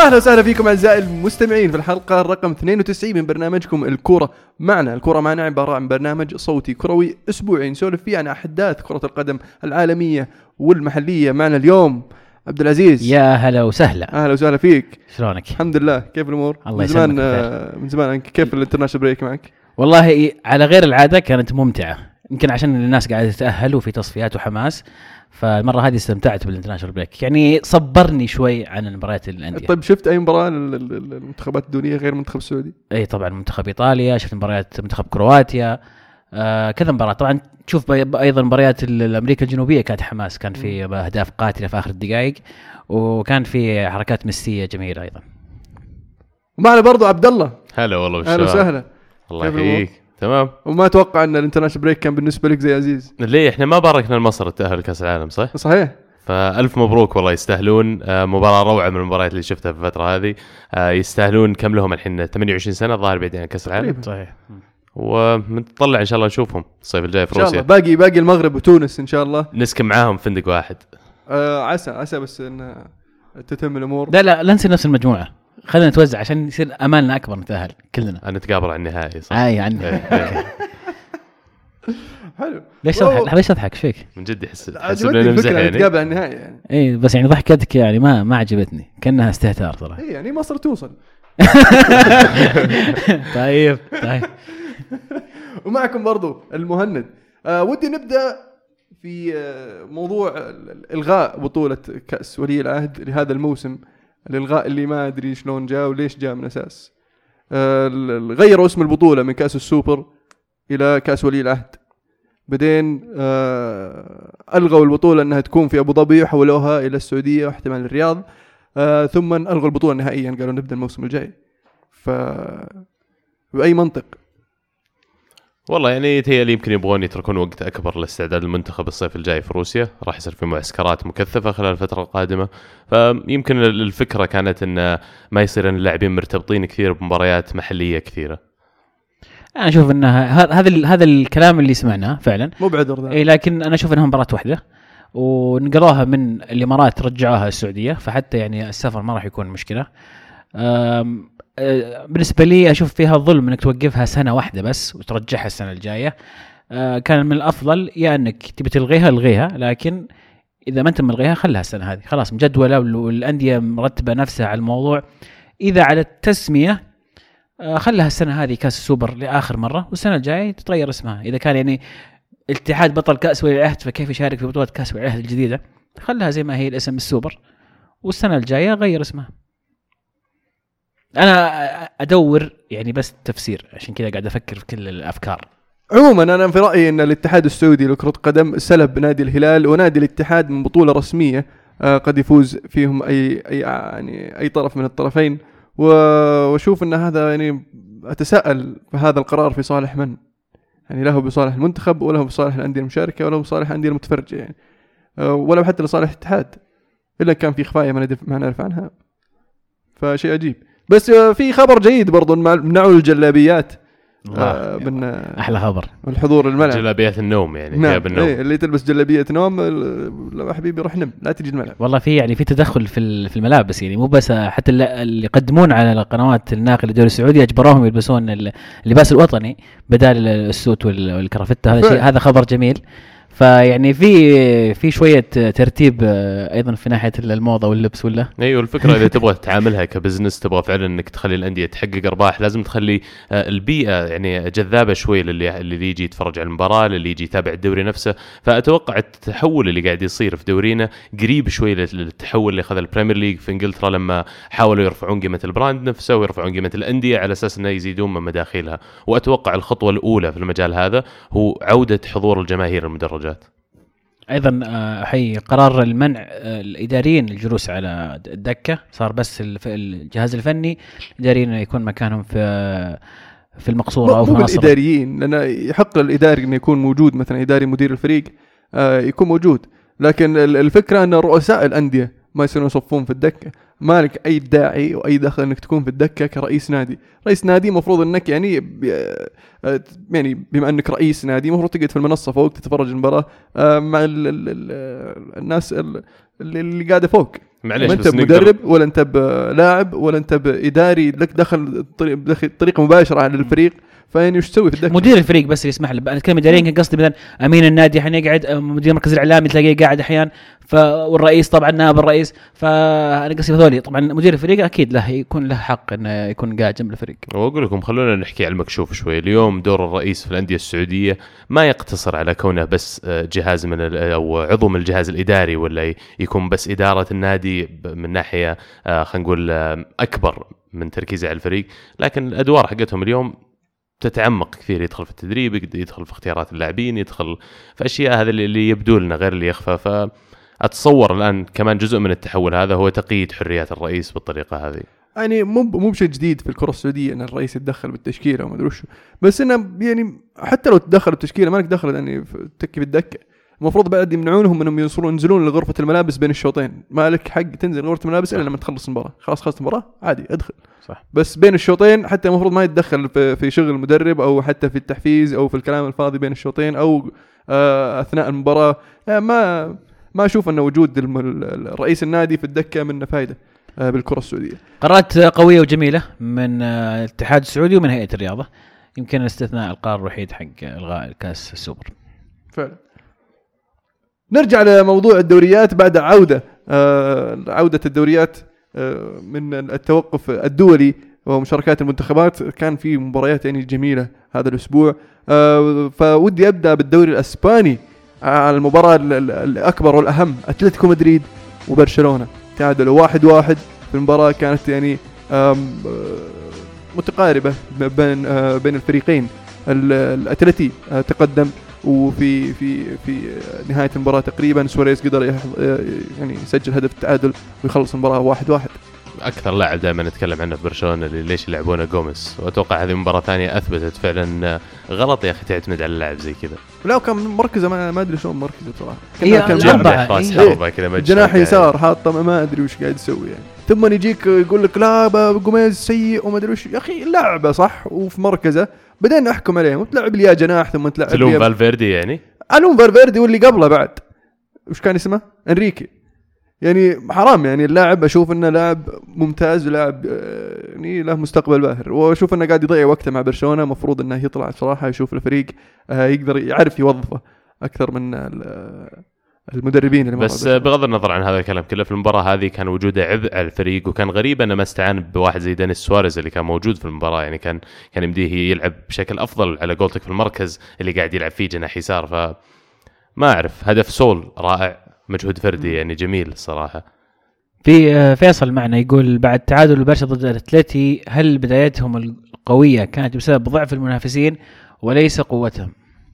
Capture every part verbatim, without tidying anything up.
واهلا وسهلا فيكم اعزائي المستمعين في الحلقه رقم اثنين وتسعين من برنامجكم الكوره معنا. الكوره معنا عباره عن برنامج صوتي كروي اسبوعي نسولف فيه عن احداث كره القدم العالميه والمحليه. معنا اليوم عبد العزيز. يا هلا وسهلا. اهلا وسهلا فيك. شلونك؟ الحمد لله. كيف الامور؟ الله من زمان يسلمك آه من زمان. كيف الانترناشونال بريك معك؟ والله على غير العاده كانت ممتعه، يمكن عشان الناس قاعده تتاهل وفي تصفيات وحماس، فالمره هذه استمتعت بالانترناشونال بريك، يعني صبرني شوي عن المباريات الانديه. طيب شفت اي مباراه للمنتخبات الدوليه غير المنتخب السعودي؟ اي طبعا منتخب ايطاليا، شفت مباريات منتخب كرواتيا، آه كذا مباراه. طبعا تشوف ايضا مباريات امريكا الجنوبيه كانت حماس، كان في اهداف قاتله في اخر الدقائق، وكان في حركات ميسيه جميله ايضا. ومعنا برضو عبد الله. هلا والله بالشباب. اهلا وسهلا. الله يحييك. تمام. وما اتوقع ان الانترناشونال بريك كان بالنسبه لك زي عزيز. ليه احنا ما باركنا لمصر التاهل لكاس العالم صح؟ صحيح. فالف مبروك والله، يستاهلون. مباراه روعه من المباريات اللي شفتها في الفتره هذه. يستاهلون. كم لهم الحين؟ ثمانية وعشرين سنه الظاهر بعيدين عن كاس العالم. صحيح. ومنطلع ان شاء الله نشوفهم الصيف الجاي في روسيا. باقي باقي المغرب وتونس ان شاء الله نسكن معاهم فندق واحد. آه عسى عسى بس ان تتم الامور. لا لا لا نصير نفس المجموعه، خلينا نتوزع عشان يصير امالنا اكبر، نتاهل كلنا. نتقابل على النهائي صح؟ اي يعني. حلو. ليش تضحك؟ ليش تضحك فيك؟ من جد احس حسب اني نمزح يعني. نتقابل على النهائي يعني. اي بس يعني ضحكتك يعني ما ما عجبتني، كانها استهتار صراحه. اي يعني مصر توصل. طيب طيب. ومعكم برضو المهند. آه ودي نبدا في آه موضوع الغاء بطوله كاس ولي العهد لهذا الموسم. الالغاء اللي ما ادري شلون جاء وليش جاء من اساس. آه غيروا اسم البطوله من كاس السوبر الى كاس ولي العهد، بعدين آه الغوا البطوله انها تكون في ابو ظبي وحولوها الى السعوديه واحتمال الرياض، آه ثم الغوا البطوله نهائيا، قالوا نبدا الموسم الجاي. ف باي منطق؟ والله يعني يتهيألي يمكن يبغون يتركون وقت أكبر لاستعداد المنتخب الصيف الجاي في روسيا. راح يصير في معسكرات مكثفة خلال الفترة القادمة، فيمكن الفكرة كانت أن ما يصير أن اللاعبين مرتبطين كثير بمباريات محلية كثيرة. أنا أشوف أن هذا هذا الكلام اللي سمعناه فعلا مو بعذر ذا. إيه، لكن أنا أشوف أنها مباراة واحدة ونقلوها من الإمارات رجعوها السعودية، فحتى يعني السفر ما راح يكون مشكلة. بالنسبة لي أشوف فيها ظلم أنك توقفها سنة واحدة بس وترجعها السنة الجاية. كان من الأفضل يا يعني أنك تبي تلغيها الغيها، لكن إذا ما أنت ملغيها خلها السنة هذه خلاص مجدولة، والأندية مرتبة نفسها على الموضوع. إذا على التسمية خلها السنة هذه كأس السوبر لآخر مرة، والسنة الجاية تتغير اسمها. إذا كان يعني الاتحاد بطل كأس ولي العهد فكيف يشارك في بطولة كأس ولي العهد الجديدة؟ خلها زي ما هي الاسم السوبر، والسنة الجاية غير اسمها. أنا أدور يعني بس تفسير، عشان كذا قاعد أفكر في كل الأفكار. عموما أنا في رأيي أن الاتحاد السعودي لكرة قدم سلب نادي الهلال ونادي الاتحاد من بطولة رسمية قد يفوز فيهم أي أي يعني أي طرف من الطرفين، وأشوف أن هذا يعني أتساءل هذا القرار في صالح من؟ يعني له بصالح المنتخب ولا هو بصالح الأندية المشاركة ولا بصالح الأندية المتفرجة يعني، ولا حتى لصالح الاتحاد، إلا كان في خفايا ما نعرف عنها. فشيء عجيب. بس في خبر جيد برضو، منعوا الجلابيات. آه من احلى خبر الحضور الملعب. جلابيات النوم يعني نعم. ثياب النوم. ايه اللي تلبس جلابيه نوم لا حبيبي روح نم، لا تجي الملعب. والله في يعني في تدخل في في الملابس، يعني مو بس حتى اللي يقدمون على القنوات الناقله للدوري السعودي اجبروهم يلبسون اللباس الوطني بدال السوت والكرافتة. هذا شيء، هذا خبر جميل. فيعني في في شويه ترتيب ايضا في ناحيه الموضه واللبس ولا. ايوه الفكره اذا تبغى تعاملها كبزنس، تبغى فعلا انك تخلي الانديه تحقق ارباح، لازم تخلي البيئه يعني جذابه شوي للي اللي يجي يتفرج على المباراه، اللي يجي يتابع الدوري نفسه. فاتوقع التحول اللي قاعد يصير في دورينا قريب شوي للتحول اللي اخذ البريمير ليج في انجلترا، لما حاولوا يرفعون قيمه البراند نفسه ويرفعون قيمه الانديه على اساس انه يزيدون من مداخيلها. واتوقع الخطوه الاولى في المجال هذا هو عوده حضور الجماهير المدرجات. ايضا حي قرار المنع الاداريين الجلوس على الدكه، صار بس الجهاز الفني الاداريين يكون مكانهم في في المقصوره او في مصر. الاداريين لان يحق للاداري انه يكون موجود، مثلا اداري مدير الفريق يكون موجود، لكن الفكره ان رؤساء الانديه ما يصيرون يصفون في الدكه. مالك اي داعي واي دخل انك تكون في الدكه كرئيس نادي. رئيس نادي مفروض انك يعني يعني بما انك رئيس نادي مفروض تقعد في المنصه فوق تتفرج المباراه مع ال ال ال الناس اللي قاعده فوق. معليش ما انت مدرب ولا انت بلاعب ولا انت باداري لك دخل طريقه مباشره على الفريق. فيعني وش تسوي في الدكه؟ مدير الفريق بس اللي يسمح له. انا كلمه اداريين كان قصدي مثلا امين النادي احيانا يقعد، مدير المركز الاعلامي تلاقيه قاعد احيانا، ف والرئيس طبعا نائب الرئيس. فانا قصدي هذول طبعا مدير الفريق اكيد له يكون له حق انه يكون قاعد جنب الفريق. واقول لكم خلونا نحكي على المكشوف شوي. اليوم دور الرئيس في الانديه السعوديه ما يقتصر على كونه بس جهاز من او عضو من الجهاز الاداري، ولا يكون بس اداره النادي من ناحيه خلينا نقول اكبر من تركيزه على الفريق، لكن الادوار حقتهم اليوم تتعمق كثير. يدخل في التدريب، يدخل في اختيارات اللاعبين، يدخل في اشياء هذا اللي يبدو لنا غير اللي يخفى. فاتصور الان كمان جزء من التحول هذا هو تقييد حريات الرئيس بالطريقه هذه. يعني مو مو بشيء جديد في الكره السعوديه ان الرئيس يتدخل بالتشكيله وما ادري وش، بس انه يعني حتى لو تدخل بالتشكيله مالك دخل يعني تكي بالدكه. المفروض بعد يمنعونهم انهم يوصلون ينزلون لغرفه الملابس بين الشوطين. مالك حق تنزل غرفه الملابس الا لما تخلص المباراه. خلاص خلصت المباراه عادي ادخل. صح. بس بين الشوطين حتى المفروض ما يتدخل في, في شغل المدرب او حتى في التحفيز او في الكلام الفاضي بين الشوطين او آه اثناء المباراه. يعني ما ما اشوف ان وجود الرئيس النادي في الدكه منه فايده آه بالكره السعوديه. قرارات قويه وجميله من آه الاتحاد السعودي ومن هيئه الرياضه. يمكن الاستثناء القرار الوحيد حق الغاء الكاس السوبر. فعلا. نرجع لموضوع الدوريات بعد عودة آه عودة الدوريات آه من التوقف الدولي ومشاركات المنتخبات. كان في مباريات يعني جميلة هذا الأسبوع. آه فودي أبدأ بالدوري الأسباني على المباراة الأكبر والأهم أتلتيكو مدريد وبرشلونة. تعادلوا واحد واحد في المباراة كانت يعني متقاربة بين آه بين الفريقين. الأتلتي آه تقدم وفي في في نهاية المباراة تقريبا سواريز قدر يعني يسجل هدف التعادل ويخلص المباراة واحد واحد. أكثر لاعب دائما نتكلم عنه في برشلونة اللي ليش يلعبونه غوميز، وأتوقع هذه مباراة ثانية أثبتت فعلا غلط يا أخي تعتمد على اللاعب زي كذا. لا كان مركزه ما, ما أدري شلون مركزه بصراحة. كان جنبه حربة كذا جناح يسار حاطه ما أدري وش قاعد يسوي يعني. ثم يجيك يقول لك لا غوميز سيء وما أدري وش. يا أخي لعبه صح وفي مركزه بدأنا نحكم عليه. وتلعب لي يا جناح ثم تلعب لي تلوم فالفيردي يعني ألوم فالفيردي واللي قبله بعد وش كان اسمه انريكي. يعني حرام يعني اللاعب أشوف إنه لاعب ممتاز ولاعب يعني له مستقبل باهر، وأشوف إنه قاعد يضيع وقته مع برشلونة. مفروض إنه يطلع صراحة يشوف الفريق يقدر يعرف يوظفه أكثر من المدربين اللي بس بغض النظر عن هذا الكلام كله. في المباراة هذه كان وجوده عبء على الفريق، وكان غريب أنه ما استعان بواحد زي دانيس سواريز اللي كان موجود في المباراة. يعني كان كان يمديه يلعب بشكل أفضل على قولتك في المركز اللي قاعد يلعب فيه جناح يسار. فما أعرف. هدف سول رائع، مجهود فردي يعني جميل الصراحة. في فيصل معنا يقول بعد تعادل البرشا ضد الأتلتي هل بدايتهم القوية كانت بسبب ضعف المنافسين وليس قوتهم؟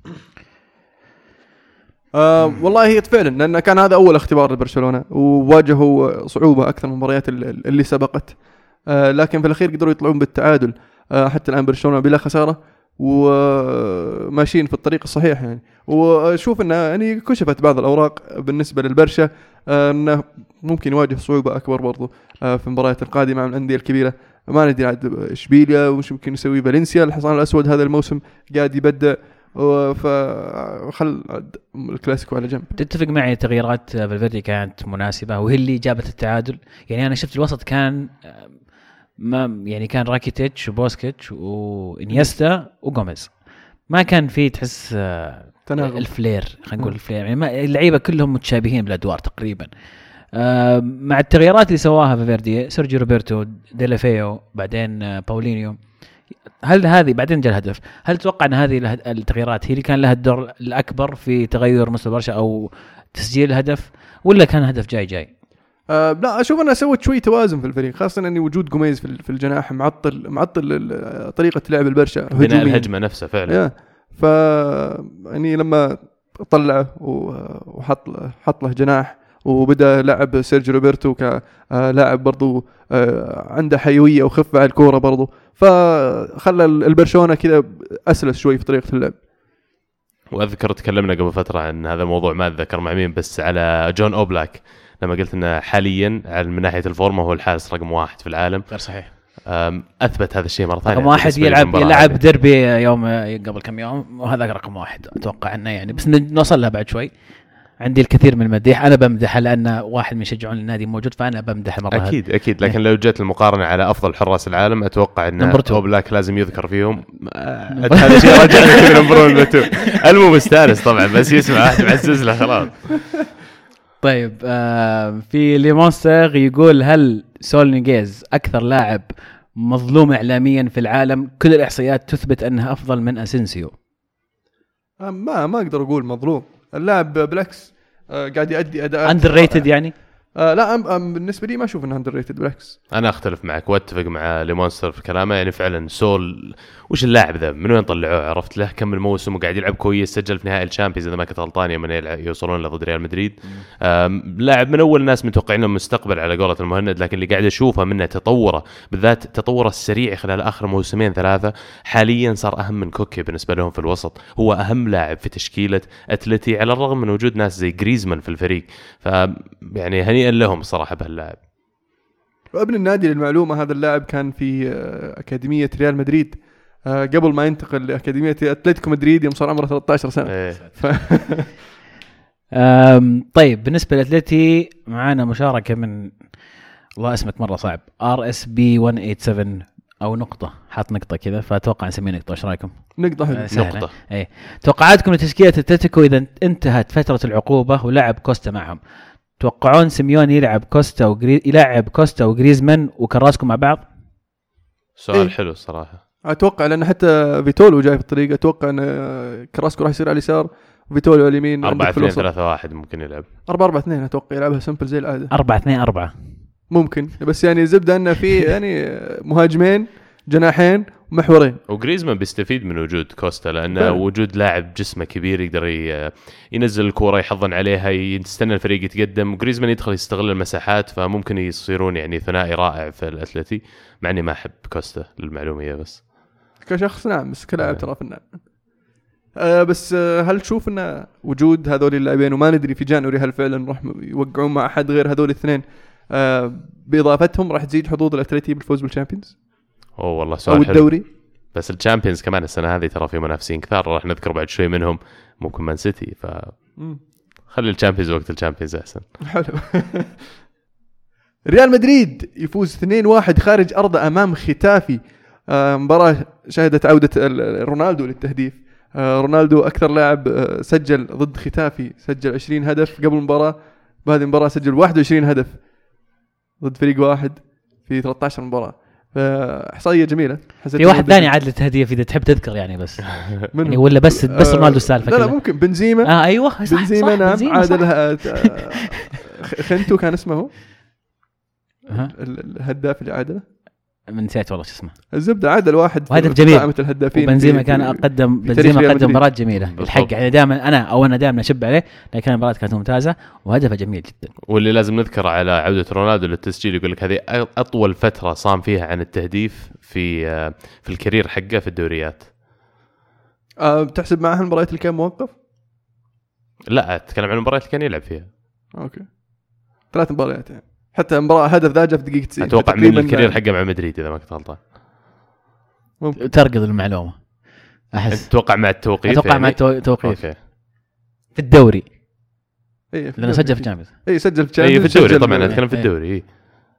آه والله فعلا لأن كان هذا أول اختبار لبرشلونة وواجهوا صعوبة أكثر من المباريات اللي سبقت. آه لكن في الأخير قدروا يطلعون بالتعادل. آه حتى الآن برشلونة بلا خسارة وماشيين في الطريق الصحيح يعني. وشوف أنه يعني كشفت بعض الأوراق بالنسبة للبرشا آه أنه ممكن يواجه صعوبة أكبر برضو آه في المباريات القادمة مع الأندية الكبيرة. ما ندري عاد إشبيليا وش ممكن يسوي فالنسيا. الحصان الأسود هذا الموسم قاعد يبدأ فخل الكلاسيكو على جنب. تتفق معي تغييرات فالفيردي كانت مناسبة وهي اللي جابت التعادل. يعني أنا شفت الوسط كان ما يعني كان راكيتيتش وبوسكيتش وإنيستا وغوميز. ما كان فيه تحس تناغم الفلير خلينا نقول الفلير. يعني اللعيبة كلهم متشابهين بالأدوار تقريبا. مع التغييرات اللي سواها فالفيردي سيرجيو روبرتو ديلافيو بعدين باولينيو، هل هذه بعدين جاء الهدف، هل تتوقع أن هذه التغييرات هي اللي كان لها الدور الأكبر في تغير مستوى برشا أو تسجيل الهدف، ولا كان هدف جاي جاي؟ أه لا أشوف أنها سوت شوي توازن في الفريق، خاصة أن وجود غوميز في الجناح معطل معطل طريقة لعب البرشا بناء الهجمة نفسها فعلا. ف يعني لما طلعه وحط حط له جناح وبدأ لعب سيرجيو روبرتو كلاعب برضو عنده حيوية وخفة على الكورة برضو، فخلى البرشلونة كذا أسلس شوي في طريقة اللعب. وأذكر تكلمنا قبل فترة عن هذا الموضوع، ما أتذكر مع مين، بس على جون أوبلاك لما قلت انه حاليا من ناحيه الفورمه هو الحارس رقم واحد في العالم. غير صحيح. اثبت هذا الشيء مره ثانيه. رقم واحد يلعب يلعب ديربي يوم قبل كم يوم وهذا رقم واحد اتوقع انه يعني بس نوصل لها بعد شوي. عندي الكثير من المديح، انا بمدح لان واحد من يشجعون النادي موجود فانا بمدح المره هذه. اكيد اكيد لكن لو جت المقارنه على افضل حراس العالم اتوقع ان اوبلاك لازم يذكر فيهم. هذا شيء رجعنا كذا نمبر المتو المو مستانس طبعا بس يسمع واحد معزز له خلاص. طيب آه في ليمونستر يقول هل سول نيغيز اكثر لاعب مظلوم اعلاميا في العالم؟ كل الاحصائيات تثبت انه افضل من اسينسيو. ما ما اقدر اقول مظلوم، اللاعب بالعكس آه قاعد يؤدي اداء اندر ريتد يعني. آه لا أم أم بالنسبه لي ما اشوف انه اندر ريتد، بالعكس. انا اختلف معك واتفق مع ليمونستر في كلامه. يعني فعلا سول وش اللاعب ذا من وين طلعوه؟ عرفت له كم الموسم وقاعد يلعب كويس، سجل في نهائي الشامبيونز اذا ما كنت غلطان يوم يوصلون ضد ريال مدريد. لاعب من اول الناس متوقعين له مستقبل على قولة المهند، لكن اللي قاعد اشوفه منه تطوره بالذات تطوره السريع خلال اخر موسمين ثلاثه حاليا صار اهم من كوكي بالنسبه لهم في الوسط. هو اهم لاعب في تشكيله اتلتي على الرغم من وجود ناس زي جريزمان في الفريق. ف يعني هنيئا لهم صراحه بهاللاعب. وابن النادي للمعلومه هذا اللاعب كان في اكاديميه ريال مدريد قبل ما ينتقل لأكاديمية أتلتيكو مدريد يوم صار عمره ثلاثة عشر سنة. إيه. ف... طيب بالنسبة لأتلتي معانا مشاركة من الله اسمك مرة صعب آر إس بي مية وسبعة وثمانين أو نقطة، حاط نقطة كذا فأتوقع نسميه نقطة. إيش رأيكم؟ نقطة حلوة. نقطة. إيه. توقعاتكم لتشكيلة أتلتيكو إذا انتهت فترة العقوبة ولعب كوستا معهم؟ توقعون سيميوني يلعب كوستا وغري... يلعب كوستا وغريزمان وكراسكو مع بعض؟ سؤال إيه. حلو الصراحة. اتوقع لان حتى فيتولو جاي في الطريق، اتوقع ان كراسكو راح يصير على اليسار وفيتولو على اليمين. أربعة اثنين ثلاثة واحد ممكن يلعب. أربعة أربعة اثنين اتوقع يلعبها سمبل زي العاده. أربعة اثنين أربعة ممكن، بس يعني زبده انه في يعني مهاجمين جناحين ومحورين. وغريزمان بيستفيد من وجود كوستا لانه فعلا. وجود لاعب جسمه كبير يقدر ينزل الكوره يحضن عليها يستنى الفريق يتقدم. غريزمان يدخل يستغل المساحات فممكن يصيرون يعني ثنائي رائع في الأتلتي. مع اني ما احب كوستا للمعلوميه بس كشخص نعم، بس كلاعب ترى في النعم. أه بس أه هل تشوف ان وجود هذول اللاعبين وما ندري في جانوري هل فعلا راح يوقعون مع احد غير هذول الاثنين أه باضافتهم راح تزيد حظوظ الأتلتي بالفوز بالشامبيونز؟ اوه والله سؤال او الدوري حلو. بس الشامبيونز كمان السنه هذه ترى في منافسين كثار راح نذكر بعد شوي منهم ممكن مان سيتي. ف خلي الشامبيونز وقت الشامبيونز احسن. حلو. ريال مدريد يفوز اثنين واحد خارج ارضه امام ختافي. آه مباراه شهدت عوده رونالدو للتهديف. آه رونالدو اكثر لاعب آه سجل ضد ختافي، سجل عشرين هدف قبل المباراه. بهذه المباراه سجل واحد وعشرين هدف ضد فريق واحد في ثلاثة عشر مباراه. فاحصائيه جميله. في واحد ثاني عاد للتهديف اذا تحب تذكر يعني بس يعني ولا بس بس رونالدو السالفه. لا لا ممكن بنزيما. اه ايوه صح بنزيما صح نعم عادل. خنتو كان اسمه الهداف اللي عادله من نسيت والله شو اسمه. الزبده عادل واحد في قائمه الهدافين. وبنزيما كان اقدم بنزيما قدم مباراه جميله الحق يعني دائما انا او انا دائما اشب عليه، لكن المباراه كانت ممتازه وهدفه جميل جدا. واللي لازم نذكر على عوده رونالدو للتسجيل يقول لك هذه اطول فتره صام فيها عن التهديف في في الكارير حقه في الدوريات. أه بتحسب معها المباريات اللي كان موقف؟ لا اتكلم عن المباريات اللي كان يلعب فيها. اوكي ثلاث مباريات يعني. حتى مباراة هدف ذا جاء في دقيقة تسعين. اتوقع من الكارير حقه مع مدريد اذا ما كنت غلطان. ترقض المعلومه احس. اتوقع مع التوقيف. اتوقع يعني. مع التوقيف اوكي في الدوري. اي لانه سجل في الشامبيونز. اي سجل في الشامبيونز. اي في الدوري طبعا اتكلم في الدوري. اي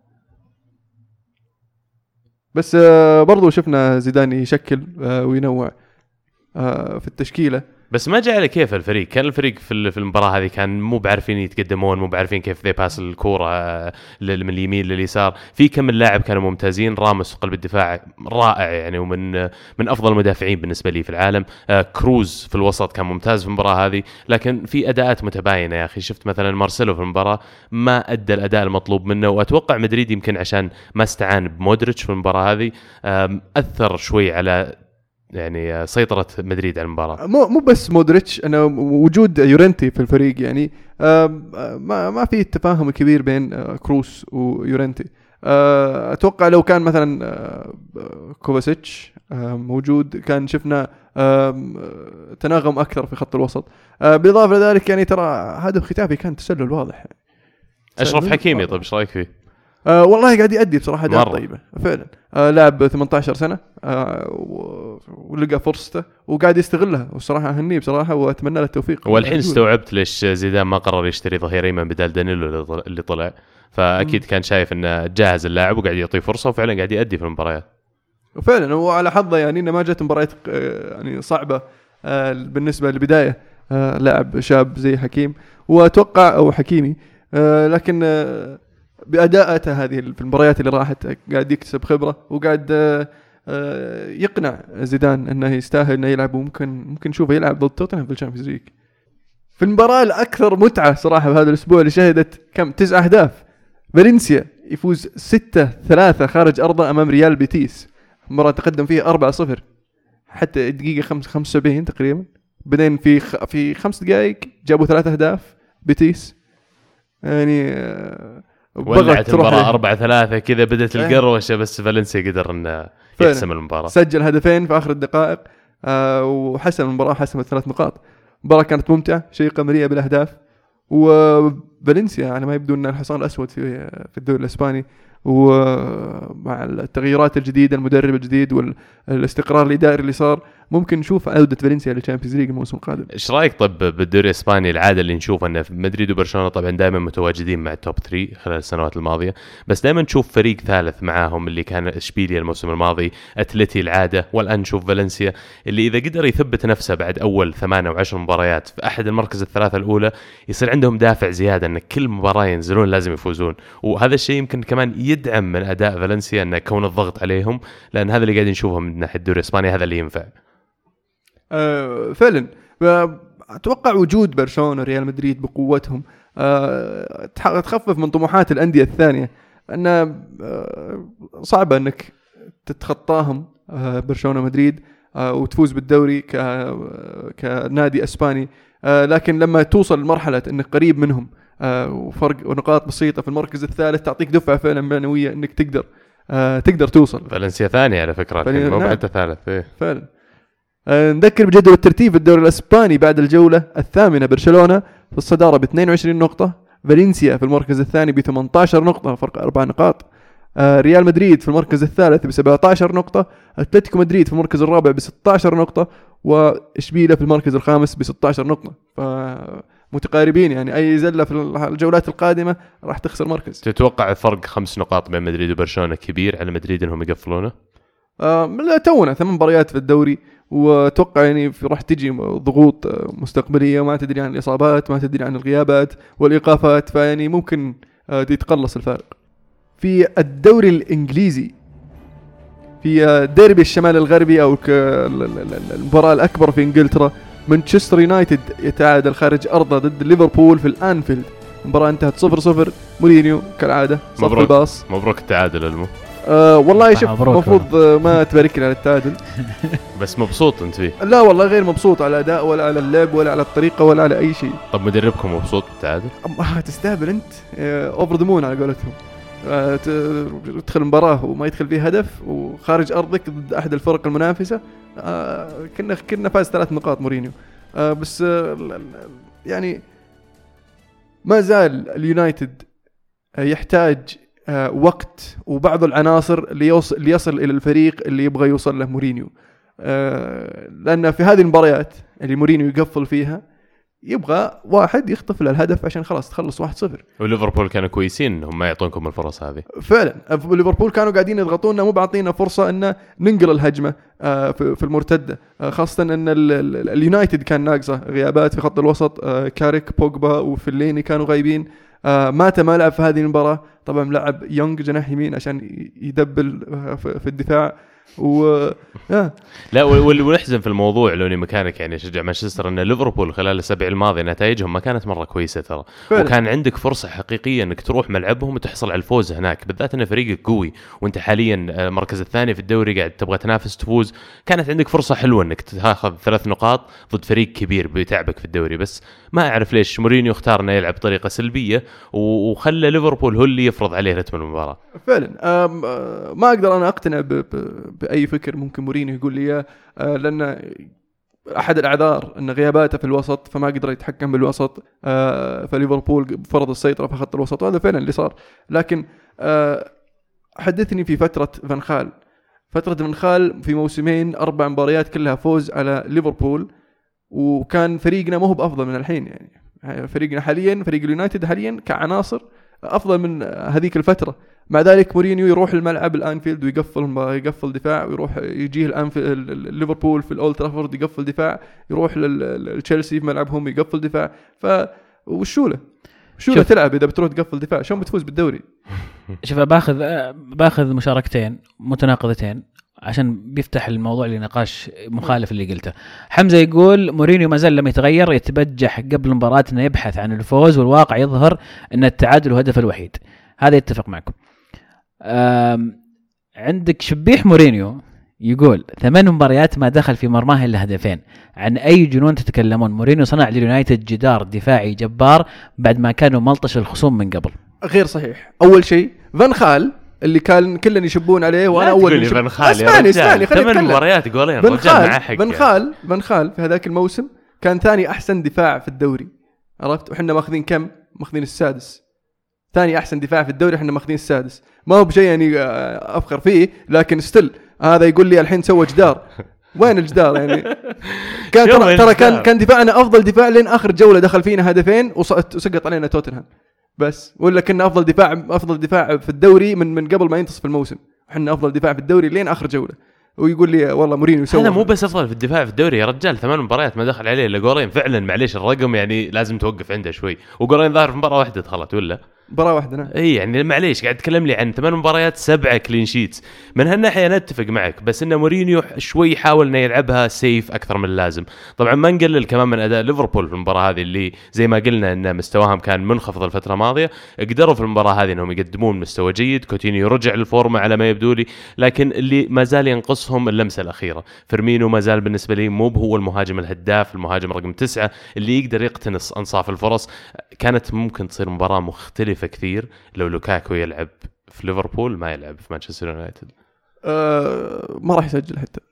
بس آه برضو شفنا زيدان يشكل آه وينوع آه في التشكيله. بس ما جاء على كيف الفريق. كان الفريق في في المباراه هذه كان مو بعارفين يتقدمون، مو بعارفين كيف ذي باس الكوره من اليمين لليسار. في كم من لاعب كانوا ممتازين. راموس قلب الدفاع رائع يعني ومن من افضل المدافعين بالنسبه لي في العالم. آه كروز في الوسط كان ممتاز في المباراه هذه، لكن في اداءات متباينه يا اخي. شفت مثلا مارسيلو في المباراه ما ادى الاداء المطلوب منه، واتوقع مدريد يمكن عشان ما استعان بمودريتش في المباراه هذه اثر شوي على يعني سيطرة مدريد على المباراة. مو مو بس مودريتش، أنا وجود يورنتي في الفريق يعني ما ما في تفاهم كبير بين كروس ويورنتي. أتوقع لو كان مثلا كوفاسيتش موجود كان شفنا تناغم أكثر في خط الوسط. بالإضافة لذلك يعني ترى هدف ختافي كان تسلل واضح. اشرف حكيمي طيب ايش رايك فيه؟ آه والله قاعد يأدي بصراحه اداء مرة. طيبه فعلا. آه لاعب ثمانية عشر سنه آه ولقى فرصته وقاعد يستغلها، والصراحه اهنيه بصراحه واتمنى له التوفيق. والحين استوعبت ليش زيدان ما قرر يشتري ظهير ايمن بدال دانيلو اللي طلع، فاكيد كان شايف انه جاهز اللاعب وقاعد يعطيه فرصه، وفعلا قاعد يأدي في المباريات. وفعلا هو على حظه يعني انه ما جت مباريات يعني صعبه آه بالنسبه للبدايه آه لاعب شاب زي حكيم واتوقع او حكيمي آه لكن آه بأداءته هذه في المباريات اللي راحت قاعد يكتسب خبرة وقاعد آه يقنع زيدان انه يستاهل انه يلعب، وممكن ممكن نشوفه يلعب ضد توتنهام في الشامبيونز ليج. في المباراة الأكثر متعة صراحة بهذا الأسبوع اللي شهدت كم تسع أهداف، فالنسيا يفوز ستة ثلاثة خارج أرضه أمام ريال بيتيس. مباراة تقدم فيها أربعة صفر حتى الدقيقة خمسة خمسة وسبعين تقريبا، بعدين في خ... في خمس دقائق جابوا ثلاثة أهداف بيتيس يعني آه ولعت المباراة أربعة ثلاثة كذا، بدت القروشة بس فالنسيا قدر إنه يحسم المباراة، سجل هدفين في آخر الدقائق آه وحسم المباراة، حسمت ثلاث نقاط. المباراة كانت ممتعة شيقة مليئة بالأهداف، وفالنسيا يعني ما يبدو أن الحصان الأسود في في الدوري الإسباني، ومع التغييرات الجديدة المدرب الجديد والاستقرار الإداري اللي صار ممكن نشوف عودة فالنسيا للشامبيونز ليج الموسم القادم. ايش رايك طب بالدوري الاسباني؟ العاده اللي نشوف ان مدريد وبرشلونه طبعا دائما متواجدين مع التوب ثلاثة خلال السنوات الماضيه، بس دائما نشوف فريق ثالث معاهم اللي كان اشبيليا الموسم الماضي، اتلتي العاده، والان نشوف فالنسيا اللي اذا قدر يثبت نفسه بعد اول ثمانية وعشر مباريات في احد المركز الثلاثه الاولى يصير عندهم دافع زياده ان كل مباراه ينزلون لازم يفوزون، وهذا الشيء يمكن كمان يدعم من اداء فالنسيا ان كون الضغط عليهم، لان هذا اللي قاعد نشوفه من ناحيه الدوري الاسباني هذا اللي ينفع. أه فعلا اتوقع وجود برشلونه وريال مدريد بقوتهم أه تخفف من طموحات الانديه الثانيه، ان أه صعبه انك تتخطاهم أه برشلونه ومدريد أه وتفوز بالدوري كنادي اسباني، أه لكن لما توصل لمرحله انك قريب منهم أه وفرق ونقاط بسيطه في المركز الثالث تعطيك دفعه فعلا معنويه انك تقدر أه تقدر توصل. فالنسيا ثاني على فكره مو بعد ثالث إيه. فعلا نذكر بجدول الترتيب في الدوري الاسباني بعد الجوله الثامنه، برشلونه في الصداره ب اثنين وعشرين نقطه، فالنسيا في المركز الثاني ب ثمانية عشر نقطه فرق اربع نقاط، ريال مدريد في المركز الثالث ب سبعة عشر نقطه، اتلتيكو مدريد في المركز الرابع ب ستة عشر نقطه، واشبيليا في المركز الخامس ب ستة عشر نقطه، فمتقاربين يعني اي زله في الجولات القادمه راح تخسر مركز. تتوقع فرق خمس نقاط بين مدريد وبرشلونه كبير على مدريد انهم يقفلونه؟ آه لا تونا ثمان مباريات في الدوري، واتوقع يعني في راح تجي ضغوط مستقبليه وما تدري عن الاصابات، ما تدري عن الغيابات والايقافات، فيعني ممكن يتقلص الفارق. في الدوري الانجليزي في ديربي الشمال الغربي او المباراه الاكبر في انجلترا، مانشستر يونايتد يتعادل خارج ارضه ضد ليفربول في الانفيلد، المباراه انتهت صفر صفر، مورينيو كالعاده صف الباص. مبروك التعادل المو أه والله شوف المفروض ما تبارك لي على التعادل بس مبسوط انت فيه؟ لا والله غير مبسوط على الاداء ولا على اللعب ولا على الطريقه ولا على اي شيء. طب مدربكم مبسوط بالتعادل؟ تستهبل انت اوفر ذا مون على قولتهم. أه تدخل مباراه وما يدخل فيه هدف وخارج ارضك ضد احد الفرق المنافسه، أه كنا كنا فاز ثلاث نقاط مورينيو، أه بس أه يعني ما زال اليونايتد يحتاج آه وقت وبعض العناصر اللي يوصل, اللي يصل إلى الفريق اللي يبغى يوصل له مورينيو، آه لأن في هذه المباريات اللي مورينيو يقفل فيها يبغى واحد يخطف له الهدف عشان خلاص تخلص واحد صفر. وليفربول كانوا كويسين هم ما يعطونكم الفرص هذه فعلا. ليفربول كانوا قاعدين يضغطونا مو بعطينا فرصة أن ننقل الهجمة آه في, في المرتدة، آه خاصة أن اليونايتد كان ناقصة غيابات في خط الوسط، آه كاريك بوجبا وفليني كانوا غايبين، آه ماتا ما لعب في هذه المباراة، طبعا لعب يونغ جناح يمين عشان يدبل في الدفاع و لا ونحزن في الموضوع لو اني مكانك يعني شجع مانشستر ان ليفربول خلال الاسابيع الماضيه نتائجهم ما كانت مره كويسه ترى، وكان عندك فرصه حقيقيه انك تروح ملعبهم وتحصل على الفوز هناك، بالذات ان فريقك قوي وانت حاليا المركز الثاني في الدوري قاعد تبغى تنافس تفوز، كانت عندك فرصه حلوه انك تاخذ ثلاث نقاط ضد فريق كبير بيتعبك في الدوري، بس ما اعرف ليش مورينيو اختار انه يلعب بطريقه سلبيه وخلى ليفربول هو اللي يفرض عليه رتم المباراه. فعلا ما اقدر انا اقتنع ب ب باي فكر ممكن مورينيو يقول لي اياه، لان احد الاعذار ان غياباته في الوسط فما قدر يتحكم بالوسط، آه فليفربول فرض السيطره في خط الوسط، وهذا فعلا اللي صار. لكن آه حدثني في فتره فان خال فتره فان خال في موسمين اربع مباريات كلها فوز على ليفربول، وكان فريقنا مو هو بافضل من الحين. يعني فريقنا حاليا فريق اليونايتد حاليا كعناصر افضل من هذيك الفتره. مع ذلك مورينيو يروح الملعب الانفيلد ويقفل يقفل دفاع، ويروح يجيه الانفيلد ليفربول في الاولد ترافورد يقفل دفاع، يروح للتشيلسي في ملعبهم يقفل دفاع. ف وشوله شوله تلعب اذا بتروح تقفل دفاع، شلون بتفوز بالدوري؟ شوف باخذ باخذ مشاركتين متناقضتين عشان بيفتح الموضوع لنقاش مخالف اللي قلته. حمزة يقول مورينيو ما زال لم يتغير، يتبجح قبل المباراة انه يبحث عن الفوز، والواقع يظهر ان التعادل هو الهدف الوحيد. هذا يتفق معكم. عندك شبيح مورينيو يقول ثمان مباريات ما دخل في مرماه الا هدفين. عن اي جنون تتكلمون؟ مورينيو صنع لليونايتد جدار دفاعي جبار بعد ما كانوا ملطش الخصوم من قبل. غير صحيح. اول شيء فان خال اللي كان كلنا يشبون عليه، وانا اول من شب... اسمعني اسمعني خليني اتكلم. ثمان مباريات جولين رجال معاه حق. فان خال فان خال في هذاك الموسم كان ثاني احسن دفاع في الدوري، عرفت؟ وحنا ماخذين كم؟ ماخذين السادس. ثاني احسن دفاع في الدوري احنا ماخذين السادس. ما هو بشيء يعني افخر فيه، لكن ستيل هذا يقول لي الحين سوى جدار. وين الجدار يعني؟ كان ترى ترى كان كان دفاعنا افضل دفاع لين اخر جوله دخل فينا هدفين وسقط علينا توتنهام بس. ولا كنا افضل دفاع افضل دفاع في الدوري من من قبل ما ينتصف الموسم. احنا افضل دفاع في الدوري لين اخر جوله. ويقول لي والله مورينيو سوى. هذا مو بس افضل في الدفاع في الدوري يا رجال، ثمان مباريات ما دخل عليه الا جولين. فعلا معليش الرقم يعني لازم توقف عنده شوي، وجولين ظاهر في مباراه واحده دخلت ولا مباراه واحده. نعم اي يعني معليش قاعد تكلم لي عن ثمان مباريات سبعه كلين شيتس. من هالناحيه انا اتفق معك، بس ان مورينيو شوي حاول انه يلعبها سيف اكثر من اللازم. طبعا ما نقلل كمان من اداء ليفربول في المباراه هذه اللي زي ما قلنا ان مستواهم كان منخفض الفتره الماضيه. قدروا في المباراه هذه انهم يقدمون مستوى جيد. كوتينيو رجع للفورمه على ما يبدو لي، لكن اللي ما زال ينقصهم اللمسه الاخيره. فيرمينو ما زال بالنسبه لي مو هو المهاجم الهداف، المهاجم رقم تسعة اللي يقدر يقتنص انصاف الفرص. كانت ممكن تصير مباراه مختلفه كثير لو لوكاكو يلعب في ليفربول ما يلعب في مانشستر يونايتد. أه ما راح يسجل حتى.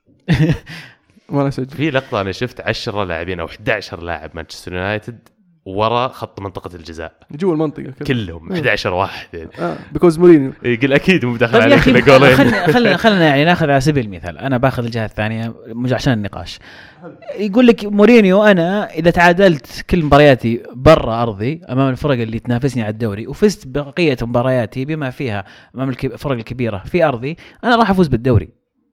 ما راح يسجل. في لقطة أنا شفت عشرة لاعبين أو إحدى عشر لاعب مانشستر يونايتد وراء خط منطقة الجزاء جوا المنطقة كلهم إحدى عشر واحد يعني. آه بيكوز مورينيو يقول أكيد مدخل عليك الجولين. خلنا خلنا خلنا يعني ناخذ على سبيل المثال. أنا باخذ الجهة الثانية مش عشان النقاش. يقول لك مورينيو أنا إذا تعادلت كل مبارياتي برا أرضي أمام الفرق اللي تنافسني على الدوري وفزت بقية مبارياتي بما فيها أمام الفرق الكبيرة في أرضي، أنا راح أفوز بالدوري.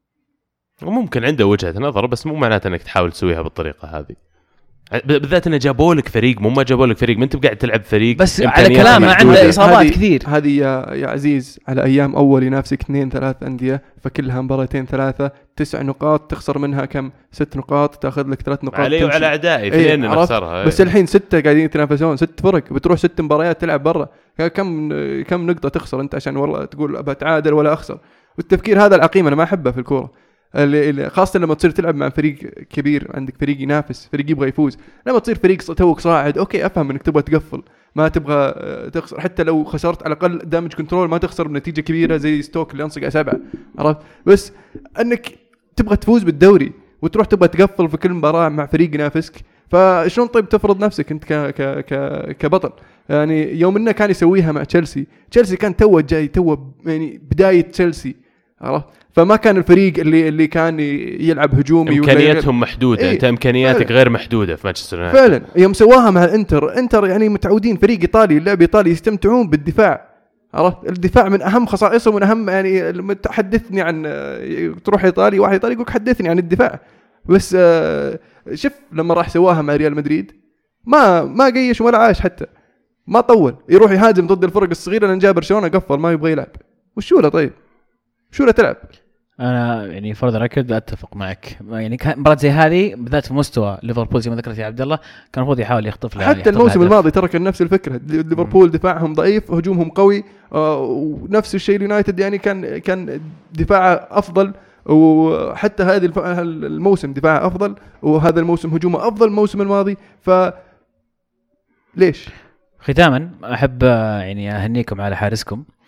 وممكن عنده وجهة نظر بس مو معناته أنك تحاول تسويها بالطريقة هذه، بالذات انه جابوا لك فريق مو ما جابوا لك فريق، ما انت بقاعد تلعب فريق بس على كلامه عنده اصابات كثير. هذه يا يا عزيز على ايام اول ينافسك اثنين ثلاث انديه فكلها مباراتين ثلاثه تسع نقاط تخسر منها كم ست نقاط تاخذ لك ثلاث نقاط علي وعلى اعدائي اثنين ايه نخسرها. بس الحين سته قاعدين يتنافسون ست فرق بتروح ست مباريات تلعب برا كم كم نقطه تخسر انت عشان والله تقول بتعادل ولا اخسر. والتفكير هذا العقيم انا ما احبه في الكوره، اللي خاصة لما تصير تلعب مع فريق كبير عندك فريق ينافس فريق يبغى يفوز. لما تصير فريق توك صاعد اوكي افهم انك تبغى تقفل ما تبغى تخسر، حتى لو خسرت على الاقل دامج كنترول ما تخسر بنتيجة كبيرة زي ستوك اللي انصق على سبعة، عرفت؟ بس انك تبغى تفوز بالدوري وتروح تبغى تقفل في كل مباراة مع فريق ينافسك، فشلون طيب تفرض نفسك انت ك ك ك كبطل؟ يعني يوم انه كان يسويها مع تشيلسي، تشيلسي كان تو جاي تو يعني بداية تشيلسي، عرفت؟ فما كان الفريق اللي اللي كان يلعب هجومي امكانياتهم محدوده. إيه؟ انت امكانياتك فعلا. غير محدوده في مانشستر يونايتد فعلا. يوم سواها مع الانتر، انتر يعني متعودين فريق ايطالي اللعب ايطالي يستمتعون بالدفاع، عرفت؟ الدفاع من اهم خصائصه ومن اهم يعني تحدثني عن تروح ايطالي واحد ايطالي يقولك حدثني عن الدفاع. بس شوف لما راح سواها مع ريال مدريد ما ما قيش ولا عاش، حتى ما طول يروح يهاجم ضد الفرق الصغيره لان جاب برشلونه قفل ما يبغى يلعب. وشو له طيب شو له تلعب؟ انا يعني فرض ركض اتفق معك، يعني مباراه زي هذه بالذات في مستوى ليفربول زي ما ذكرت يا عبد الله كان المفروض يحاول يخطف له. حتى الموسم الماضي ترى كان نفس الفكره، ليفربول دفاعهم ضعيف هجومهم قوي، آه ونفس الشيء اليونايتد يعني كان كان دفاعه افضل، وحتى هذه الموسم دفاعه افضل وهذا الموسم هجومه افضل الموسم الماضي. ف ليش ختاما احب يعني اهنيكم على حارسكم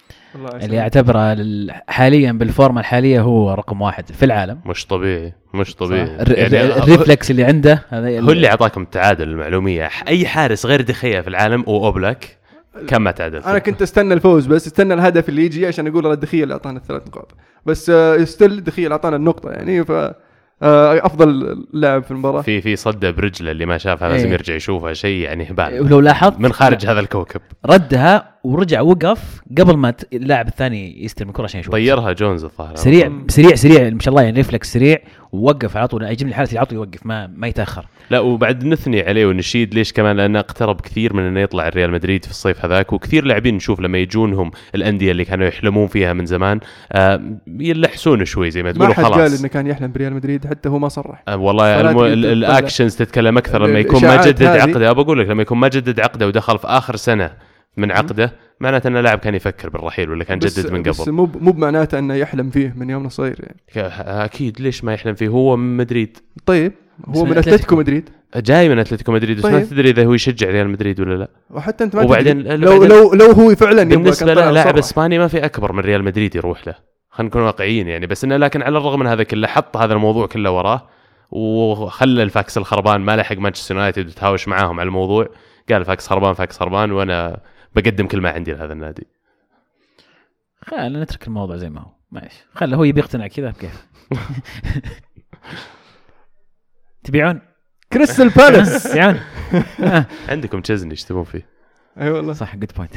اللي اعتبره حاليا بالفورمه الحاليه هو رقم واحد في العالم. مش طبيعي مش طبيعي يعني الريفلكس اللي عنده هذا هو اللي اعطاكم التعادل. المعلوميه اي حارس غير دخيا في العالم واوبلاك كم ما تعادل. انا كنت استنى الفوز بس استنى الهدف اللي يجي عشان اقول الدخيا اللي اعطانا الثلاث نقاط بس ستيل الدخيا اللي اعطانا النقطه يعني. ف افضل لاعب في المباراه في في صده برجله اللي ما شافها لازم يرجع يشوفها شيء يعني هبال. ولو لاحظت من خارج هذا الكوكب ردها ورجع وقف قبل ما اللاعب الثاني يستلم الكره عشان يشوف. طيرها جونز الظاهر سريع سريع سريع ما شاء الله يعني ريفلكس سريع ووقف على طول. يجيب لي الحارس اللي عطوا يوقف ما ما يتاخر. لا وبعد نثني عليه ونشيد ليش كمان لانه اقترب كثير من انه يطلع الريال مدريد في الصيف هذاك. وكثير لاعبين نشوف لما يجونهم الانديه اللي كانوا يحلمون فيها من زمان آه يلحسون شوي زي ما تقولوا خلاص. ما حد قال انه كان يحلم بريال مدريد حتى هو ما صرح. آه والله الم... الاكشنز تتكلم اكثر لما يكون ما جدد عقده. ابى اقول لك لما يكون ما جدد عقده ودخل في اخر سنه من عقده معناته ان اللاعب كان يفكر بالرحيل ولا كان جدد من قبل. بس مو مو بمعناته انه يحلم فيه من يوم صغير يعني. اكيد ليش ما يحلم فيه هو من مدريد. طيب هو من اتلتيكو مدريد جاي من اتلتيكو مدريد. طيب. بس ما تدري اذا هو يشجع ريال مدريد ولا لا. وحتى انت ما وبعدين لو لو لو هو فعلا بالنسبه له لاعب اسباني ما في اكبر من ريال مدريد يروح له. خلينا نكون واقعيين يعني. بس انه لكن على الرغم من هذا كله حط هذا الموضوع كله وراه وخلى الفاكس الخربان ما لحق مانشستر يونايتد وتهاوش معاهم على الموضوع. قال فاكس خربان فاكس خربان وانا بقدم كل ما عندي لهذا النادي. خلينا نترك الموضوع زي ما هو ماشي. خليه هو يبي يقتنع كذا بكيف. تبيعون كريستال بالاس تبيعون عندكم تشزني ايش تبون فيه. اي والله صح جود بوينت.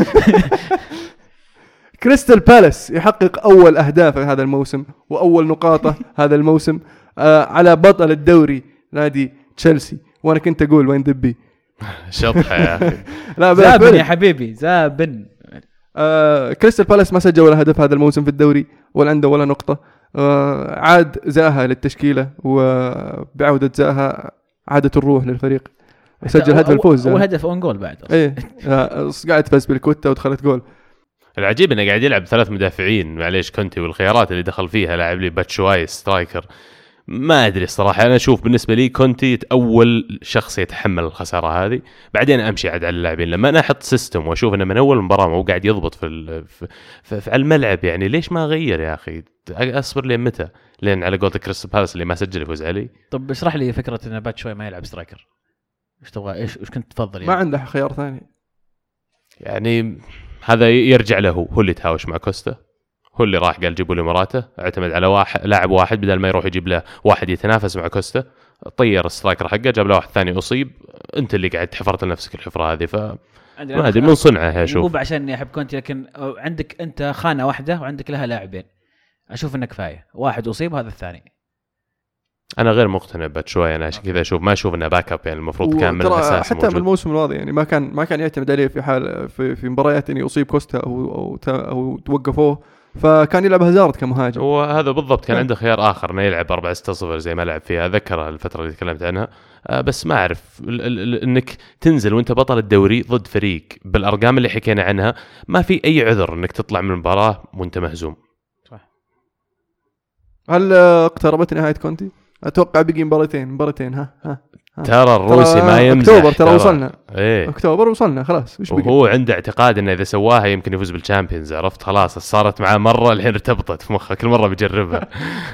كريستال بالاس يحقق اول اهدافه هذا الموسم واول نقاطه هذا الموسم آه على بطل الدوري نادي تشيلسي. وانا كنت اقول وين دبي شطحه يا اخي. لا زابن يا حبيبي زابن. آه كريستال بالاس ما سجل ولا هدف هذا الموسم في الدوري ولا عنده ولا نقطة. آه عاد زاها للتشكيلة وبعودة زاها عادت الروح للفريق. سجل هدف الفوز وهدف اون جول بعد. ايه آه قاعد فاز بالكوتا ودخلت جول. العجيب انه قاعد يلعب ثلاث مدافعين معليش كونتي والخيارات اللي دخل فيها لاعب لي باتشواي سترايكر. ما أدري الصراحة. أنا أشوف بالنسبة لي كونتي أول شخص يتحمل الخسارة هذه. بعدين أمشي عاد على اللاعبين لما أنا أحط سيستم وأشوف إنه من أول مباراة هو قاعد يضبط في, في, في, في الملعب يعني ليش ما أغير يا أخي. أصبر لين متى لين على قولة كريستال بالاس اللي ما سجل يفوز علي. طب اشرح لي فكرة إنه بات شوي ما يلعب سترايكر. إيش تبغى إيش إيش كنت تفضل يعني؟ ما عنده خيار ثاني يعني. هذا يرجع له هو اللي تهاوش مع كوستا. هو اللي راح قال جيبوا لي مراته اعتمد على واحد لاعب واحد بدل ما يروح يجيب له واحد يتنافس مع كوستا. طير السترايكر حقه جاب له واحد ثاني أصيب. أنت اللي قاعد حفرت لنفسك الحفرة هذه. ف ما أدري من صنعها. أشوف مو بعشان أحب كونتي لكن عندك أنت خانة واحدة وعندك لها لاعبين. أشوف إنه كفاية واحد أصيب هذا الثاني. أنا غير مقتنع بات شوي. أنا عشان كذا أشوف ما أشوف إنه باك أب يعني المفروض كان من الأساس حتى في الموسم الماضي يعني ما كان ما كان يعتمد عليه في حال في, في مباريات إني أصيب كوستا أو أو, أو توقفوه فكان يلعب هازارد كمهاجم. وهذا بالضبط كان عنده خيار آخر إنه يلعب أربعة ستة صفر زي ما لعب فيها. ذكرها الفترة اللي تكلمت عنها. آه بس ما أعرف إنك تنزل وأنت بطل الدوري ضد فريق بالأرقام اللي حكينا عنها ما في أي عذر إنك تطلع من المباراة وأنت مهزوم. صح. هل اقتربت نهاية كونتي؟ أتوقع بقي مباراتين مباراتين ها ها, ها. ترى الروسي ما يمزح. أكتوبر ترى وصلنا. إيه. أكتوبر وصلنا خلاص. وش بقي؟ وهو عنده اعتقاد إنه إذا سواها يمكن يفوز بالشامبيونز. عرفت خلاص صارت معاه مرة الحين ارتبطت في مخه كل مرة بيجربها.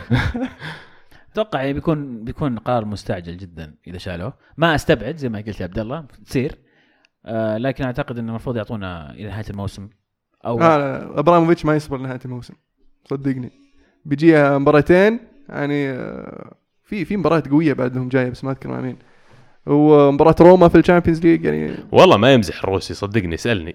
أتوقع بيكون بيكون قرار مستعجل جدا إذا شالوه. ما أستبعد زي ما قلت يا عبد الله تصير آه لكن أعتقد إنه المفروض يعطونا إلى نهاية الموسم. أو لا أبراموفيتش ما يصبر لنهاية الموسم صدقني. بيجيها مباراتين يعني آه في في مباراه قويه بعدهم جايه بس ما اذكر مع مين. ومباراه روما في الشامبيونز ليج يعني والله ما يمزح الروسي صدقني اسالني.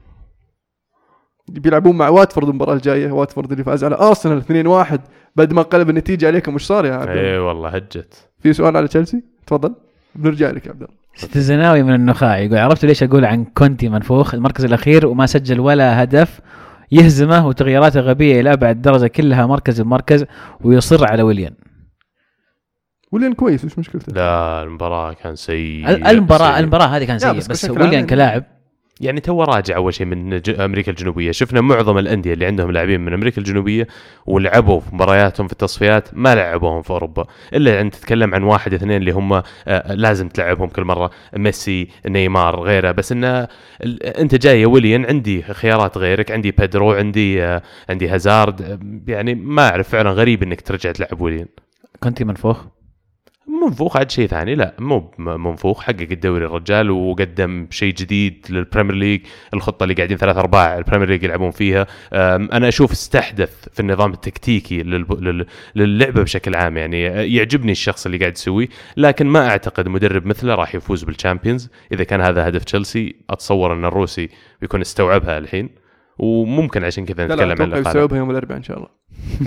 بيلعبون مع واتفورد المباراه الجايه. واتفورد اللي فاز على ارسنال اثنين واحد بعد ما قلب النتيجه عليكم. وش صار يا عبد الله؟ اي والله هجت. في سؤال على تشيلسي تفضل بنرجع لك يا عبد الله. الزناوي من النخاع يقول عرفت ليش اقول عن كونتي منفوخ المركز الاخير وما سجل ولا هدف يهزمه وتغييراته غبيه الى ابعد درجه كلها مركز بمركز ويصر على ويليان. ويليان كويس وش مشكلته؟ لا المباراة كان سيء. المباراة المباراة هذه كان سيء بس, بس ويليان كلاعب يعني تو راجع اول شيء من ج... امريكا الجنوبيه. شفنا معظم الانديه اللي عندهم لاعبين من امريكا الجنوبيه ولعبوا في مبارياتهم في التصفيات ما لعبوهم في اوروبا، الا ان تتكلم عن واحد اثنين اللي هم آه لازم تلعبهم كل مره، ميسي، نيمار، غيره. بس انه انت جاي يا ويليان عندي خيارات غيرك، عندي بيدرو، عندي آه عندي هازارد، يعني ما اعرف، فعلا غريب انك ترجع تلعب ويليان. كنت منفوخ منفوخ عاد شيء ثاني، لا مو منفوخ، حقق الدوري الرجال وقدم شيء جديد للبريمير ليج. الخطه اللي قاعدين ثلاث ارباع البريمير ليج يلعبون فيها، انا اشوف استحدث في النظام التكتيكي للعبه بشكل عام. يعني يعجبني الشخص اللي قاعد يسويه، لكن ما اعتقد مدرب مثله راح يفوز بالشامبيونز. اذا كان هذا هدف تشيلسي اتصور ان الروسي بيكون استوعبها الحين، وممكن عشان كذا نتكلم عن اللقاء. يستوعبها يوم الاربعاء ان شاء الله.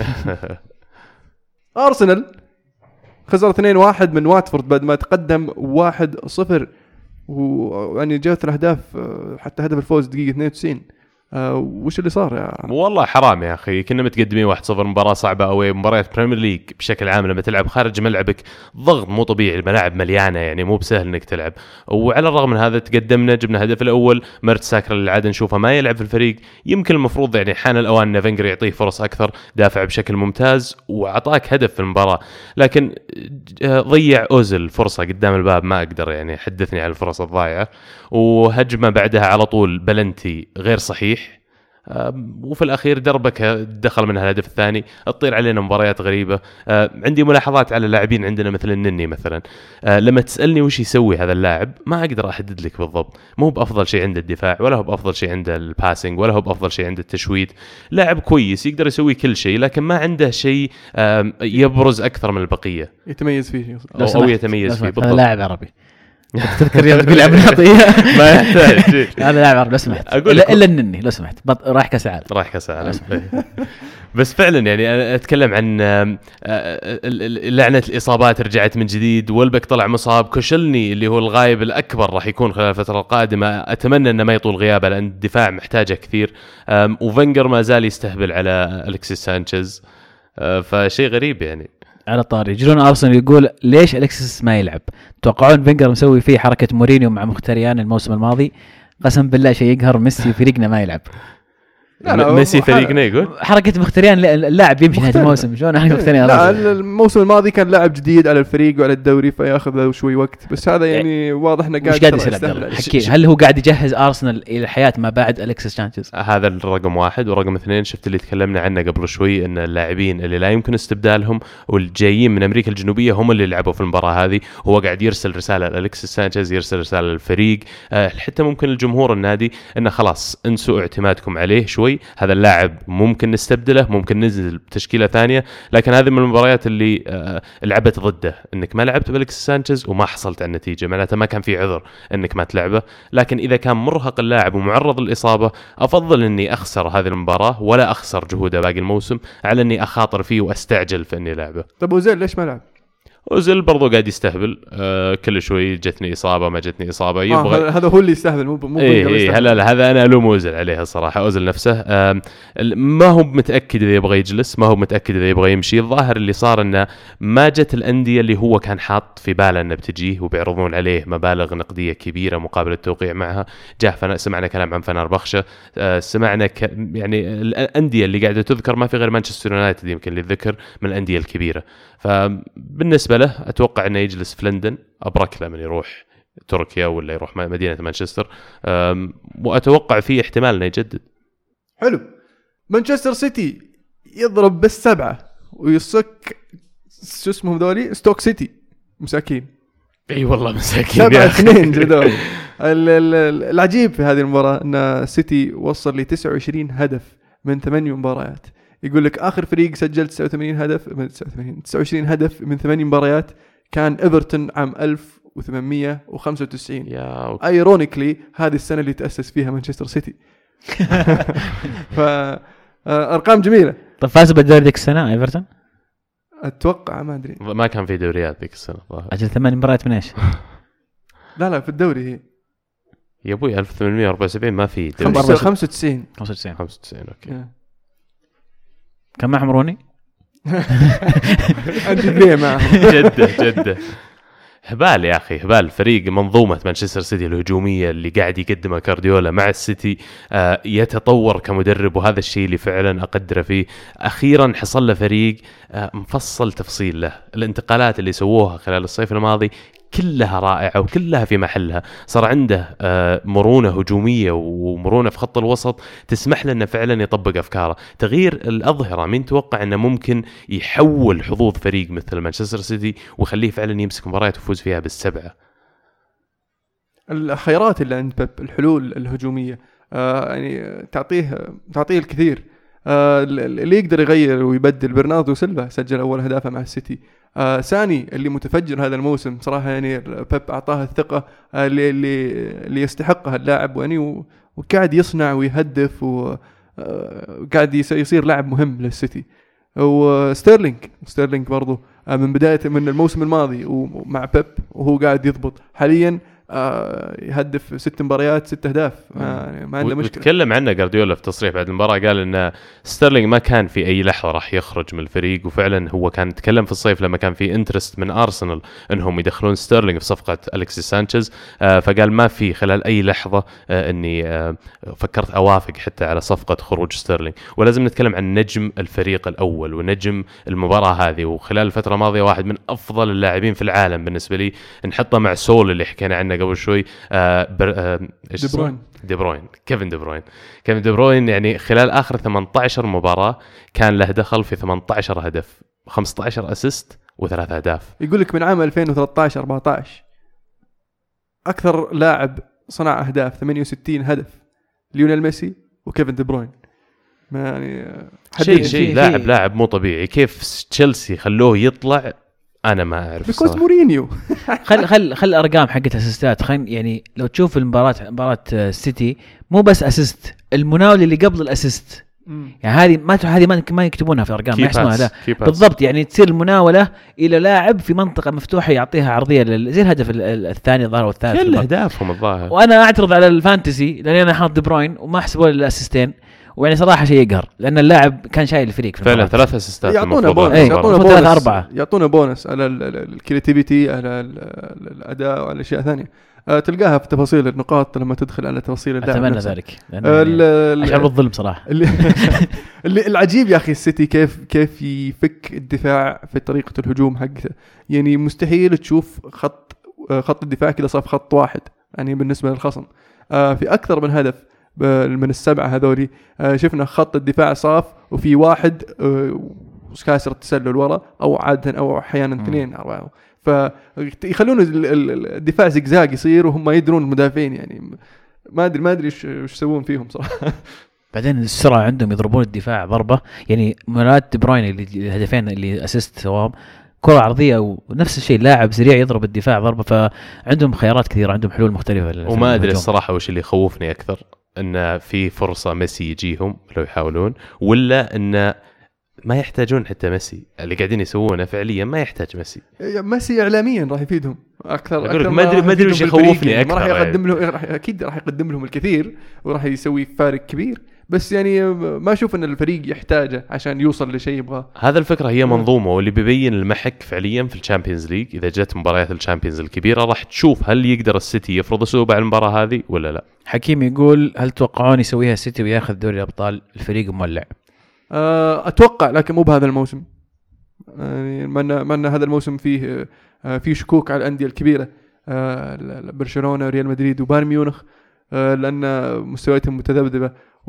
ارسنال خسر اثنين واحد من واتفورد بعد ما تقدم واحد صفر، ويعني جاءت الاهداف حتى هدف الفوز دقيقه اثنين وتسعين. أه وش اللي صار يا والله حرام يا اخي، كنا متقدمين واحد صفر، مباراه صعبه قوي. مباريات بريمير ليج بشكل عام لما تلعب خارج ملعبك ضغط مو طبيعي، الملاعب مليانه، يعني مو بسهل انك تلعب. وعلى الرغم من هذا تقدمنا، جبنا الهدف الاول. مرت ساكر اللي عاد نشوفه ما يلعب في الفريق، يمكن المفروض يعني حان الاوان ان فينجر يعطيه فرص اكثر، دافع بشكل ممتاز واعطاك هدف في المباراه. لكن ضيع اوزل فرصه قدام الباب، ما اقدر يعني حدثني على الفرص الضايعه. وهجمه بعدها على طول بلنتي غير صحيح، وفي الأخير دربك دخل منها الهدف الثاني. تطير علينا مباريات غريبة. عندي ملاحظات على لاعبين عندنا مثل النني مثلا، لما تسألني وش يسوي هذا اللاعب ما أقدر أحدد لك بالضبط. مو بأفضل شيء عنده الدفاع، ولا هو بأفضل شيء عنده الباسنج، ولا هو بأفضل شيء عنده التشويت. لاعب كويس يقدر يسوي كل شيء، لكن ما عنده شيء يبرز أكثر من البقية يتميز فيه أو, أو يتميز فيه بالضبط. لاعب عربي تذكر يوم تقول لعب نعطيه ما يحتاج. هذا لاعب عربي لو سمحت، الا الا النني لو سمحت رايح كاس العالم، رايح كاس العالم. بس فعلا يعني أنا اتكلم عن لعنه الاصابات رجعت من جديد. والبك طلع مصاب، كوشلني اللي هو الغايب الاكبر راح يكون خلال الفتره القادمه، اتمنى انه ما يطول غيابه لان الدفاع محتاجه كثير. وفنجر ما زال يستهبل على أليكسيس سانشيز، فشيء غريب. يعني على طاري جيرون أرسنال يقول ليش أليكسيس ما يلعب؟ توقعون فينجر مسوي فيه حركة مورينيو مع مختريان الموسم الماضي؟ قسم بالله شيء يقهر ميسي فريقنا ما يلعب. لا لا ميسي فريقنا يقول حركة مختريان اللاعب يمشي نهاية الموسم، شلون حركة مختريان؟ لا الموسم الماضي كان لاعب جديد على الفريق وعلى الدوري فياخذ له شوي وقت، بس هذا يعني واضح انه قاعد قاعد يستهبل. حكي هل هو قاعد يجهز أرسنال إلى الحياة ما بعد أليكسيس سانشيز؟ هذا الرقم واحد. ورقم اثنين شفت اللي تكلمنا عنه قبل شوي، ان اللاعبين اللي لا يمكن استبدالهم والجايين من أمريكا الجنوبية هم اللي لعبوا في المباراة هذه. هو قاعد يرسل رسالة لأليكسيس سانشيز، يرسل رسالة للفريق، حتى ممكن الجمهور النادي، انه خلاص انسوا اعتمادكم عليه شوي. هذا اللاعب ممكن نستبدله، ممكن ننزل بتشكيله ثانيه، لكن هذه من المباريات اللي آه لعبت ضده. انك ما لعبت بأليكسيس سانشيز وما حصلت على النتيجه، معناته ما كان في عذر انك ما تلعبه. لكن اذا كان مرهق اللاعب ومعرض للاصابه، افضل اني اخسر هذه المباراه ولا اخسر جهوده باقي الموسم على اني اخاطر فيه واستعجل في اني لعبه. طب وزيل ليش ما لعب؟ أوزيل برضو قاعد يستهبل، آه كل شوي جتني إصابة ما جتني إصابة يبغى. آه هذا هو اللي يستهبل مو مو إيه إيه هلا لا هذا أنا ألوم أوزيل عليها الصراحة. أوزيل نفسه آه ما هو متأكد إذا يبغى يجلس، ما هو متأكد إذا يبغى يمشي. الظاهر اللي صار إنه ما جت الأندية اللي هو كان حاط في باله إنه بتجيه وبيعرضون عليه مبالغ نقدية كبيرة مقابل التوقيع معها. جاء فنا سمعنا كلام عن فنربخشة، آه سمعنا ك يعني الأندية اللي قاعدة تذكر ما في غير مانشستر يونايتد يمكن للذكر من الأندية الكبيرة. فبالنسبة له أتوقع أنه يجلس في لندن، أبرك له من يروح تركيا ولا يروح مدينة مانشستر، وأتوقع فيه احتمال أنه يجدد. حلو. مانشستر سيتي يضرب بالسبعة ويصك شو اسمهم ذولي ستوك سيتي مساكين. اي والله مساكين سبعة اثنين جدول. العجيب في هذه المباراة أن سيتي وصل ل تسعة وعشرين هدف من ثمانية مباريات. يقول لك آخر فريق سجل تسعة وثمانين هدف من تسعة وعشرين هدف من ثمانية مباريات كان إيفرتون عام ألف وثمانمية وخمسة وتسعين. ايرونيكلي هذه السنة اللي تأسس فيها مانشستر سيتي. فأرقام جميلة. طب فاز بالدوري ذيك السنة ايفرتون؟ أتوقع ما أدري. ما كان في دوريات ذيك السنة. أجل ثمان مباريات من إيش؟ لا لا في الدوري هي. يا أبوي ألف وثمانمية وأربعة وسبعين ما في. خمسة وتسعين. خمسة وتسعين. خمسة وتسعين أوكي. كم معهم روني؟ عندي ليه معهم جدة جدة. هبال يا أخي هبال. فريق منظومة مانشستر سيتي الهجومية اللي قاعد يقدمها كارديولا مع السيتي آه يتطور كمدرب، وهذا الشيء اللي فعلا أقدره فيه. أخيرا حصل له فريق آه مفصل تفصيل له. الانتقالات اللي سووها خلال الصيف الماضي كلها رائعة وكلها في محلها. صار عنده آه مرونة هجومية ومرونة في خط الوسط تسمح له أنه فعلا يطبق أفكاره. تغيير الأظهرة مين توقع أنه ممكن يحول حظوظ فريق مثل مانشستر سيتي ويخليه فعلا يمسك مباريات ويفوز فيها بالسبعة؟ الخيارات اللي عند بيب، الحلول الهجومية آه يعني تعطيه تعطيه الكثير. آه اللي يقدر يغير ويبدل برناردو سيلفا سجل أول هدافه مع السيتي. آه ساني اللي متفجر هذا الموسم صراحة، يعني بيب أعطاه الثقة آه اللي اللي اللي يستحقها اللاعب، يعني وقاعد يصنع ويهدف وقاعد يصير لاعب مهم للسيتي. وستيرلينج ستيرلينج برضو آه من بداية من الموسم الماضي ومع بيب وهو قاعد يضبط حاليا. آه يهدف ست مباريات ست أهداف، ما, ما عنده مشكلة. وتكلم عنه جارديولا في تصريح بعد المباراة، قال إن ستيرلينج ما كان في أي لحظة راح يخرج من الفريق، وفعلا هو كان يتكلم في الصيف لما كان في انترست من أرسنال إنهم يدخلون ستيرلينج في صفقة أليكسيس سانشيز. آه فقال ما في خلال أي لحظة آه إني آه فكرت أوافق حتى على صفقة خروج ستيرلينج. ولازم نتكلم عن نجم الفريق الأول ونجم المباراة هذه، وخلال الفترة الماضية واحد من أفضل اللاعبين في العالم بالنسبة لي، نحطه مع سول اللي حكينا عنه قبل شوي. آه بر... آه دي بروين دي بروين كيفن دي بروين كيفن دي بروين يعني خلال آخر ثمانية عشر مباراة كان له دخل في ثمانية عشر هدف، خمسة عشر أسيست وثلاث أهداف. يقول لك من عام ألفين وثلاثة عشر أربعة عشر أكثر لاعب صنع أهداف ثمانية وستين هدف ليونيل ميسي وكيفن دي بروين. ما يعني شيء شيء لاعب لاعب مو طبيعي. كيف تشيلسي خلوه يطلع أنا ما أعرف بيكوز مورينيو. خل خل خل أرقام حقت أسيستات. خل يعني لو تشوف المباراة مباراة السيتي مو بس أسيست، المناولة اللي قبل الأسيست يعني هذه ما هذه ما ما يكتبونها في أرقام، ما يسموها لا بالضبط. يعني تصير المناولة إلى لاعب في منطقة مفتوحة يعطيها عرضية زي الهدف الثاني الظاهر والثالث كل أهدافهم الظاهر. وأنا أعترض على الفانتسي لأن أنا حاط دي بروين وما حسبوا الأسيستين، ويعني صراحة شيء يقهر لأن اللاعب كان شايل الفريق فعلا. ثلاثة أسيستات يعطونا بونس، ايه يعطونا بونس ثلاثة أربعة، يعطونا بونس على الكرياتيفيتي، على الأداء وعلى أشياء ثانية. أه تلقاها في تفاصيل النقاط لما تدخل على تفاصيل اللاعب. أتمنى ذلك أشعر بالظلم صراحة. اللي العجيب يا أخي السيتي كيف كيف يفك الدفاع في طريقة الهجوم حقته. يعني مستحيل تشوف خط خط الدفاع كذا صف خط واحد يعني بالنسبة للخصم. أه في أكثر من هدف من السبعة هذولي شفنا خط الدفاع صاف وفي واحد كاسر التسلل ورا أو عادة أو أحيانا اثنين أربعة، فيخلون الدفاع زقزاق يصير وهم يدرون المدافعين. يعني ما أدري ما أدري إيش إيش يسوون فيهم صراحة. بعدين السرعة عندهم يضربون الدفاع ضربة. يعني مرات دي بروين اللي الهدفين اللي أسيست سواهم كرة عرضية، ونفس الشيء لاعب سريع يضرب الدفاع ضربة. فعندهم خيارات كثيرة، عندهم حلول مختلفة. وما أدري الصراحة وش اللي يخوفني أكثر، إن في فرصة ميسي يجيهم لو يحاولون، ولا إن ما يحتاجون حتى ميسي. اللي قاعدين يسوونه فعليا ما يحتاج ميسي. ميسي إعلاميا راح يفيدهم أكثر. أكثر ما أدري ما أدري وش يخوفني أكثر. راح يقدم له راح أكيد راح يقدم لهم الكثير وراح يسوي فارق كبير، بس يعني ما أشوف أن الفريق يحتاجه عشان يوصل لشيء يبغاه. هذا الفكرة هي منظومة، واللي بيبين المحك فعليا في الشامبيونز ليج. إذا جت مباريات الشامبيونز الكبيرة راح تشوف هل يقدر السيتي يفرض أسلوبه على المباراة هذه ولا لا. حكيم يقول هل توقعون يسويها السيتي وياخذ دوري الأبطال؟ الفريق مولع. أتوقع لكن مو بهذا الموسم. يعني من من هذا الموسم فيه فيه شكوك على الأندية الكبيرة، برشلونة وريال مدريد وبايرن ميونخ، لأن مستوياتهم متذبذبة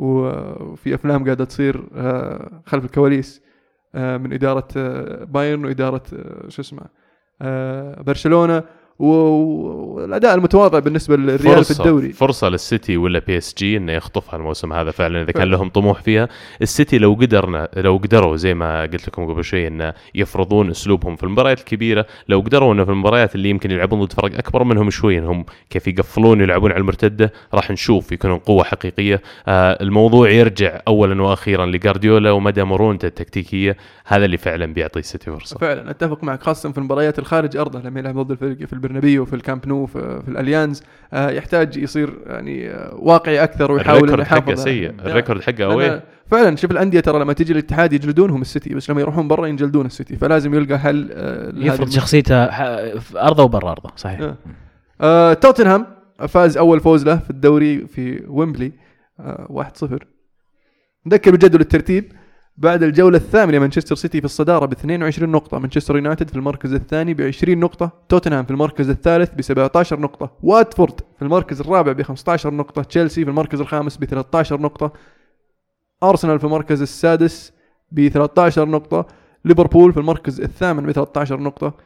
وفي أفلام قاعدة تصير خلف الكواليس من إدارة بايرن وإدارة شو اسمه برشلونة، والأداء المتواضع بالنسبة للريال في الدوري. فرصة للسيتي ولا بي اس جي إنه يخطفها الموسم هذا فعلا إذا كان لهم طموح فيها. السيتي لو قدرنا لو قدروا زي ما قلت لكم قبل شوي إنه يفرضون أسلوبهم في المباريات الكبيرة، لو قدروا إنه في المباريات اللي يمكن يلعبون ضد فرق أكبر منهم شوي إنهم كيف يقفلون يلعبون على المرتدة، راح نشوف يكونون قوة حقيقية. آه الموضوع يرجع أولا وأخيرا لجارديولا ومدى مرونته التكتيكية، هذا اللي فعلا بيعطي السيتي فرصة. فعلا أتفق معك، خاصة في المباريات الخارج أرضه لما يلعب ضد الفريق في البيت. البرنابيو في الكامب نو في, في الاليانز آه يحتاج يصير يعني آه واقعي اكثر ويحاول انه يحافظ. الريكورد حقه سيء، الريكورد حقه قوي فعلا. شوف الانديه ترى لما تيجي الاتحاد يجلدونهم السيتي، بس لما يروحون برا ينجلدون السيتي، فلازم يلقى حل آه يفرض شخصيته في ارضه وبرا ارضه. صحيح. آه. آه توتنهام فاز اول فوز له في الدوري في ويمبلي آه واحد صفر. نذكر بجدول الترتيب بعد الجولة الثامنة مانشستر سيتي في الصدارة ب اثنين وعشرين نقطة، مانشستر يونايتد في المركز الثاني ب عشرين نقطة، توتنهام في المركز الثالث ب سبعة عشر نقطة، واتفورد في المركز الرابع ب خمسة عشر نقطة، تشيلسي في المركز الخامس ب ثلاثة عشر نقطة، أرسنال في المركز السادس ب ثلاثة عشر نقطة، ليفربول في المركز الثامن ب ثلاثة عشر نقطة،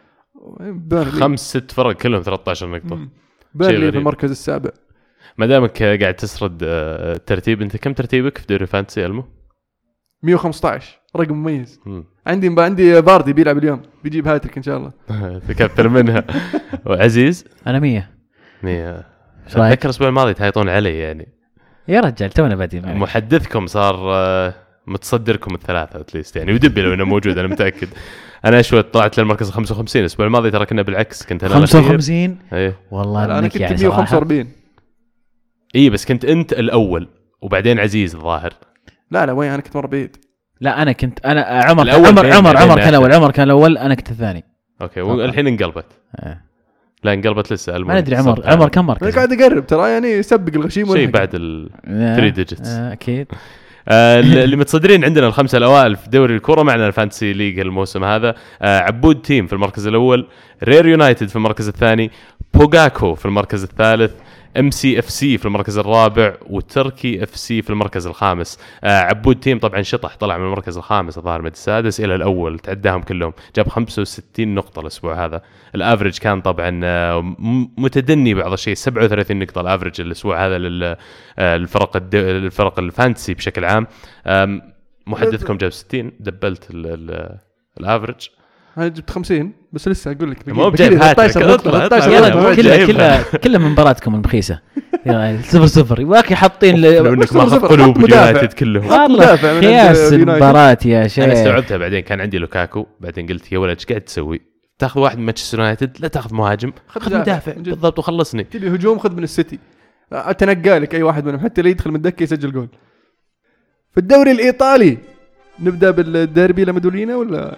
خمس ست فرق كلهم ثلاثة عشر نقطة، بيرلي في المركز السابع. ما دامك قاعد تسرد الترتيب، انت كم ترتيبك في دوري فانتسي المو؟ مية وخمسة عشر، رقم مميز. م. عندي عندي باردي بيلعب اليوم بيجيب هاتريك ان شاء الله. تكثر منها. وعزيز انا مية مية. اتذكر الاسبوع الماضي تهيطون علي يعني يا رجال تونا بادين. محدثكم صار متصدركم الثلاثه اتليست يعني، ودبي لو انه موجود انا متاكد. انا شوي طلعت للمركز خمسة وخمسين الاسبوع الماضي، ترى كنا بالعكس، كنت انا خمسة وخمسين. ايه والله انا كنت يعني مية وخمسة وأربعين. اي بس كنت انت الاول وبعدين عزيز الظاهر. لا لا وين، انا كنت مره بعيد. لا انا كنت انا عمر عمر عمر عمر كان الاول، عمر كان الاول، انا كنت الثاني. اوكي والحين انقلبت. اه. لا انقلبت لسه. ما ادري عمر عمر كم مركز؟ انا قاعد اقرب ترى يعني، يسبق الغشيم شيء بعد ال ثلاثة ديجيتس. آه اكيد. آه اللي متصدرين عندنا الخمسه الاوائل في دوري الكره معنا الفانتسي ليج الموسم هذا. آه عبود تيم في المركز الاول، رير يونايتد في المركز الثاني، بوغاكو في المركز الثالث، ام سي اف سي في المركز الرابع، وتركي اف سي في المركز الخامس. آه عبود تيم طبعا شطح، طلع من المركز الخامس الظاهر من السادس الى الاول، تعداهم كلهم، جاب خمسة وستين نقطه الاسبوع هذا. الافرج كان طبعا آه متدني بعض الشيء، سبعة وثلاثين نقطه الافرج الاسبوع هذا للفرق الد... الفرق الفانتسي بشكل عام. آه محدثكم جاب ستين، دبلت الافرج. انا جبت خمسين بس لسه اقول لك مو بجايب هاتريك. كلها كلها كلها من مباراتكم المخيسه صفر صفر واكي حاطين انك ما اخذ قلوب يونايتد كلهم والله قياس المباراه يا شيخ. انا استوعبتها بعدين، كان عندي لوكاكو، بعدين قلت يا ولد ايش قاعد تسوي؟ تاخذ واحد من مانشستر يونايتد، لا تاخذ مهاجم، خذ مدافع بالضبط وخلصني. تبي هجوم خذ من السيتي، اتنقى لك اي واحد منهم حتى اللي يدخل من الدكه يسجل جول. في الدوري الايطالي نبدا بالديربي لمدولينا ولا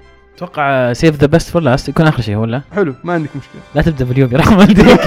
اتوقع سيف ذا بيست فور لاست يكون اخر شيء ولا؟ حلو ما عندك مشكله. لا تبدا باليوم يا رحمه والديك.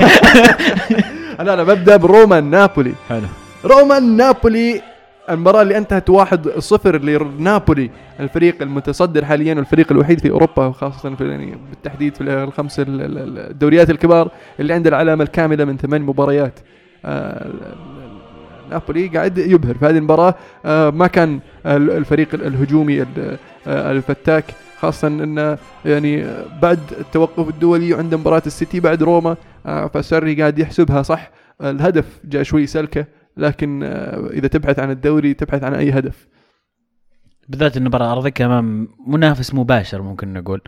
انا انا ببدا بروما نابولي. حلو. روما نابولي، المباراه اللي انتهت واحد صفر لنابولي، الفريق المتصدر حاليا والفريق الوحيد في اوروبا وخاصه في يعني بالتحديد في الخمس الدوريات الكبار اللي عنده العلامه الكامله من ثمان مباريات. آه نابولي قاعد يبهر في هذه المباراه. آه ما كان الفريق الهجومي الفتاك، خاصة أن يعني بعد التوقف الدولي عند مباراة السيتي بعد روما، فسري قاعد يحسبها صح. الهدف جاء شوي سلكة، لكن إذا تبحث عن الدوري تبحث عن أي هدف، بالذات المباراة أرضك أمام منافس مباشر ممكن نقول.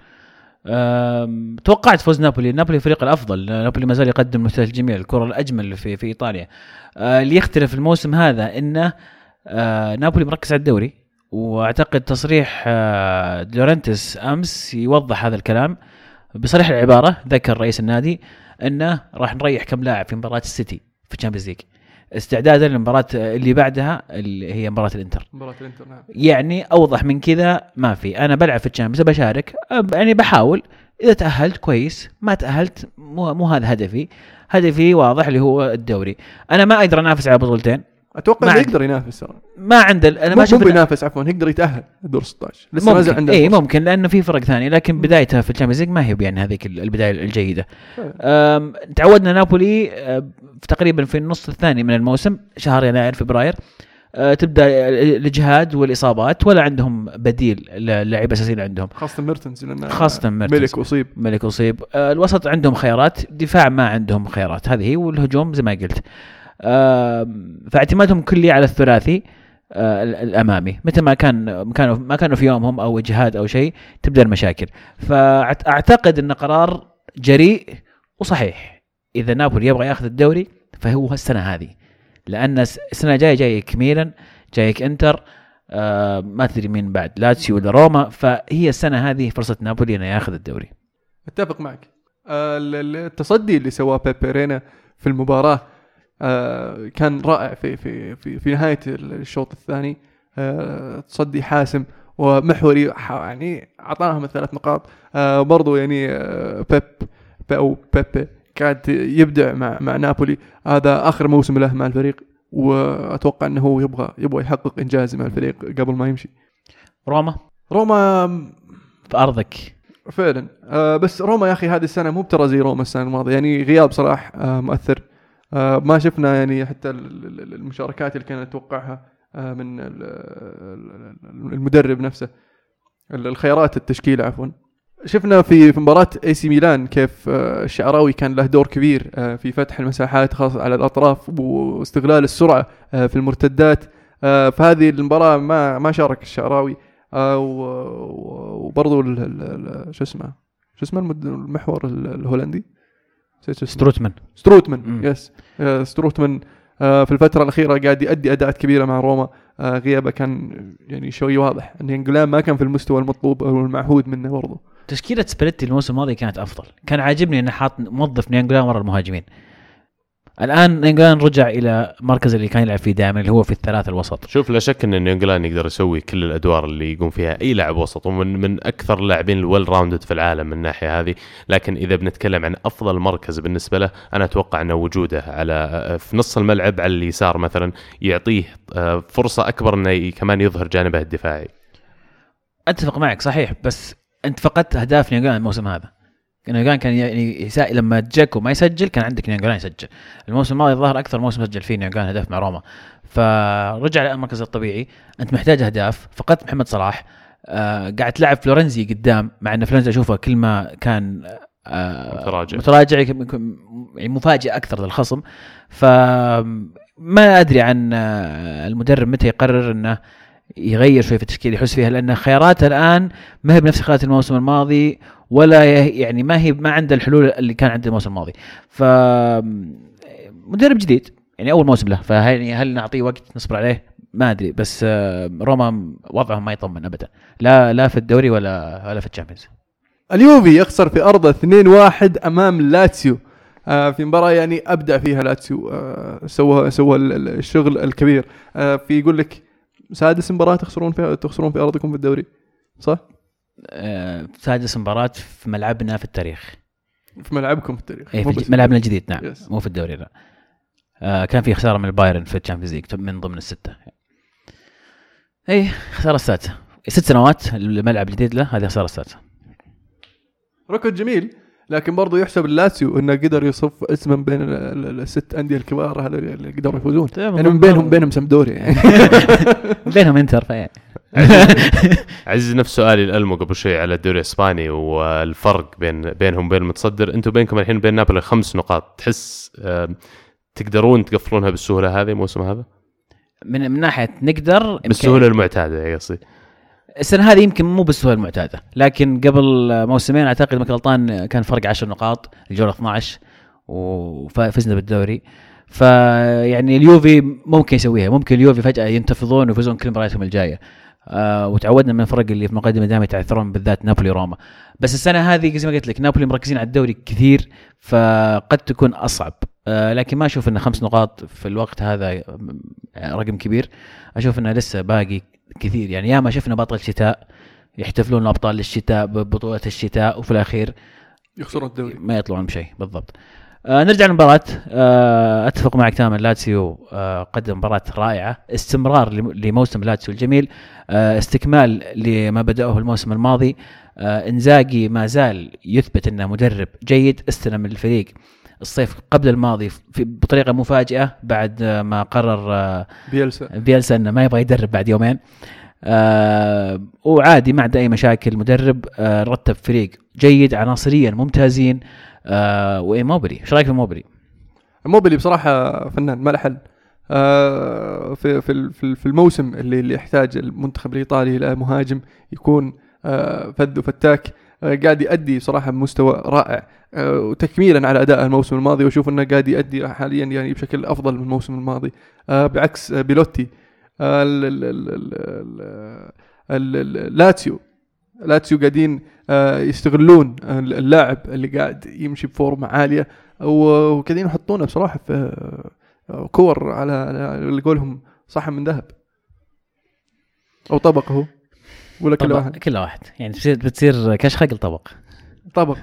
توقعت فوز نابولي. نابولي فريق الأفضل، نابولي ما زال يقدم مثل الجميع الكرة الأجمل في في إيطاليا. اللي يختلف الموسم هذا إنه نابولي مركز على الدوري، واعتقد تصريح دورنتس امس يوضح هذا الكلام بصريح العباره. ذكر رئيس النادي انه راح نريح كم لاعب في مباراه السيتي في الشامبيونز ليج استعدادا للمباراه اللي بعدها اللي هي مباراه الانتر. مباراه الانتر نعم. يعني اوضح من كذا ما في. انا بلعب في الشامبيونز بشارك، يعني بحاول، اذا تاهلت كويس، ما تاهلت مو مو هذا هدفي. هدفي واضح اللي هو الدوري. انا ما اقدر انافس على بطولتين. اتوقع انه يقدر ينافس، ما عنده. انا ما اشوف ينافس، عفوا يقدر يتاهل دور ستة عشر لسه ما زال عنده. اي ممكن، لانه في فرق ثانيه، لكن بدايتها في الشامبيونز ليج ما هي يعني هذيك البدايه الجيده. تعودنا نابولي في تقريبا في النص الثاني من الموسم، شهر يناير فبراير، تبدا الاجهاد والاصابات، ولا عندهم بديل للاعيبه اساسيين عندهم، خاصه ميرتنز لان خاصه ميرتنز ملك اصيب ملك اصيب الوسط عندهم خيارات، دفاع ما عندهم خيارات، هذه هي، والهجوم زي ما قلت. فاعتمادهم كلي على الثلاثي الامامي. متى ما كان كانوا ما كانوا في يومهم او اجهاد او شيء تبدا المشاكل. فاعتقد ان قرار جريء وصحيح. اذا نابولي يبغى ياخذ الدوري فهو السنه هذه، لان السنه الجايه جايك ميلان، جايك انتر، ما تدري مين بعد، لاتسيو ولا روما. فهي السنه هذه فرصه نابولي انه ياخذ الدوري. اتفق معك. آه التصدي اللي سواه بيبي رينا في المباراة آه كان رائع في في في, في نهاية الشوط الثاني. آه تصدي حاسم ومحوري يعني أعطاهم الثلاث نقاط. آه برضو يعني آه بيب أو بيبي كاد يبدع مع مع نابولي. هذا آخر موسم له مع الفريق وأتوقع أنه هو يبغى يبغى يحقق إنجاز مع الفريق قبل ما يمشي. روما روما في أرضك فعلا. آه بس روما يا أخي هذه السنة مو بترى زي روما السنة الماضية يعني غياب صراحة آه مؤثر. آه ما شفنا يعني حتى المشاركات اللي كنا نتوقعها آه من المدرب نفسه الخيارات التشكيلة عفوا. شفنا في في مباراة اي سي ميلان كيف آه الشعراوي كان له دور كبير آه في فتح المساحات خاصة على الأطراف واستغلال السرعة آه في المرتدات. آه في هذه المباراة ما ما شارك الشعراوي. آه وبرضو شو اسمه شو اسمه المحور الهولندي ستروتمان ستروتمان يس آه ستروتمان آه في الفترة الأخيرة قاعد يؤدي أداءات كبيرة مع روما. آه غيابه كان يعني شوي واضح أن ينجلان ما كان في المستوى المطلوب أو المعهود منه. برضو تشكيلة سبريتي الموسم الماضي كانت أفضل. كان عاجبني أنه حاط موظف نيانجلان ورا المهاجمين. الآن نيانجلان رجع إلى مركز اللي كان يلعب فيه دائما اللي هو في الثلاثة الوسط. شوف لا شك أن نيانجلان يقدر يسوي كل الأدوار اللي يقوم فيها أي لاعب وسط ومن من أكثر اللاعبين الويل راوندد في العالم من الناحية هذه. لكن إذا بنتكلم عن أفضل مركز بالنسبة له أنا أتوقع أنه وجوده على في نص الملعب على اليسار مثلا يعطيه فرصة أكبر أنه كمان يظهر جانبه الدفاعي. أتفق معك صحيح بس أنت فقدت أهداف نيانجلان الموسم هذا. نيانجلان كان يعني يسا... لما جاكو ما يسجل كان عندك نيانجلان يسجل. الموسم الماضي ظهر أكثر موسم سجل فيه نيانجلان هدف مع روما فرجع للمركز الطبيعي. أنت محتاج أهداف. فقدت محمد صلاح. آه قاعد تلعب فلورنزي قدام مع أن فلورنزي أشوفه كل ما كان آه متراجع متراجع يعني مفاجئ أكثر للخصم. فما أدري عن المدرب متى يقرر أنه يغير شوي في التشكيل يحس فيها لأن خياراته الآن ما هي بنفس خيارات الموسم الماضي ولا يعني ما هي ما عنده الحلول اللي كان عنده الموسم الماضي. فمدرب جديد يعني أول موسم له فهل هل نعطيه وقت نصبر عليه ما أدري. بس روما وضعهم ما يطمن أبدا لا لا في الدوري ولا ولا في الشامبيونز. اليوفي يخسر في أرضه اثنين واحد أمام لاتسيو في مباراة يعني أبدع فيها لاتسيو. سوى سوى الشغل الكبير. في يقول لك سادس مباراة تخسرون فيها تخسرون في أرضكم في الدوري صح؟ أه سادس مباراة في ملعبنا في التاريخ. في ملعبكم في التاريخ. إيه في ملعبنا الجديد نعم يس. مو في الدوري لا. أه كان في خسارة من البايرن في الشامبيونز ليج من ضمن الستة. أي خسارة السادسة ست سنوات الملعب الجديد له هذه خسارة السادسة. ركض جميل لكن برضو يحسب اللاتسيو انه قدر يصف اسما بين الست انديه الكبار هذول اللي قدروا يفوزون يعني من بينهم بينهم سمدوريا يعني بينهم انتر فين. عزيز نفس سؤالي الألمو قبل شيء على الدوري الإسباني والفرق بين بينهم بين المتصدر. أنتم بينكم الحين بين نابولي خمس نقاط. تحس تقدرون تقفلونها بالسهولة هذه الموسم هذا من من ناحية نقدر بالسهولة المعتادة يا قصدي؟ السنة هذه يمكن مو بالسهولة المعتادة لكن قبل موسمين أعتقد مكالطان كان فرق عشر نقاط الجولة اثنا عشر وفزنا بالدوري. فيعني اليوفي ممكن يسويها ممكن اليوفي فجأة ينتفضون ويفوزون كل مبارياتهم الجاية. آه وتعودنا من الفرق اللي في مقدمة دائما يتعثرون بالذات نابولي روما. بس السنة هذه زي ما قلت لك نابولي مركزين على الدوري كثير فقد تكون أصعب. آه لكن ما أشوف إن خمس نقاط في الوقت هذا رقم كبير. أشوف إنه لسه باقي كثير يعني ياما شفنا بطل الشتاء يحتفلون أبطال الشتاء ببطولة الشتاء وفي الأخير يخسرون الدوري ما يطلعون بشيء بالضبط. آه نرجع للمباراة. آه أتفق معك تماما لاتسيو آه قدم مباراة رائعة استمرار لموسم لاتسيو الجميل. آه استكمال لما بدأه الموسم الماضي. آه إنزاغي ما زال يثبت أنه مدرب جيد استلم الفريق الصيف قبل الماضي في بطريقة مفاجئة بعد ما قرر آه بيلسا بيلسا أنه ما يبغى يدرب بعد يومين. آه وعادي ما عنده أي مشاكل مدرب. آه رتب فريق جيد عناصريا ممتازين. آه وإيموبيلي ايش رايك في إيموبيلي؟ إيموبيلي بصراحه فنان ما له حل. آه في في في الموسم اللي اللي يحتاج المنتخب الايطالي الى مهاجم يكون آه فذ وفتاك. آه قاعد يؤدي صراحه بمستوى رائع آه وتكميلا على اداء الموسم الماضي واشوف انه قاعد يؤدي حاليا يعني بشكل افضل من الموسم الماضي. آه بعكس آه بيلوتي. آه لاتسيو لاتسيو قاعدين يستغلون اللاعب اللي قاعد يمشي بفورمة عالية وكذين يحطونه بصراحة في كور على اللي قولهم صح من ذهب أو طبق هو ولا كل واحد كل واحد يعني بتصير بتصير كشخة قل طبق طبق.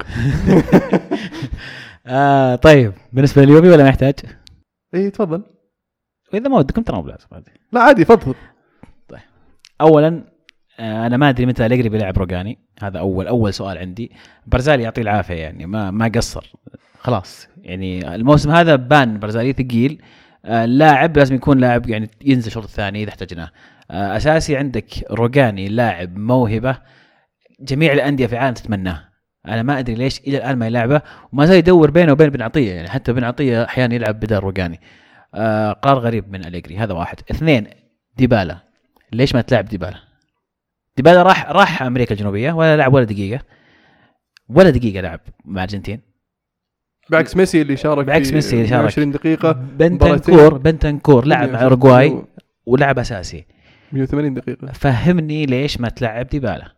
آه طيب بالنسبة لليوفي ولا محتاج؟ إيه تفضل. وإذا ما ودكم ترى بلازم عادي. لا عادي فضل. طيب أولا آه أنا ما أدري متى أليجري بيلعب روجاني، هذا أول أول سؤال عندي. برزالي يعطيه العافية يعني ما ما قصر خلاص، يعني الموسم هذا بان برزالي ثقيل. آه لاعب لازم يكون لاعب يعني ينزل الشوط الثاني إذا احتاجناه. آه أساسي عندك روجاني لاعب موهبة جميع الأندية في العالم تتمناه. أنا ما أدري ليش إلى الآن ما يلعبه وما زال يدور بينه وبين بن عطية، يعني حتى بن عطية أحيانا يلعب بدل روجاني. آه قرار غريب من أليجري، هذا واحد. اثنين ديبالا، ليش ما تلعب ديبالا؟ ديبالا راح راح أمريكا الجنوبية ولا لعب ولا دقيقة ولا دقيقة لعب مع الأرجنتين، بعكس ميسي اللي شارك بعكس ميسي اللي شارك عشرين دقيقة. بنتنكور بنتنكور لعب مع أوروغواي ولعب أساسي مئة وثمانين دقيقة. فهمني ليش ما تلعب ديبالا؟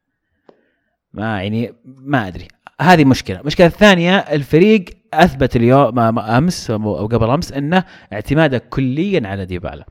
ما يعني ما أدري. هذه مشكلة. المشكلة الثانية الفريق أثبت اليوم أمس أو قبل أمس أنه اعتماده كليا على ديبالا،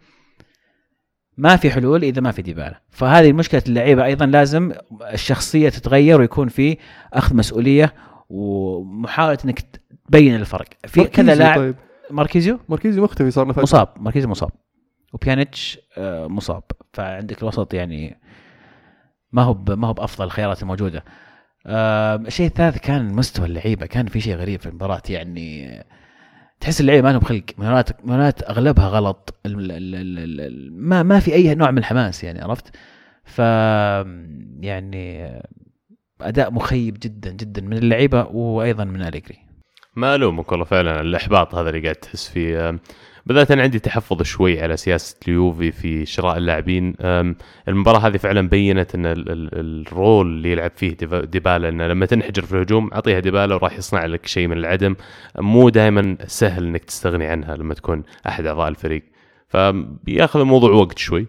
ما في حلول إذا ما في ديبالا. فهذه مشكلة اللعيبة أيضا، لازم الشخصية تتغير ويكون في أخذ مسؤولية ومحاولة أنك تبين الفرق. في كذا لاعب. طيب. ماركيزيو ماركيزيو مختفي صار له مصاب، ماركيزيو مصاب وبيانيتش مصاب، فعندك الوسط يعني ما هو ما هو بأفضل الخيارات الموجودة. آه الشيء الثالث كان مستوى اللعيبة، كان في شيء غريب في المباراة، يعني تحس اللعيبة ما لهم خلق، مهارات مهارات أغلبها غلط، ال ال ال ال ما ما في أي نوع من الحماس يعني، عرفت؟ ف يعني أداء مخيب جدا جدا من اللعيبة وأيضا من أليجري. ما ألومك والله فعلا الإحباط هذا اللي قاعد تحس فيه. بدأت أنا عندي تحفظ شوي على سياسة اليوفي في شراء اللاعبين. المباراة هذه فعلا بينت أن الرول اللي يلعب فيه ديبالا، أن لما تنحجر في الهجوم أعطيها ديبالا وراح يصنع لك شيء من العدم. مو دائما سهل أنك تستغني عنها لما تكون أحد أعضاء الفريق، فبيأخذ الموضوع وقت شوي.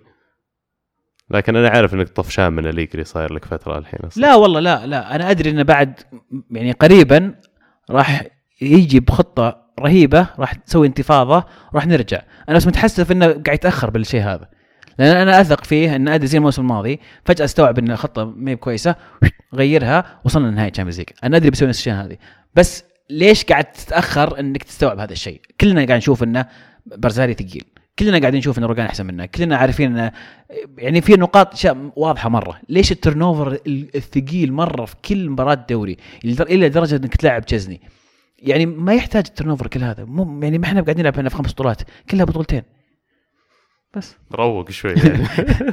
لكن أنا عارف أنك طفشان من أليجري صاير لك فترة الحين أصلاً. لا والله لا لا أنا أدري أنه بعد يعني قريبا راح يجي بخطة رهيبة، راح تسوي انتفاضة، راح نرجع. أنا بس متحسف إنه قاعد يتأخر بالشيء هذا، لأن أنا أثق فيه إن أدري زي الموسم الماضي فجأة استوعب إن الخطة ما هي كويسة غيرها وصلنا لنهاية تشامبيونز ليج. أنا أدري بيسوي نفس الشيء هذه، بس ليش قاعد تتأخر إنك تستوعب هذا الشيء؟ كلنا قاعد نشوف إنه برزالي ثقيل، كلنا قاعدين نشوف إن روجان أحسن منه، كلنا عارفين إنه يعني في نقاط واضحة مرة. ليش الترنوفر الثقيل مرة في كل مباراة دوري إلى درجة إنك تلاعب تشيزني؟ يعني ما يحتاج الترنوفر كل هذا، مو يعني ما احنا قاعدين نلعب هنا في خمس بطولات كلها بطولتين بس. روق شوي يعني.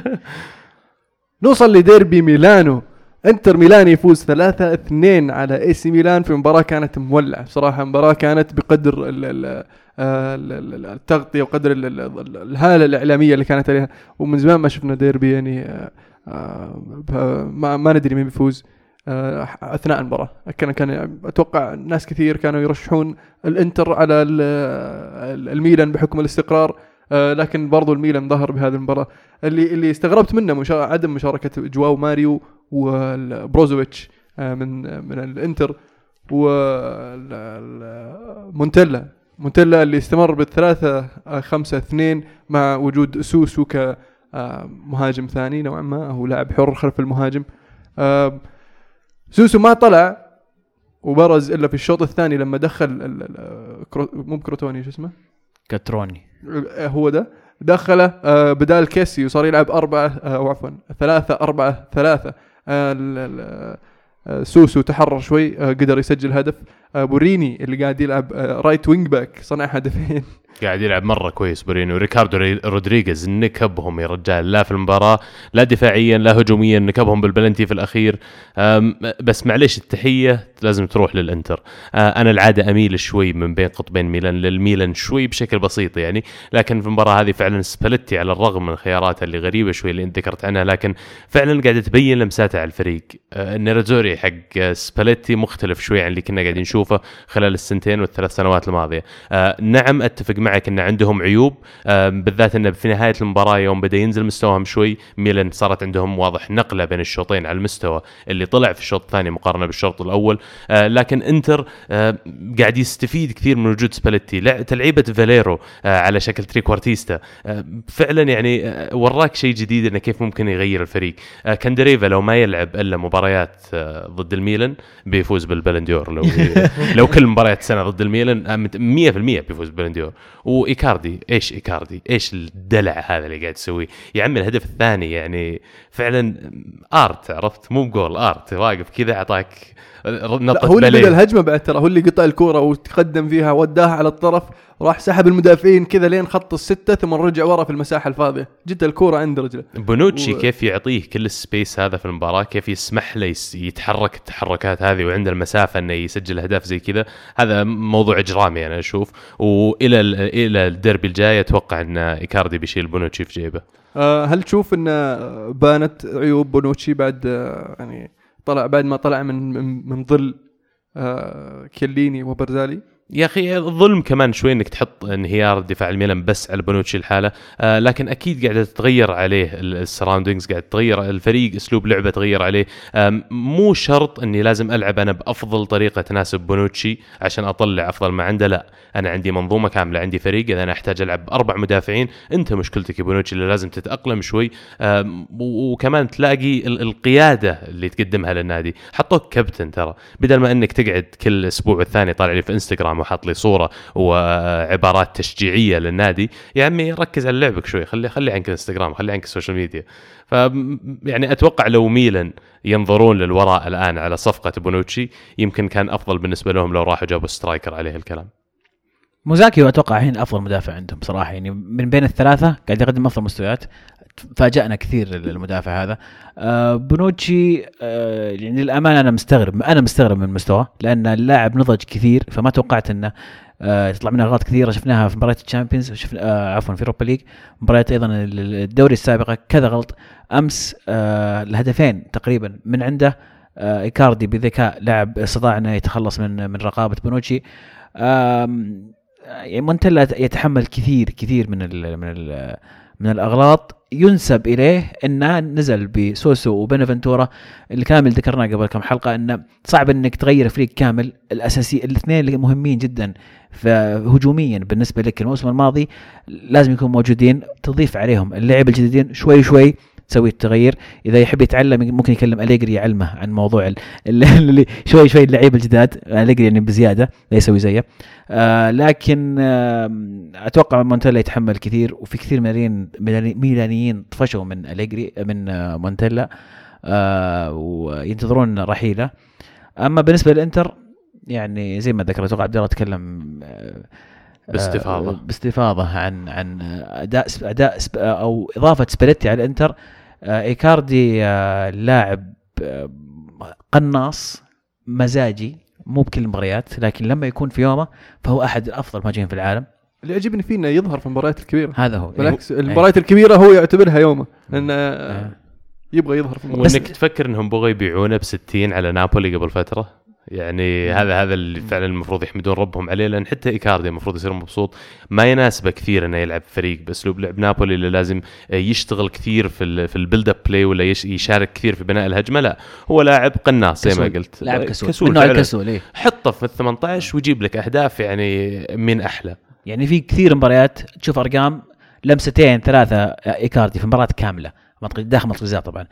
نوصل لديربي ميلانو. انتر ميلان يفوز ثلاثة اثنين على اي سي ميلان في مباراة كانت مولعة بصراحة. مباراة كانت بقدر التغطية وقدر الهالة الإعلامية اللي كانت عليها، ومن زمان ما شفنا ديربي يعني ما ما ندري مين بيفوز أثناء المباراة. كان كان أتوقع ناس كثير كانوا يرشحون الإنتر على الميلان بحكم الاستقرار، لكن برضو الميلان ظهر بهذه المباراة. اللي اللي استغربت منه مشا... عدم مشاركة جواو ماريو وبروزوفيتش من من الإنتر، ومونتيلا مونتيلا اللي استمر بالثلاثة خمسة اثنين مع وجود سوسو كمهاجم ثاني نوعا ما، هو لاعب حر خلف المهاجم. سوسو ما طلع وبرز إلا في الشوط الثاني لما دخل مو بكروتوني شو اسمه كاتروني هو ده دخله بدال كيسي وصار يلعب أربعة أو عفوا ثلاثة أربعة ثلاثة. سوسو تحرر شوي قدر يسجل هدف. بوريني اللي قاعد يلعب رايت وينج باك صنع هدفين، قاعد يلعب مرة كويس بورينو. ريكاردو رودريغيز نكبهم يا رجال، لا في المباراة لا دفاعيا لا هجوميا، نكبهم بالبلنتي في الأخير. بس معليش التحية لازم تروح للإنتر. أنا العادة أميل شوي من بين قطبين ميلان للميلان شوي بشكل بسيط يعني، لكن في المباراة هذه فعلا سباليتي على الرغم من خياراته اللي غريبة شوي اللي انت ذكرت عنها، لكن فعلا قاعدة تبين لمساته على الفريق. النيراتزوري حق سباليتي مختلف شوي عن اللي كنا قاعدين نشوفه خلال السنتين والثلاث سنوات الماضية. نعم أتفق معك ان عندهم عيوب، بالذات انه في نهايه المباراه يوم بدا ينزل مستواهم شوي ميلان صارت عندهم واضح نقله بين الشوطين على المستوى اللي طلع في الشوط الثاني مقارنه بالشوط الاول. لكن انتر قاعد يستفيد كثير من وجود سباليتي، تلعيبه فاليرو على شكل تريكوارتيستا فعلا يعني وراك شيء جديد انه كيف ممكن يغير الفريق. كاندريفا لو ما يلعب الا مباريات ضد الميلان بيفوز بالبلنديور، لو لو كل مباريات سنه ضد الميلان مية بالمية بيفوز بالبلنديور. وايكاردي ايش ايكاردي ايش الدلع هذا اللي قاعد تسويه يا عمي. الهدف الثاني يعني فعلا ارت، عرفت مو بجول ارت، واقف كذا اعطاك نطه هو اللي بدا الهجمه بعد، ترى هو اللي قطع الكوره وتقدم فيها وداها على الطرف راح سحب المدافعين كذا لين خط الستة ثم رجع ورا في المساحه الفاضيه، جت الكوره عند رجله. بونوتشي و... كيف يعطيه كل السبيس هذا في المباراه، كيف يسمح له يتحرك التحركات هذه وعنده المسافه انه يسجل اهداف زي كذا، هذا موضوع اجرامي انا اشوف. والى الى الديربي الجاي اتوقع ان ايكاردي بيشيل بونوتشي في جيبه. أه هل تشوف ان بانت عيوب بونوتشي بعد يعني طلع بعد ما طلع من من, من ظل أه كيليني وبرزالي؟ يا أخي الظلم كمان شوي إنك تحط انهيار دفاع الميلان بس على بونوتشي الحالة، آه لكن أكيد قاعدة تتغير عليه السراوندينجز، قاعد تغير الفريق، أسلوب لعبة تغير عليه. آه مو شرط إني لازم ألعب أنا بأفضل طريقة تناسب بونوتشي عشان أطلع أفضل ما عنده، لا أنا عندي منظومة كاملة، عندي فريق، إذا أنا أحتاج ألعب أربع مدافعين أنت مشكلتك يا بونوتشي اللي لازم تتأقلم شوي. آه وكمان تلاقي القيادة اللي تقدمها للنادي. حطوك كابتن ترى، بدل ما إنك تقعد كل أسبوع والثاني طالع لي في إنستغرام وحط لي صورة وعبارات تشجيعية للنادي، يا عمي ركز على لعبك شوي، خلي خلي عنك الانستغرام، خلي عنك السوشيال ميديا. ف يعني اتوقع لو ميلان ينظرون للوراء الان على صفقة بونوتشي يمكن كان افضل بالنسبة لهم لو راحوا جابوا سترايكر عليه الكلام. موزاكي اتوقع الحين افضل مدافع عندهم صراحة، يعني من بين الثلاثة قاعد يقدم افضل مستويات، فاجأنا كثير المدافع هذا. آه بونوتشي آه يعني للأمانة أنا مستغرب أنا مستغرب من مستواه، لأن اللاعب نضج كثير، فما توقعت إنه آه تطلع منه أغلاط كثيرة شفناها في مباريات الشامبيونز، شفنا آه عفوا في روبا ليج، مباريات أيضا الدوري السابقة كذا غلط. أمس آه الهدفين تقريبا من عنده آه إيكاردي بذكاء لاعب استطاع إنه يتخلص من من رقابة بونوتشي. آه يعني مونتيلا يتحمل كثير كثير من ال من ال من الأغلاط، ينسب إليه أنه نزل بسوسو وبنفنتورا اللي كامل ذكرنا قبل كم حلقة أنه صعب أنك تغير فريق كامل الأساسي، الاثنين اللي مهمين جدا هجوميا بالنسبة لك الموسم الماضي لازم يكونوا موجودين، تضيف عليهم اللعب الجديدين شوي شوي تسوي التغيير. إذا يحب يتعلم ممكن يكلم أليجري يعلمه عن موضوع اللي شوي شوي اللعيبة الجداد، أليجري يعني بزيادة لا يسوي زيه. آه لكن آه أتوقع مونتيلا يتحمل كثير، وفي كثير ميلانيين ميلانيين طفشوا من أليجري من آه مونتيلا آه وينتظرون رحيله. أما بالنسبة للإنتر يعني زي ما ذكرت أتوقع عبد الله تكلم آه باستفاضة باستفاضة عن عن أداء أداء أو إضافة سباليتي على الإنتر. إيكاردي لاعب قناص مزاجي مو بكل المباريات، لكن لما يكون في يومه فهو أحد أفضل مهاجمين في العالم. اللي يعجبني فيه إنه يظهر في المباريات الكبيرة، هذا هو بالعكس المباريات الكبيرة هو يعتبرها يومه لأنه يبغى يظهر في المباريات. وإنك تفكر إنهم بغوا يبيعونه بستين على نابولي قبل فترة، يعني مم. هذا هذا اللي فعلا المفروض يحمدون ربهم عليه، لأن حتى إيكاردي المفروض يصير مبسوط. ما يناسبه كثير إنه يلعب فريق بأسلوب لعب نابولي اللي لازم يشتغل كثير في في البيلد اب بلاي ولا يشارك كثير في بناء الهجمة، لا هو لاعب قناص زي ما قلت، لاعب كسول, كسول من نوع الكسول. إيه؟ حطه في ثمانية عشر ويجيب لك أهداف يعني من أحلى. يعني في كثير مباريات تشوف أرقام لمستين ثلاثة إيكاردي في مباراة كاملة داخل منطقة الجزاء طبعا.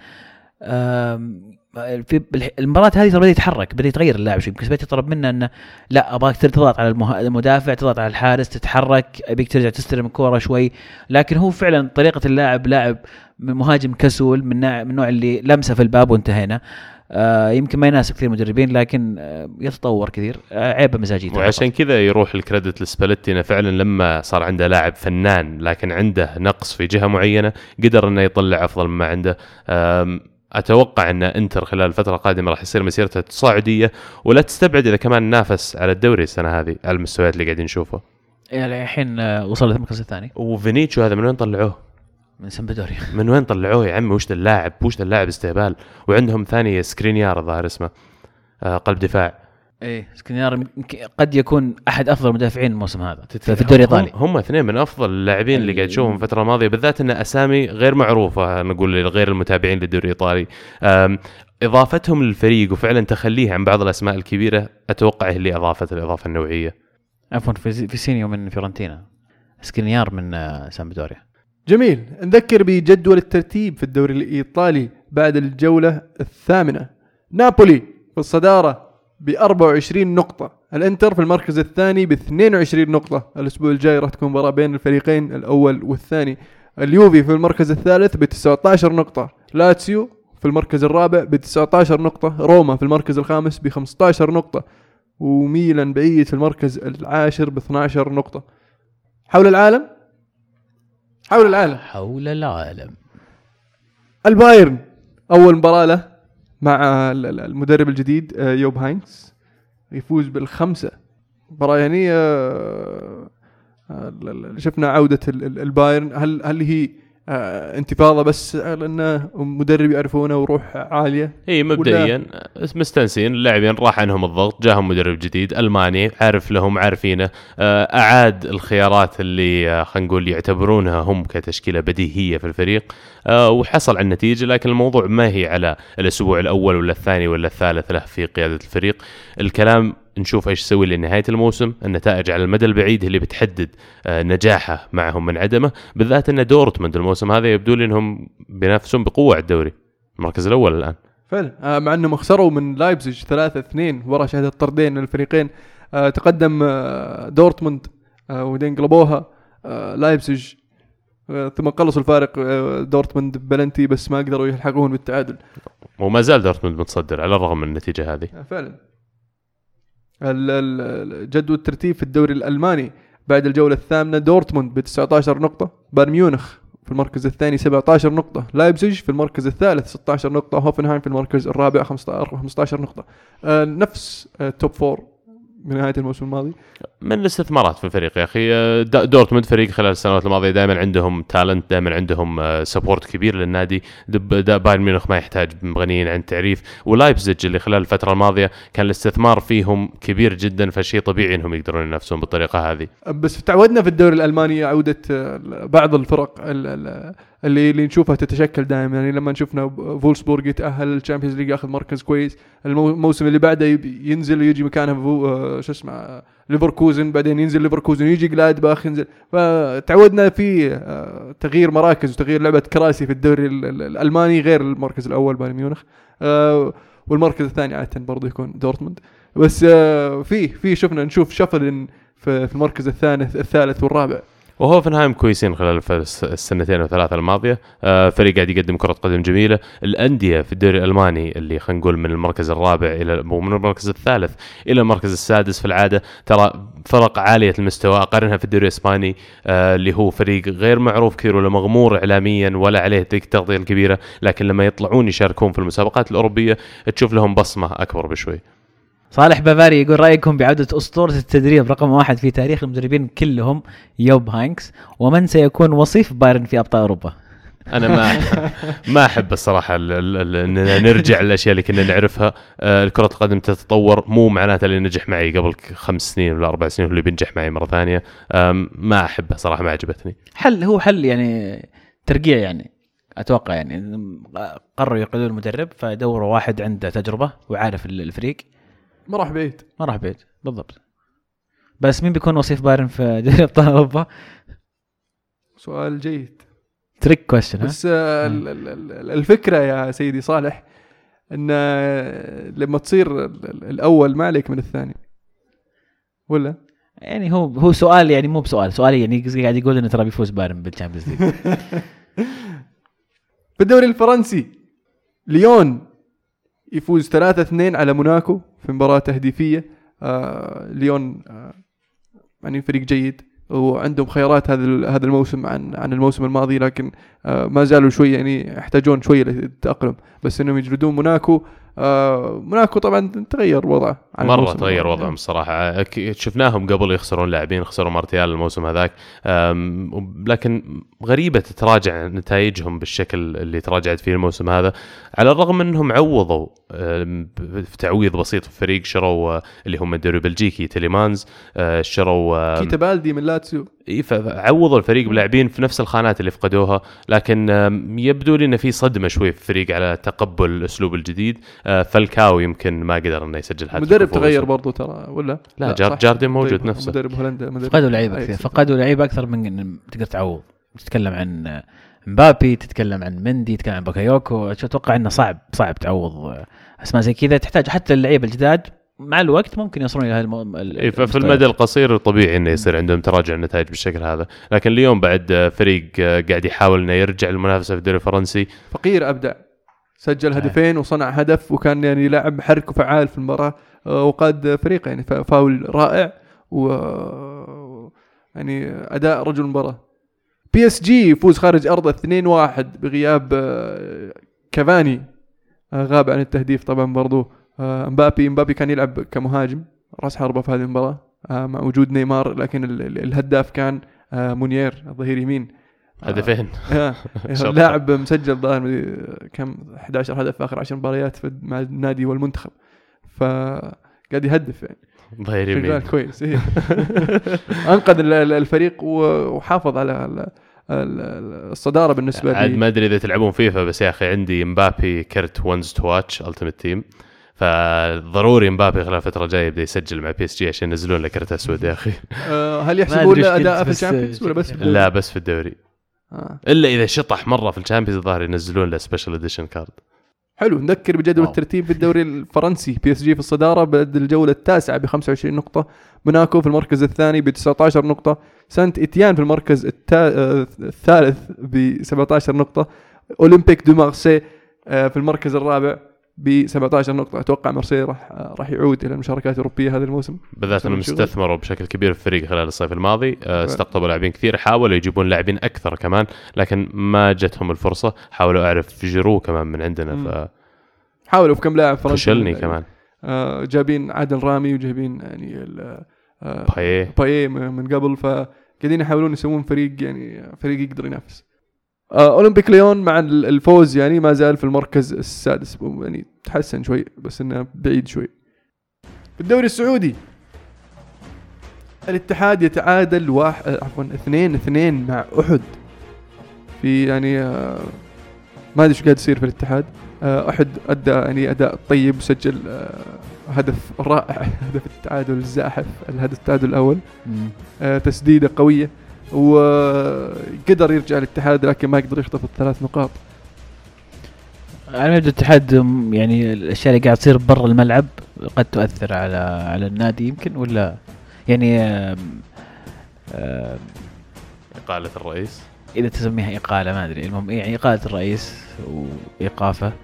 في المباراة هذه ترى بدأ يتحرك، بدأ يتغير اللاعب شوي، بس بدأ يطلب منه أنه لا أبغاك تضغط على المدافع، تضغط على الحارس، تتحرك، أبيك ترجع تستلم الكرة شوي. لكن هو فعلا طريقة اللاعب لاعب من مهاجم كسول من من النوع اللي لمسه في الباب وانتهينا. آه يمكن ما يناسب كثير مدربين، لكن آه يتطور كثير. آه عيبه مزاجيته، وعشان كذا يروح الكريدت لسباليتي انه فعلا لما صار عنده لاعب فنان لكن عنده نقص في جهة معينة قدر انه يطلع افضل مما عنده. اتوقع ان انتر خلال الفترة القادمة راح يصير مسيرته تصاعدية، ولا تستبعد اذا كمان نافس على الدوري السنة هذه على المستويات اللي قاعدين نشوفه. يعني الحين وصل للمركز الثاني. وفينيتشو هذا من وين طلعوه؟ من سمبدوريا. من وين طلعوه يا عمي؟ وش ذا اللاعب؟ وش ذا اللاعب استهبال. وعندهم ثاني سكرينيار ظاهر اسمه آه قلب دفاع ايه سكرينيار قد يكون احد افضل مدافعين الموسم هذا في الدوري الايطالي. هم اثنين من افضل اللاعبين اللي قاعد تشوفهم الفتره الماضيه، بالذات ان اسامي غير معروفه نقول لغير المتابعين للدوري الايطالي. اضافتهم للفريق وفعلا تخليه عن بعض الاسماء الكبيره اتوقع هي اللي اضافت الاضافه النوعيه. عفوا فيسينيو من فيورنتينا، سكرينيار من سامبدوريا. جميل. نذكر بجدول الترتيب في الدوري الإيطالي بعد الجولة الثامنة. نابولي في الصدارة ب أربعة وعشرين نقطة، الانتر في المركز الثاني ب اثنين وعشرين نقطة. الأسبوع الجاي راح تكون مباراة بين الفريقين الأول والثاني. اليوفي في المركز الثالث ب تسعة عشر نقطة، لاتسيو في المركز الرابع ب تسعة عشر نقطة، روما في المركز الخامس ب خمسة عشر نقطة، وميلان بعيد في المركز العاشر ب اثنتي عشرة نقطة. حول العالم حول العالم حول العالم البايرن أول مباراة له مع المدرب الجديد يوب هاينز يفوز بالخمسة. مباراة يعني شفنا عودة البايرن. هل هل هي انتفاضة بس لأنه مدرب يعرفونه وروح عالية؟ اي مبدئيا مستنسين اللاعبين، راح عنهم الضغط، جاهم مدرب جديد ألماني عارف لهم عارفينه، أعاد الخيارات اللي خلينا نقول يعتبرونها هم كتشكيلة بديهية في الفريق وحصل على النتيجة. لكن الموضوع ما هي على الأسبوع الأول ولا الثاني ولا الثالث له في قيادة الفريق. الكلام نشوف ايش يسوي لنهايه الموسم. النتائج على المدى البعيد اللي بتحدد نجاحه معهم من عدمه، بالذات ان دورتموند الموسم هذا يبدو لي انهم بينافسون بقوه على الدوري، المركز الاول الان فعلا، مع انهم خسروا من لايبزيج ثلاثة اثنين ورا شهاده طردين للفريقين. تقدم دورتموند ودين قلبوها لايبزيج، ثم قلصوا الفارق دورتموند ببلنتي بس ما قدروا يلحقون بالتعادل، وما زال دورتموند متصدر على الرغم من النتيجه هذه. فعلا. الجدول الترتيب في الدوري الألماني بعد الجولة الثامنة: دورتموند ب تسعة عشر نقطة، بايرن ميونخ في المركز الثاني سبعة عشر نقطة، لايبزيج في المركز الثالث ستة عشر نقطة، هوفنهايم في المركز الرابع خمسة عشر نقطة. آه نفس آه توب فور من نهاية الموسم الماضي. من الاستثمارات في الفريق يا أخي، دورتموند فريق خلال السنوات الماضية دائما عندهم تالنت، دائما عندهم سبورت كبير للنادي. بايرن ميونخ ما يحتاج مغنيين عن تعريف، ولايبزيج اللي خلال الفترة الماضية كان الاستثمار فيهم كبير جدا، فشيء طبيعي انهم يقدرون ينافسون بالطريقة هذه. بس تعودنا في الدوري الألماني عودة بعض الفرق اللي اللي نشوفها تتشكل دائما. يعني لما نشوفنا فولسبورغ يتأهل للشامبيونز ليج ياخذ مركز كويس، الموسم اللي بعده ينزل ويجي مكانه شو اسمه ليفركوزن، بعدين ينزل ليفركوزن يجي جلادباخ ينزل. فتعودنا في تغيير مراكز وتغيير لعبة كراسي في الدوري الألماني، غير المركز الأول بايرن ميونخ والمركز الثاني عادة برضو يكون دورتموند. بس في في شفنا نشوف شفل في المركز الثاني الثالث والرابع. وهوفنهايم كويسين خلال السنتين وثلاثة الماضية، فريق قاعد يقدم كرة قدم جميلة. الأندية في الدوري الألماني اللي خلينا نقول من المركز الرابع إلى من المركز الثالث إلى المركز السادس في العادة ترى فرق عالية المستوى. أقارنها في الدوري الإسباني اللي هو فريق غير معروف كثير ولا مغمور إعلاميا ولا عليه ذيك التغطية الكبيرة، لكن لما يطلعون يشاركون في المسابقات الأوروبية تشوف لهم بصمة أكبر بشوي. صالح بافاري يقول رأيكم بعودة أسطورة التدريب رقم واحد في تاريخ المدربين كلهم يوب هاينكس، ومن سيكون وصيف بايرن في أبطال أوروبا؟ أنا ما ما أحب الصراحة أننا نرجع للأشياء اللي كنا نعرفها. الكرة القدم تتطور، مو معناته اللي نجح معي قبل خمس سنين ولا أربع سنين اللي بينجح معي مرة ثانية. ما أحبه صراحة، ما عجبتني. حل هو حل يعني ترقية، يعني أتوقع يعني قرروا يقلدون المدرب فدوروا واحد عنده تجربة وعارف الفريق. ما راح بعيد ما راح بعيد بالضبط. بس مين بيكون وصيف بايرن في دوري ابطال اوروبا؟ سؤال جيد، تريك كويستشن. بس الفكره يا سيدي صالح ان لما تصير الاول ما عليك من الثاني، ولا يعني هو هو سؤال يعني مو بسؤال سؤالي يعني قاعد يقول انه ترى بيفوز بايرن بالتشامبيونز ليج. في الدوري الفرنسي ليون يفوز ثلاثة اثنين على موناكو في مباراة تهديفية. آه ليون آه يعني فريق جيد وعندهم خيارات هذا هذا الموسم عن عن الموسم الماضي، لكن آه ما زالوا شوي يعني يحتاجون شوية للتأقلم. بس انهم يجلدون موناكو آه موناكو طبعا تغير وضعه مرة تغير وضعهم الصراحة. شفناهم قبل يخسرون لاعبين، خسروا مارتيال الموسم هذاك، لكن غريبة تتراجع نتائجهم بالشكل اللي تراجعت فيه الموسم هذا، على الرغم أنهم عوضوا في تعويض بسيط في الفريق. شروا اللي هم الدوري البلجيكي تيليمانز، شروا كيتا بالدي من لاتسيو، عوضوا الفريق بلاعبين في نفس الخانات اللي فقدوها. لكن يبدو لي ان في صدمه شوي في الفريق على تقبل الاسلوب الجديد. فالكاو يمكن ما قدر انه يسجل حتى. مدرب تغير برضو ترى ولا لا, لا جار جاردين موجود نفسه. مدرب هولندا مدرب فقدوا لعيبه كثير، فقدوا لعيبه اكثر من تقدر تعوض. تتكلم عن مبابي، تتكلم عن مندي، تتكلم عن باكايوكو. اتوقع انه صعب صعب تعوض اسماء زي كذا. تحتاج حتى اللعيبه الجداد مع الوقت ممكن يصلون الى هالم... إيه في المدى القصير طبيعي انه يصير عندهم تراجع النتائج بالشكل هذا. لكن اليوم بعد فريق قاعد يحاول انه يرجع المنافسه في الدوري الفرنسي. فقير ابدع، سجل هدفين وصنع هدف، وكان يعني لاعب محرك وفعال في المباراه، وقاد فريق يعني فاول رائع، و يعني اداء رجل المباراه. بي اس جي يفوز خارج ارضه اثنين واحد بغياب كافاني، غاب عن التهديف طبعا. برضو مبابي مبابي كان يلعب كمهاجم راس حربة في هذه المباراة مع وجود نيمار، لكن الهداف كان مونيير ظهير يمين. هدفين لاعب مسجل ظاهر كم إحدى عشر هدف في آخر عشر مباريات مع النادي والمنتخب، فقاعد يهدف يعني ظهير يمين كويس. أنقذ الفريق وحافظ على الصدارة بالنسبة لي. عاد ما أدري إذا تلعبون فيفا، بس يا أخي عندي مبابي كرت وانز تو واتش ألتيميت تيم، فضروري مبابي خلال فترة جاية يبدأ يسجل مع بي اس جي عشان ينزلون له كرت أسود يا أخي. هل يحسبون له أداء في الشامبيونز ولا بس في الدوري؟ لا بس في الدوري. آه. إلا إذا شطح مرة في الشامبيونز الظاهر ينزلون له سبيشال إديشن كارد. حلو. نذكر بجدول الترتيب في الدوري الفرنسي. بي اس جي في الصدارة بعد الجولة التاسعة ب خمسة وعشرين نقطة، موناكو في المركز الثاني ب تسعة عشر نقطة، سانت إتيان في المركز التا... الثالث ب سبعة عشر نقطة، أولمبيك دو مارسي في المركز الرابع ب سبعة عشر نقطة. أتوقع مارسي راح راح يعود إلى المشاركات الأوروبية هذا الموسم، بالذات أنهم استثمروا بشكل كبير في الفريق خلال الصيف الماضي. استقطبوا لاعبين كثير، حاولوا يجيبون لاعبين أكثر كمان، لكن ما جتهم الفرصة. حاولوا أعرف جيرو كمان من عندنا، ف حاولوا في كم لاعب فرنسي فشلني كمان. آه جابين عادل رامي وجايبين يعني آه بايه بايه من قبل، فقاعدين يحاولون يسوون فريق يعني فريق يقدر ينافس. آه أولمبيك ليون مع الفوز يعني ما زال في المركز السادس، يعني تحسن شوي بس إنه بعيد شوي. في الدوري السعودي الاتحاد يتعادل واحد عفوا اثنين اثنين مع أحد في يعني آه ما أدري شو قاعد يصير في الاتحاد. أحد أدى يعني أداء طيب، وسجل هدف رائع، هدف التعادل الزاحف، الهدف التعادل الأول، تسديدة قوية، وقدر يرجع الاتحاد لكن ما يقدر يخطف الثلاث نقاط. أنا الاتحاد يعني الأشياء اللي قاعد تصير برا الملعب قد تؤثر على على النادي يمكن، ولا يعني آم آم إقالة الرئيس إذا تسميها إقالة ما أدري، المهم يعني إقالة الرئيس وإيقافه،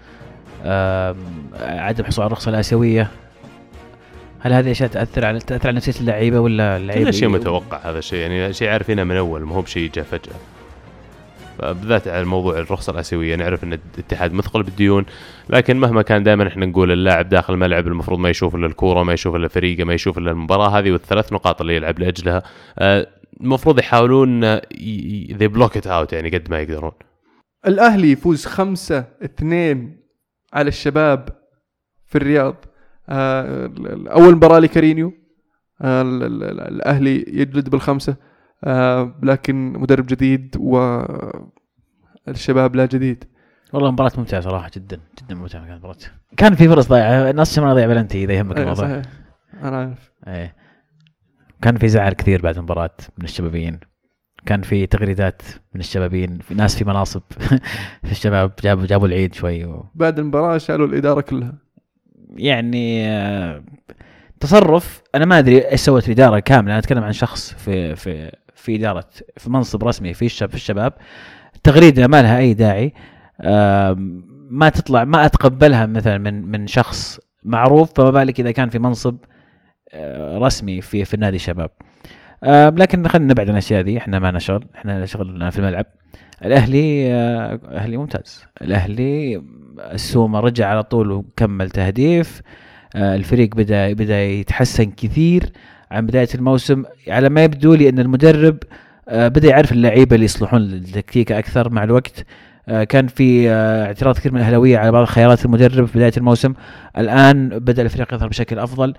عدم حصول على الرخصة الآسيوية. هل هذه أشياء تأثر على تأثر على نفسية اللعيبة ولا اللعيبة؟ هذا شيء متوقع، هذا شيء يعني شيء عارفينه من أول، ما هو بشيء جاء فجأة. بالذات على الموضوع الرخصة الآسيوية، نعرف أن الاتحاد مثقل بالديون، لكن مهما كان دائما إحنا نقول اللاعب داخل الملعب المفروض ما يشوف إلا الكورة، ما يشوف إلا فريقه، ما يشوف إلا المباراة هذه والثلاث نقاط اللي يلعب لأجلها. المفروض يحاولون they block it out يعني قد ما يقدرون. الأهلي يفوز خمسة اثنين على الشباب في الرياض. أول مباراة لكارينيو، الأهلي يجلد بالخمسة، لكن مدرب جديد والشباب لا جديد. والله مباراة ممتعة صراحة، جدا جدا ممتعة كانت مباراة. كان في فرص ضايعة، نص شمال ضيع بلنتي إذا يهمك الموضوع. صحيح أنا عارف. إيه كان في زعل كثير بعد المباراة من الشبابيين، كان في تغريدات من الشبابين، في ناس في مناصب في الشباب جابوا جابوا العيد شوي و... بعد المباراة شالوا الإدارة كلها. يعني تصرف أنا ما أدري إيش سوت الإدارة كاملة. أنا أتكلم عن شخص في في في إدارة في منصب رسمي في الشباب في الشباب تغريدة ما لها أي داعي، ما تطلع ما أتقبلها مثلا من من شخص معروف، فما بالك إذا كان في منصب رسمي في في النادي الشباب. آه لكن خلينا نبعد عن الاشياء دي، احنا ما نشغل، احنا شغلنا في الملعب. الاهلي آه اهلي ممتاز، الاهلي السومة رجع على طول وكمل تهديف. الفريق بدأ بدأ يتحسن كثير عن بداية الموسم على ما يبدو لي أن المدرب بدأ يعرف اللعيبة اللي يصلحون للتكتيك أكثر مع الوقت. كان في اعتراض كثير من الأهلاوية على بعض خيارات المدرب في بداية الموسم، الآن بدأ الفريق يظهر بشكل أفضل.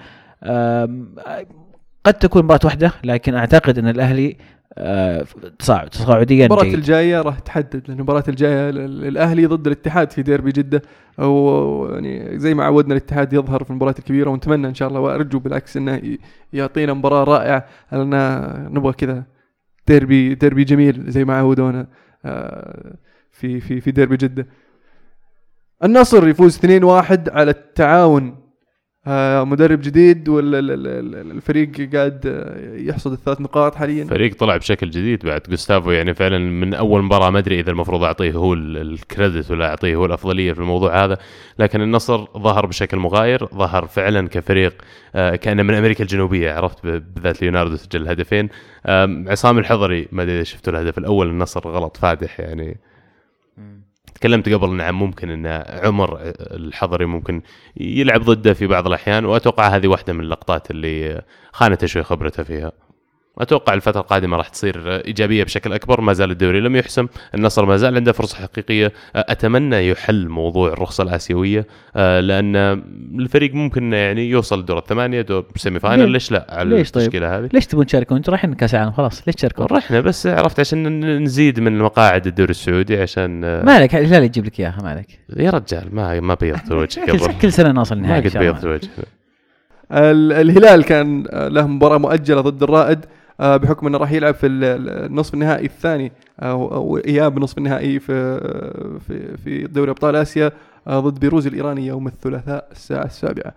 قد تكون مباراة واحدة لكن أعتقد أن الأهلي تصاعد تصاعديا. المباراة الجاية راح تحدد، لأن المباراة الجاية الأهلي ضد الاتحاد في ديربي جدة، أو يعني زي ما عودنا الاتحاد يظهر في المباراة الكبيرة، ونتمنى إن شاء الله وأرجو بالعكس إنه يعطينا مباراة رائعة، لأننا نبغى كذا ديربي ديربي جميل زي ما عودونا في في في ديربي جدة. النصر يفوز اثنين واحد على التعاون. آه مدرب جديد ولا الفريق قاعد يحصد الثلاث نقاط حاليا؟ فريق طلع بشكل جديد بعد جوستافو، يعني فعلا من أول مباراة ما أدري إذا المفروض أعطيه هو الكريدت ولا أعطيه هو الأفضلية في الموضوع هذا، لكن النصر ظهر بشكل مغاير، ظهر فعلا كفريق آه كان من أمريكا الجنوبية، عرفت بالذات ليوناردو سجل هدفين. آه عصام الحضري ما أدري شفتوا الهدف الأول النصر غلط فادح يعني. تكلمت قبل نعم ممكن ان عمر الحضري ممكن يلعب ضده في بعض الاحيان، واتوقع هذه واحده من اللقطات اللي خانته شوي خبرته فيها. اتوقع الفتره القادمه راح تصير ايجابيه بشكل اكبر. ما زال الدوري لم يحسم، النصر ما زال عنده فرصه حقيقيه. اتمنى يحل موضوع الرخصه الاسيويه، لان الفريق ممكن يعني يوصل دور الثمانيه، دور سيمي فاينل. ليش لا على ليش التشكيله طيب؟ هذه؟ ليش تبون تشاركون؟ انتم رايحين كاس العالم خلاص، ليش تشاركون؟ رحنا بس عرفت عشان نزيد من مقاعد الدوري السعودي، عشان مالك الهلال يجيب لك اياها مالك يا رجال. ما ما بيضت الوجه قبل كل سنه نوصل النهائي. ما قد بيضت الوجه. الهلال كان له مباراة مؤجلة ضد الرائد بحكم انه راح يلعب في النصف النهائي الثاني او اياب نصف النهائي في في في دوري ابطال اسيا ضد بيروز الايراني يوم الثلاثاء الساعه السابعة.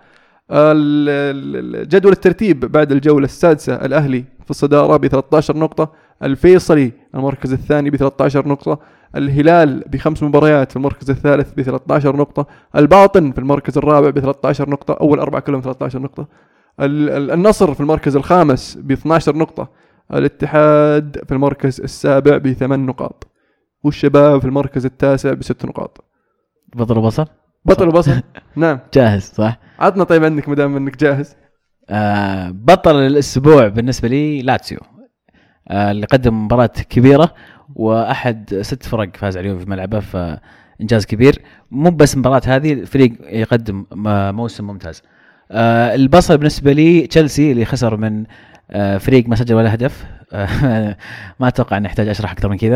جدول الترتيب بعد الجوله السادسه: الاهلي في الصداره ب ثلاثة عشر نقطه، الفيصلي المركز الثاني ب ثلاثة عشر نقطه، الهلال بخمس مباريات في المركز الثالث ب ثلاثة عشر نقطه، الباطن في المركز الرابع ب ثلاثة عشر نقطه، اول اربعه كلهم ثلاثة عشر نقطه، النصر في المركز الخامس ب اثنتي عشرة نقطة، الاتحاد في المركز السابع بثمان نقاط، والشباب في المركز التاسع بست نقاط. بطل وبصل بطل وبصل نعم جاهز صح. عطنا طيب عندك مدام انك جاهز. آه بطل الاسبوع بالنسبة لي لاتسيو، آه اللي قدم مباراة كبيرة واحد ست فرق فاز عليهم في ملعبه، فانجاز كبير. مو بس مباراة هذه، الفريق يقدم موسم ممتاز. آه البصل بالنسبة لي تشيلسي اللي خسر من آه فريق ما سجل ولا هدف. آه ما أتوقع أن نحتاج أشرح أكثر من كذا.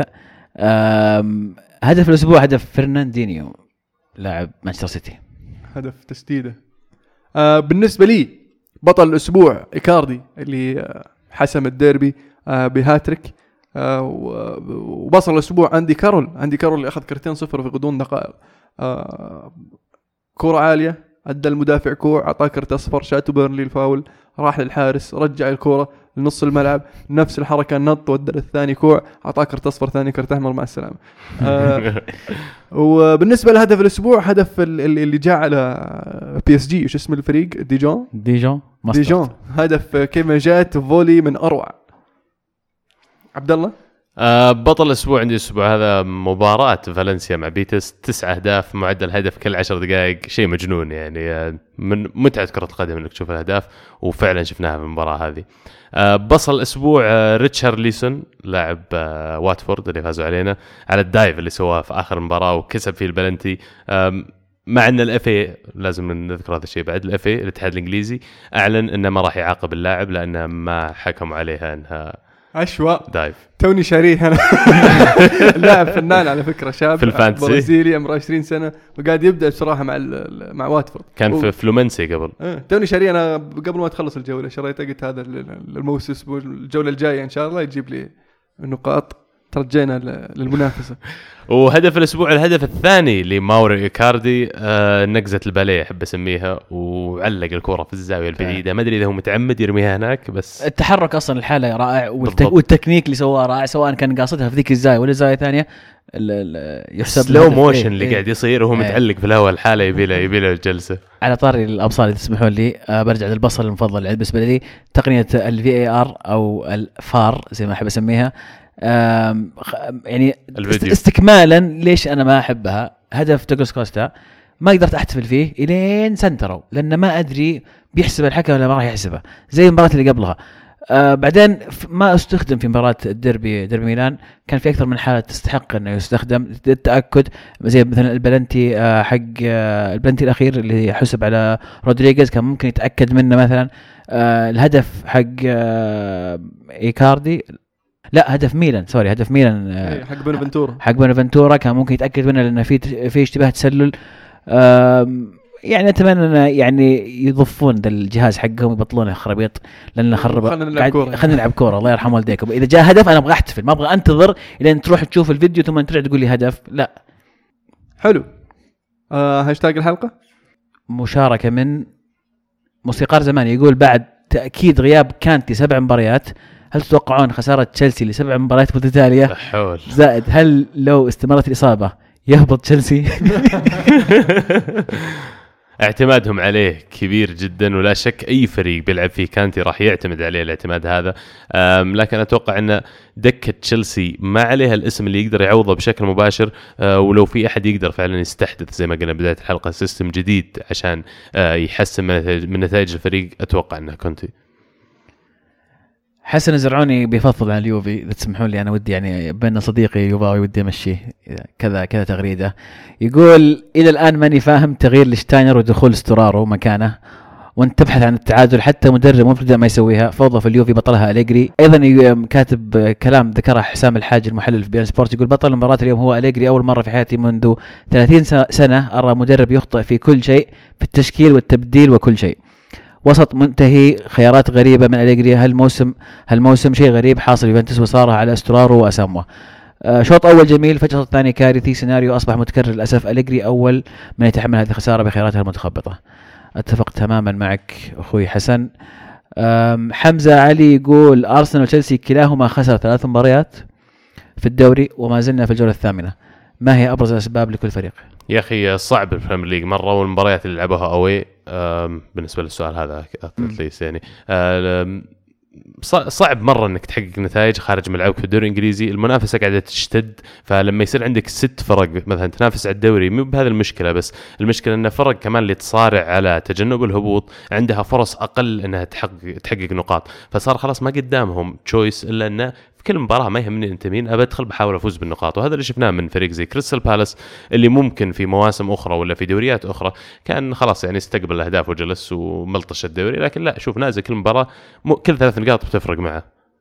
آه هدف الأسبوع هدف فرناندينيو لاعب مانشستر سيتي، هدف تسديده. آه بالنسبة لي بطل الأسبوع إيكاردي اللي آه حسم الديربي آه بهاتريك. آه وبصل الأسبوع عندي كارول عندي كارول اللي أخذ كرتين صفر في غضون دقائق. آه كرة عالية، أدى المدافع كوع، أعطاه كرت أصفر، شاتو بيرنلي الفاول، راح للحارس، رجع الكرة لنص الملعب، نفس الحركة نط ودى للثاني كوع، أعطاه كرت أصفر، ثاني كرت أحمر، مع السلامة. آه وبالنسبة لهدف الأسبوع هدف اللي جاء على بي اس جي، وش اسم الفريق؟ ديجون ديجون ديجون هدف كيما جات فولي من أروع. عبد الله أه بطل الأسبوع عندي الأسبوع هذا مباراة فالنسيا مع بيتس، تسعة أهداف، معدل هدف كل عشر دقائق، شيء مجنون يعني. من متعة كرة القدم إنك تشوف الأهداف، وفعلا شفناها في المباراة هذه. أه بصل الأسبوع أه ريتشارليسون لاعب أه واتفورد اللي فازوا علينا على الدايف اللي سواه في آخر المباراة وكسب فيه البلنتي. أه مع ان الاف اي لازم نذكر هذا الشيء بعد، الاف اي الاتحاد الانجليزي اعلن انه ما راح يعاقب اللاعب لانه ما حكموا عليها انها عشواء دايف. توني شاريه انا. لاعب فنان على فكره، شاب في الفانتسي برازيلي عمره عشرين سنه وقاعد يبدا بصراحه مع مع واتفورد. كان و... في فلومنسي قبل. اه توني شاريه انا قبل ما تخلص الجوله شريته، قلت هذا الموسم الجوله الجايه ان شاء الله يجيب لي النقاط، ترجينا للمنافسه. وهدف الاسبوع الهدف الثاني لماوري إيكاردي، آه نقزه الباليه احب اسميها، وعلق الكره في الزاويه البعيده. ما ادري اذا هو متعمد يرميها هناك، بس التحرك اصلا الحاله رائع، والتك... والتكنيك اللي سواه رائع، سواء كان قاصدها في ذيك الزاويه ولا زاويه ثانيه. يحسب سلو موشن اللي قاعد يصير وهو متعلق في الهواء، الحاله يبي له يبي له الجلسه. على طاري الابصار اللي تسمحون لي، آه برجع للبصل المفضل بالنسبه لي، تقنيه الفي اي ار او الفار زي ما احب اسميها. يعني الفيديو. استكمالا ليش انا ما احبها، هدف دوغلاس كوستا ما قدرت احتفل فيه الين سنتروا، لان ما ادري بيحسب الحكم ولا ما راح يحسبه زي المباراه اللي قبلها. آه بعدين ما استخدم في مباراة الديربي ديربي ميلان، كان في أكثر من حالة تستحق أنه يستخدم للتأكد، زي مثلا البلنتي آه حق آه البلنتي الأخير اللي حسب على رودريغيز كان ممكن يتأكد منه مثلا. آه الهدف حق آه إيكاردي لا هدف ميلان سوري هدف ميلان آه حق بونافنتورا حق بونافنتورا كان ممكن يتأكد منه لأنه في في اشتباه تسلل. آه يعني اتمنى ان يعني يضفون ذا الجهاز حقهم يبطلونه خرابيط لان خرب. خلينا نلعب كوره خلينا نلعب كوره الله يرحم والديكم. اذا جاء هدف انا ابغى احتفل، ما ابغى انتظر الى تروح تشوف الفيديو ثم ترجع تقول لي هدف. لا حلو. آه هاشتاج الحلقه مشاركه من موسيقار زمان يقول بعد تاكيد غياب كانتي سبع مباريات هل تتوقعون خساره تشيلسي لسبع مباريات متتاليه؟ زائد هل لو استمرت الاصابه يهبط تشيلسي؟ اعتمادهم عليه كبير جدا، ولا شك أي فريق بيلعب فيه كانتي راح يعتمد عليه الاعتماد هذا. لكن أتوقع أن دكة تشيلسي ما عليها الاسم اللي يقدر يعوضه بشكل مباشر، ولو في أحد يقدر فعلا يستحدث زي ما قلنا بداية الحلقة سيستم جديد عشان يحسن من نتائج الفريق، أتوقع أنه كونتي. حسن الزرعوني بيفضل على اليوفي، إذا تسمحون لي أنا ودي يعني بين صديقي يوفاوي ودي أمشيه كذا كذا تغريدة. يقول إلى الآن ماني فاهم تغيير لشتاينر ودخول ستورارو مكانه، وانت تبحث عن التعادل حتى مدرب مبتدأ ما يسويها. فوضى في اليوفي بطلها أليجري. أيضا كاتب كلام ذكره حسام الحاج المحلل في بي إن سبورت، يقول بطل المباراة اليوم هو أليجري، أول مرة في حياتي منذ ثلاثين سنة أرى مدرب يخطئ في كل شيء، في التشكيل والتبديل وكل شيء. وسط منتهي، خيارات غريبة من أليجري هالموسم هالموسم شيء غريب حاصل يوفنتوس وصار على استرارو وأساموا. آه شوط أول جميل، فجأة الثاني ثاني كارثي، سيناريو أصبح متكرر للأسف. أليجري أول من يتحمل هذه الخسارة بخياراتها المتخبطة. أتفق تماما معك أخوي حسن. حمزة علي يقول أرسنال وتشيلسي كلاهما خسر ثلاث مباريات في الدوري وما زلنا في الجولة الثامنة، ما هي أبرز الأسباب لكل فريق؟ يا أخي صعب البريمير ليج مرة، والمباريات اللي لعبوها أوي بالنسبة للسؤال هذا أتليست يعني صعب مرة انك تحقق نتائج خارج ملعبك في الدوري الانجليزي. المنافسة قاعدة تشتد، فلما يصير عندك ست فرق مثلا تنافس على الدوري مو بهذه المشكلة، بس المشكلة ان فرق كمان اللي تصارع على تجنب الهبوط عندها فرص اقل انها تحقق تحقق نقاط، فصار خلاص ما قدامهم تشويس الا انه في كل مباراة ما يهمني انت مين، ابى ادخل بحاول افوز بالنقاط. وهذا اللي شفناه من فريق زي كريستال بالاس اللي ممكن في مواسم اخرى ولا في دوريات اخرى كان خلاص يعني استقبل الاهداف وجلس وملطش الدوري، لكن لا شوف نازل كل مباراة كل ثلاث نقاط بتفرق معه.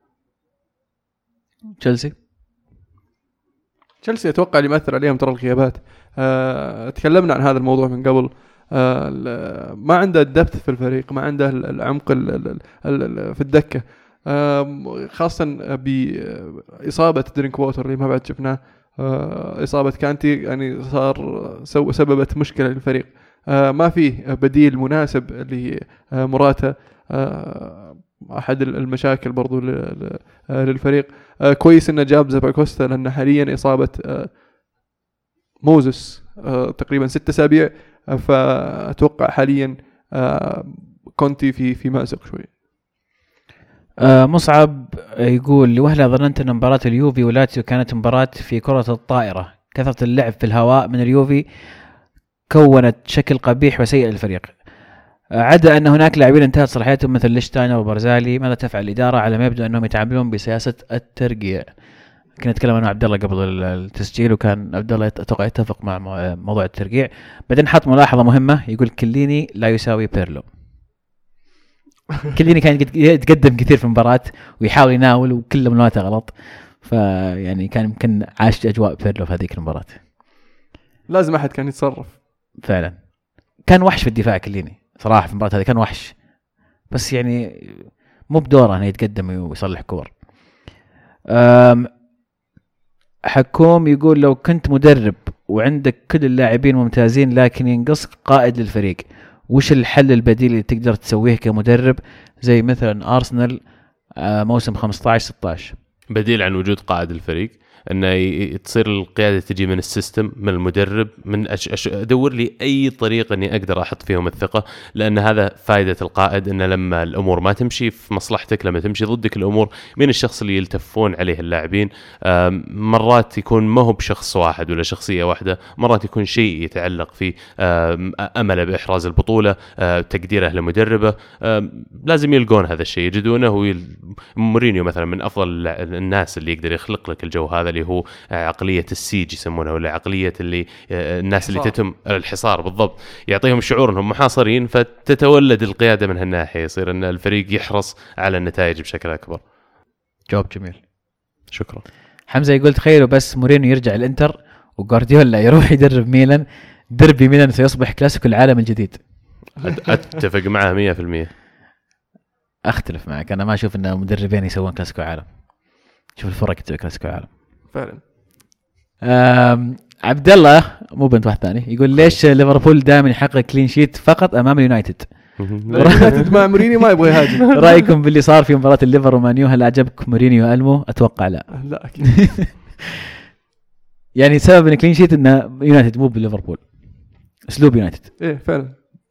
تشيلسي تشيلسي اتوقع اللي مأثر عليهم ترى الغيابات. أه تكلمنا عن هذا الموضوع من قبل. أه ما عنده الدبث في الفريق، ما عنده العمق في الدكة، أه خاصة بإصابة درينك ووتر اللي ما بعد شفناه. أه إصابة كانتي يعني صار سببت مشكلة للفريق. أه ما فيه بديل مناسب لمراته، أه أحد المشاكل برضو للفريق. آه كويس إنه جاب زاباكوستا، لأن حاليا إصابة آه موزس آه تقريبا ستة أسابيع، آه فأتوقع حاليا آه كونتي في في مأزق شوي. آه مصعب يقول لوهلة ظننت أن مباراة اليوفي ولاتسيو كانت مباراة في كرة الطائرة، كثرة اللعب في الهواء من اليوفي كونت شكل قبيح وسيء للفريق، عدا أن هناك لاعبين انتهت صلاحيتهم مثل ليشتاينر وبرزالي. ماذا تفعل الإدارة على ما يبدو أنهم يتعاملون بسياسة الترقيع؟ كنا نتكلم عن عبد الله قبل التسجيل، وكان عبد الله أتوقع يتفق مع موضوع الترقيع. بعدين حط ملاحظة مهمة يقول كليني لا يساوي بيرلو. كليني كان يتقدم كثير في المباراة ويحاول يناول وكل ملواته غلط، فيعني كان يمكن عاش أجواء بيرلو في هذيك المباراة. لازم أحد كان يتصرف فعلا. كان وحش في الدفاع كليني صراحة في المباراة هذه، كان وحش، بس يعني مو بدوره أنه يتقدم ويصلح كور. حكوم يقول لو كنت مدرب وعندك كل اللاعبين ممتازين لكن ينقص قائد للفريق، وش الحل البديل اللي تقدر تسويه كمدرب زي مثلا أرسنال موسم خمسة عشر ستة عشر؟ بديل عن وجود قائد الفريق انه تصير القياده تجي من السيستم من المدرب من أش... أش... ادور لي اي طريقه اني اقدر احط فيهم الثقه، لان هذا فائده القائد، انه لما الامور ما تمشي في مصلحتك، لما تمشي ضدك الامور، من الشخص اللي يلتفون عليه اللاعبين. مرات يكون ما هو بشخص واحد ولا شخصيه واحده، مرات يكون شيء يتعلق في امله باحراز البطوله، تقديره لمدربه، لازم يلقون هذا الشيء يجدونه. مورينيو مثلا من افضل الناس اللي يقدر يخلق لك الجو هذا، اللي هو عقليه السيج يسمونها، ولا عقليه اللي الناس اللي تتم الحصار بالضبط، يعطيهم شعور انهم محاصرين، فتتولد القياده من هالناحيه، يصير ان الفريق يحرص على النتائج بشكل اكبر. جواب جميل، شكرا. حمزه يقول تخيلوا بس مورينيو يرجع الانتر وغارديولا يروح يدرب ميلان، دربي ميلان سيصبح كلاسيكو العالم الجديد. اتفق معه مية بالمية. اختلف معك، انا ما اشوف ان مدربين يسوون كلاسيكو عالم. شوف الفرق تسوي كلاسيكو عالم فعلا. عبد الله مو بنت واحد ثاني يقول ليش ليفربول دائما يحقق كلين شيت فقط امام اليونايتد؟ اليونايتد مع مورينيو ما يبغى يهاجم. رايكم باللي صار في مباراه الليفر ومانيو، هل عجبك مورينيو والمو؟ اتوقع لا. لا اكيد. يعني سبب ان كلين شيت انه يونايتد مو بليفربول، اسلوب يونايتد. ايه فعلا.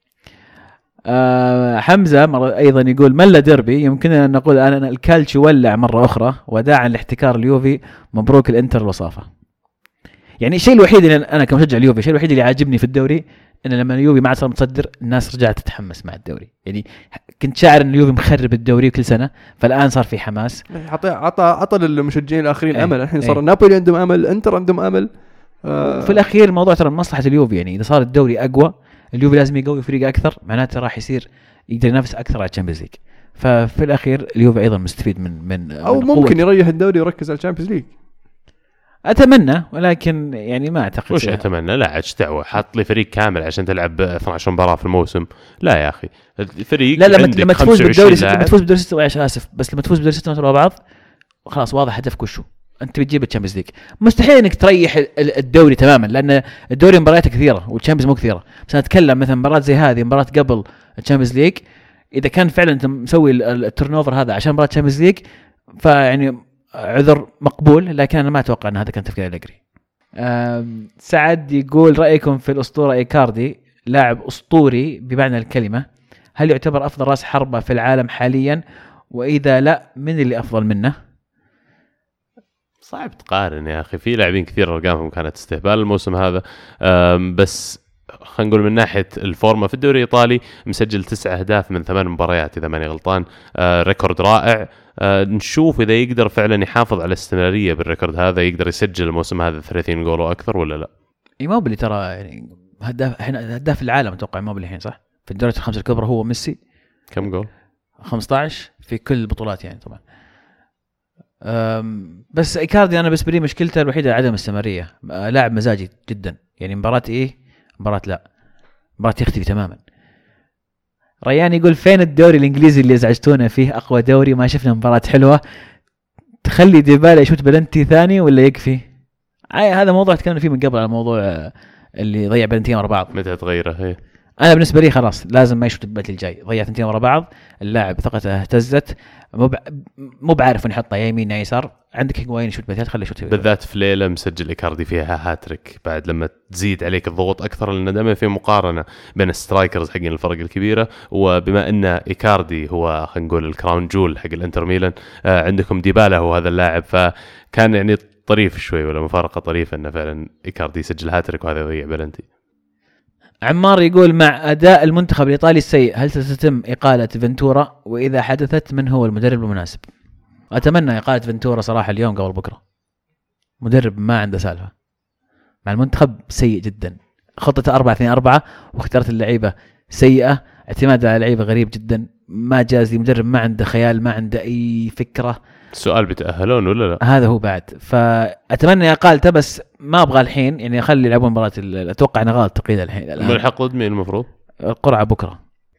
آه حمزه مرة ايضا يقول ملا ديربي، يمكننا ان نقول ان الكالتشي ولع مره اخرى وداعا لاحتكار اليوفي، مبروك الانتر الوصافه. يعني الشيء الوحيد اللي انا كمشجع اليوفي، الشيء الوحيد اللي عاجبني في الدوري ان لما اليوفي ما عاد صار متصدر الناس رجعت تتحمس مع الدوري. يعني كنت شاعر ان اليوفي مخرب الدوري كل سنه، فالان صار في حماس. عطى عطى عطى للمشجعين الاخرين ايه امل. الحين ايه صار نابولي عندهم امل، انتر عندهم امل. آه في الاخير الموضوع ترى مصلحه اليوفي، يعني اذا صار الدوري اقوى اليوفي لازم يقوي فريق اكثر، معناته راح يصير يقدر ينافس اكثر على الشامبيونز ليج. ففي الاخير اليوفي ايضا مستفيد من من او من ممكن يريح الدوري ويركز على الشامبيونز ليج. اتمنى، ولكن يعني ما اعتقد. وش اتمنى؟ لا عاد دعوه، حط لي فريق كامل عشان تلعب اثنتي عشرة مباراه في الموسم. لا يا اخي، الفريق لا لما لما تفوز بالدوري لاعب. لما تفوز بالدوري ستة وعشرين اسف بس لما تفوز بالدوري ستة ورا بعض خلاص واضح هدفك وشو، انت بتجيب الشامبيونز ليج. مستحيل انك تريح الدوري تماما، لان الدوري مبارياته كثيره والشامبيونز مو كثيره. بس اتكلم مثلا مباراه زي هذه، مباراه قبل الشامبيونز ليج، اذا كان فعلا انت مسوي التيرن اوفر هذا عشان مباراه الشامبيونز ليج، فيعني عذر مقبول، لكن انا ما اتوقع ان هذا كان تفكير أليجري. سعد يقول رايكم في الاسطوره ايكاردي، لاعب اسطوري بمعنى الكلمه، هل يعتبر افضل راس حربه في العالم حاليا؟ واذا لا من اللي افضل منه؟ صعب تقارن يا اخي، في لاعبين كثير ارقامهم كانت استهبال الموسم هذا. بس خلينا نقول من ناحيه الفورمه في الدوري الايطالي مسجل تسعة اهداف من ثمان مباريات اذا ماني غلطان، ريكورد رائع. نشوف اذا يقدر فعلا يحافظ على الاستمراريه بالريكورد هذا، يقدر يسجل الموسم هذا ثلاثين جول واكثر ولا لا. ايموبيلي ترى يعني هداف احنا هداف العالم اتوقع ايموبيلي الحين صح في الدوريات الخمسه الكبرى، هو ميسي كم جول؟ خمسة عشر في كل البطولات يعني طبعا. بس ايكاردي انا بالنسبه لي مشكلته الوحيده عدم الاستمراريه، لاعب مزاجي جدا، يعني مباراه ايه مباراه لا مباراه يختفي تماما. ريان يقول فين الدوري الانجليزي اللي ازعجتونا فيه، اقوى دوري ما شفنا مباراه حلوه، تخلي ديبالا يشوت بلنتي ثاني ولا يكفي؟ هذا موضوع تكلمنا فيه من قبل، على موضوع اللي ضيع بلنتين ورا بعض متى تغيره. هي انا بالنسبه لي خلاص لازم ما يشوت البلنتي الجاي، ضيع ثنتين ورا بعض، اللاعب ثقته اهتزت، مو مو بعارف ان يحطها يمين يا يسار، عندك هيغوايين يشوت بلنتيات خليه يشوت، بالذات في ليله مسجل ايكاردي فيها هاتريك، بعد لما تزيد عليك الضغوط اكثر، لان دائما في مقارنه بين السترايكرز حقين الفرق الكبيره، وبما ان ايكاردي هو خلينا نقول الكراون جول حق الانتر ميلان، آه عندكم ديبالا هو هذا اللاعب، فكان يعني طريف شوي ولا مفارقه طريفه انه فعلا ايكاردي يسجل هاتريك وهذا يضيع بلنتي. عمار يقول مع أداء المنتخب الإيطالي السيء هل ستتم إقالة فنتورا؟ وإذا حدثت من هو المدرب المناسب؟ أتمنى إقالة فنتورا صراحة اليوم قبل بكرة. مدرب ما عنده سالفة مع المنتخب، سيء جدا، خطته أربعة اثنين أربعة واختيارات اللعيبة سيئة، اعتماد على لعيبة غريب جدا، ما جاز، مدرب ما عنده خيال، ما عنده أي فكرة. السؤال بيتأهلون ولا لا؟ هذا هو بعد، فأتمنى إقالته، بس ما أبغى الحين يعني أخلي يلعبون مباراة، أتوقع أنه غلط تقييد الحين. ملحق ضد مين المفروض؟ القرعة بكرة.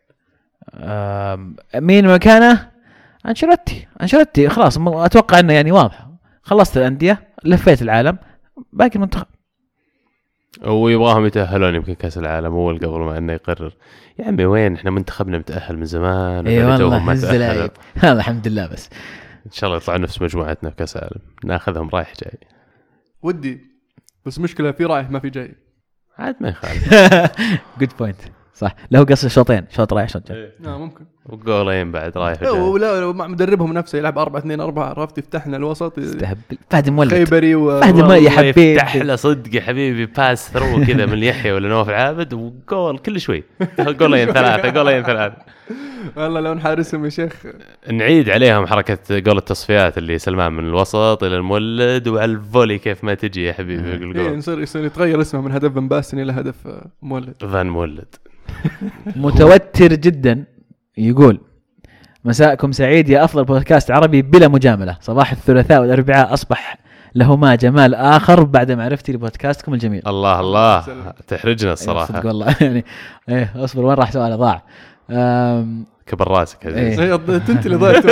مين مكانه؟ أنشيلوتي. أنشيلوتي خلاص، أتوقع أنه يعني واضح، خلصت الأندية، لفيت العالم، باقي المنتخب. ويبغاهم يتأهلون يمكن كأس العالم أول قبل ما إنه يقرر. يا عمي وين إحنا منتخبنا متأهل من زمان. إيه والله الحمد لله، بس إن شاء الله يطلع نفس مجموعتنا في كأس العالم، ناخذهم رايح جاي. ودي بس مشكله في رايح ما في جاي. عاد ما يخالف. جود بوينت صح. له قصة شوطين شوط رايح شوط جاي. اه ممكن وجولين بعد رايح لا وجاي. ولا مع مدربهم نفسه يلعب أربعة اثنين أربعة عرفت يفتح لنا الوسط استهبل فهد مولد خيبري و... فهد مولد يا حبيبي يفتح له صدق يا حبيبي باس ثرو كذا من يحيى ولا نواف العابد وجول كل شوي جولين ثلاثة جولين ثلاثة. والله لو نحارسهم يا شيخ نعيد عليهم حركة جول التصفيات اللي سلمان من الوسط إلى المولد وعلى الفولي كيف ما تجي يا حبيبي إيه الجول. يصير يصير يتغير اسمه من هدف فان باستن إلى هدف مولد. فان مولد. متوتر جدا يقول مساءكم سعيد يا أفضل بودكاست عربي بلا مجاملة. صباح الثلاثاء والأربعاء أصبح لهما جمال آخر بعد معرفتي لبودكاستكم الجميل. الله الله تحرجنا الصراحة. صدق والله يعني إيه أصبر وين راح سؤال ضاع. كبر راسك عزيز. إيه أنت اللي ضايعت.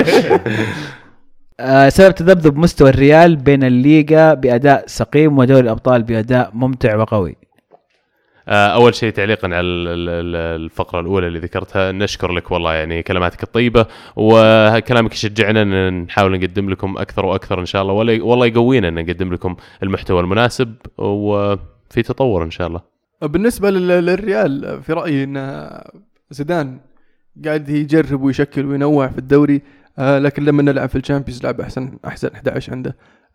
سبب تذبذب مستوى الريال بين الليغا بأداء سقيم ودوري الأبطال بأداء ممتع وقوي. أول شيء تعليقا على الفقرة الأولى اللي ذكرتها نشكر لك والله يعني كلماتك الطيبة وكلامك يشجعنا أن نحاول نقدم لكم أكثر وأكثر إن شاء الله والله يقوينا أن نقدم لكم المحتوى المناسب وفي تطور إن شاء الله. بالنسبة للريال في رأيي أن زيدان قاعد يجرب ويشكل وينوع في الدوري لكن لما نلعب في الشامبيونز لعب أحسن أحسن أحد عشر عنده.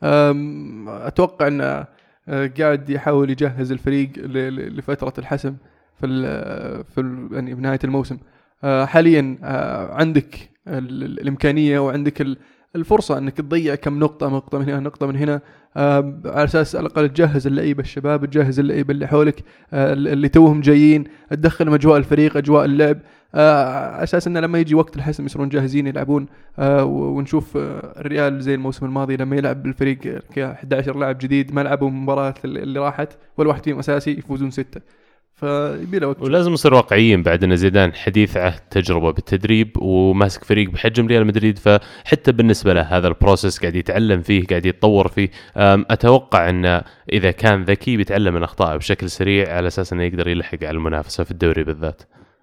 أتوقع أن قاعد يحاول يجهز الفريق لفترة الحسم في ال في ال يعني بنهاية الموسم. حاليا عندك الإمكانية وعندك الفرصة أنك تضيع كم نقطة نقطة من هنا نقطة من هنا على أساس على الأقل تجهز اللعيبة الشباب تجهز اللعيبة اللي حولك اللي توهم جايين تدخل أجواء الفريق أجواء اللعب على أساس أنه لما يجي وقت الحسم يصيرون جاهزين يلعبون. ونشوف الريال زي الموسم الماضي لما يلعب بالفريق كأحد عشر لاعب جديد ما لعبوا مباراة اللي راحت ولا واحد فيهم أساسي يفوزون ستة فيبي له وقت. ولازم نصير واقعيين بعد ان زيدان حديث عهد تجربه بالتدريب وماسك فريق بحجم ريال مدريد فحتى بالنسبه له هذا البروسيس قاعد يتعلم فيه قاعد يتطور فيه. اتوقع ان اذا كان ذكي بيتعلم من اخطائه بشكل سريع على اساس انه يقدر يلحق على المنافسه في الدوري بالذات.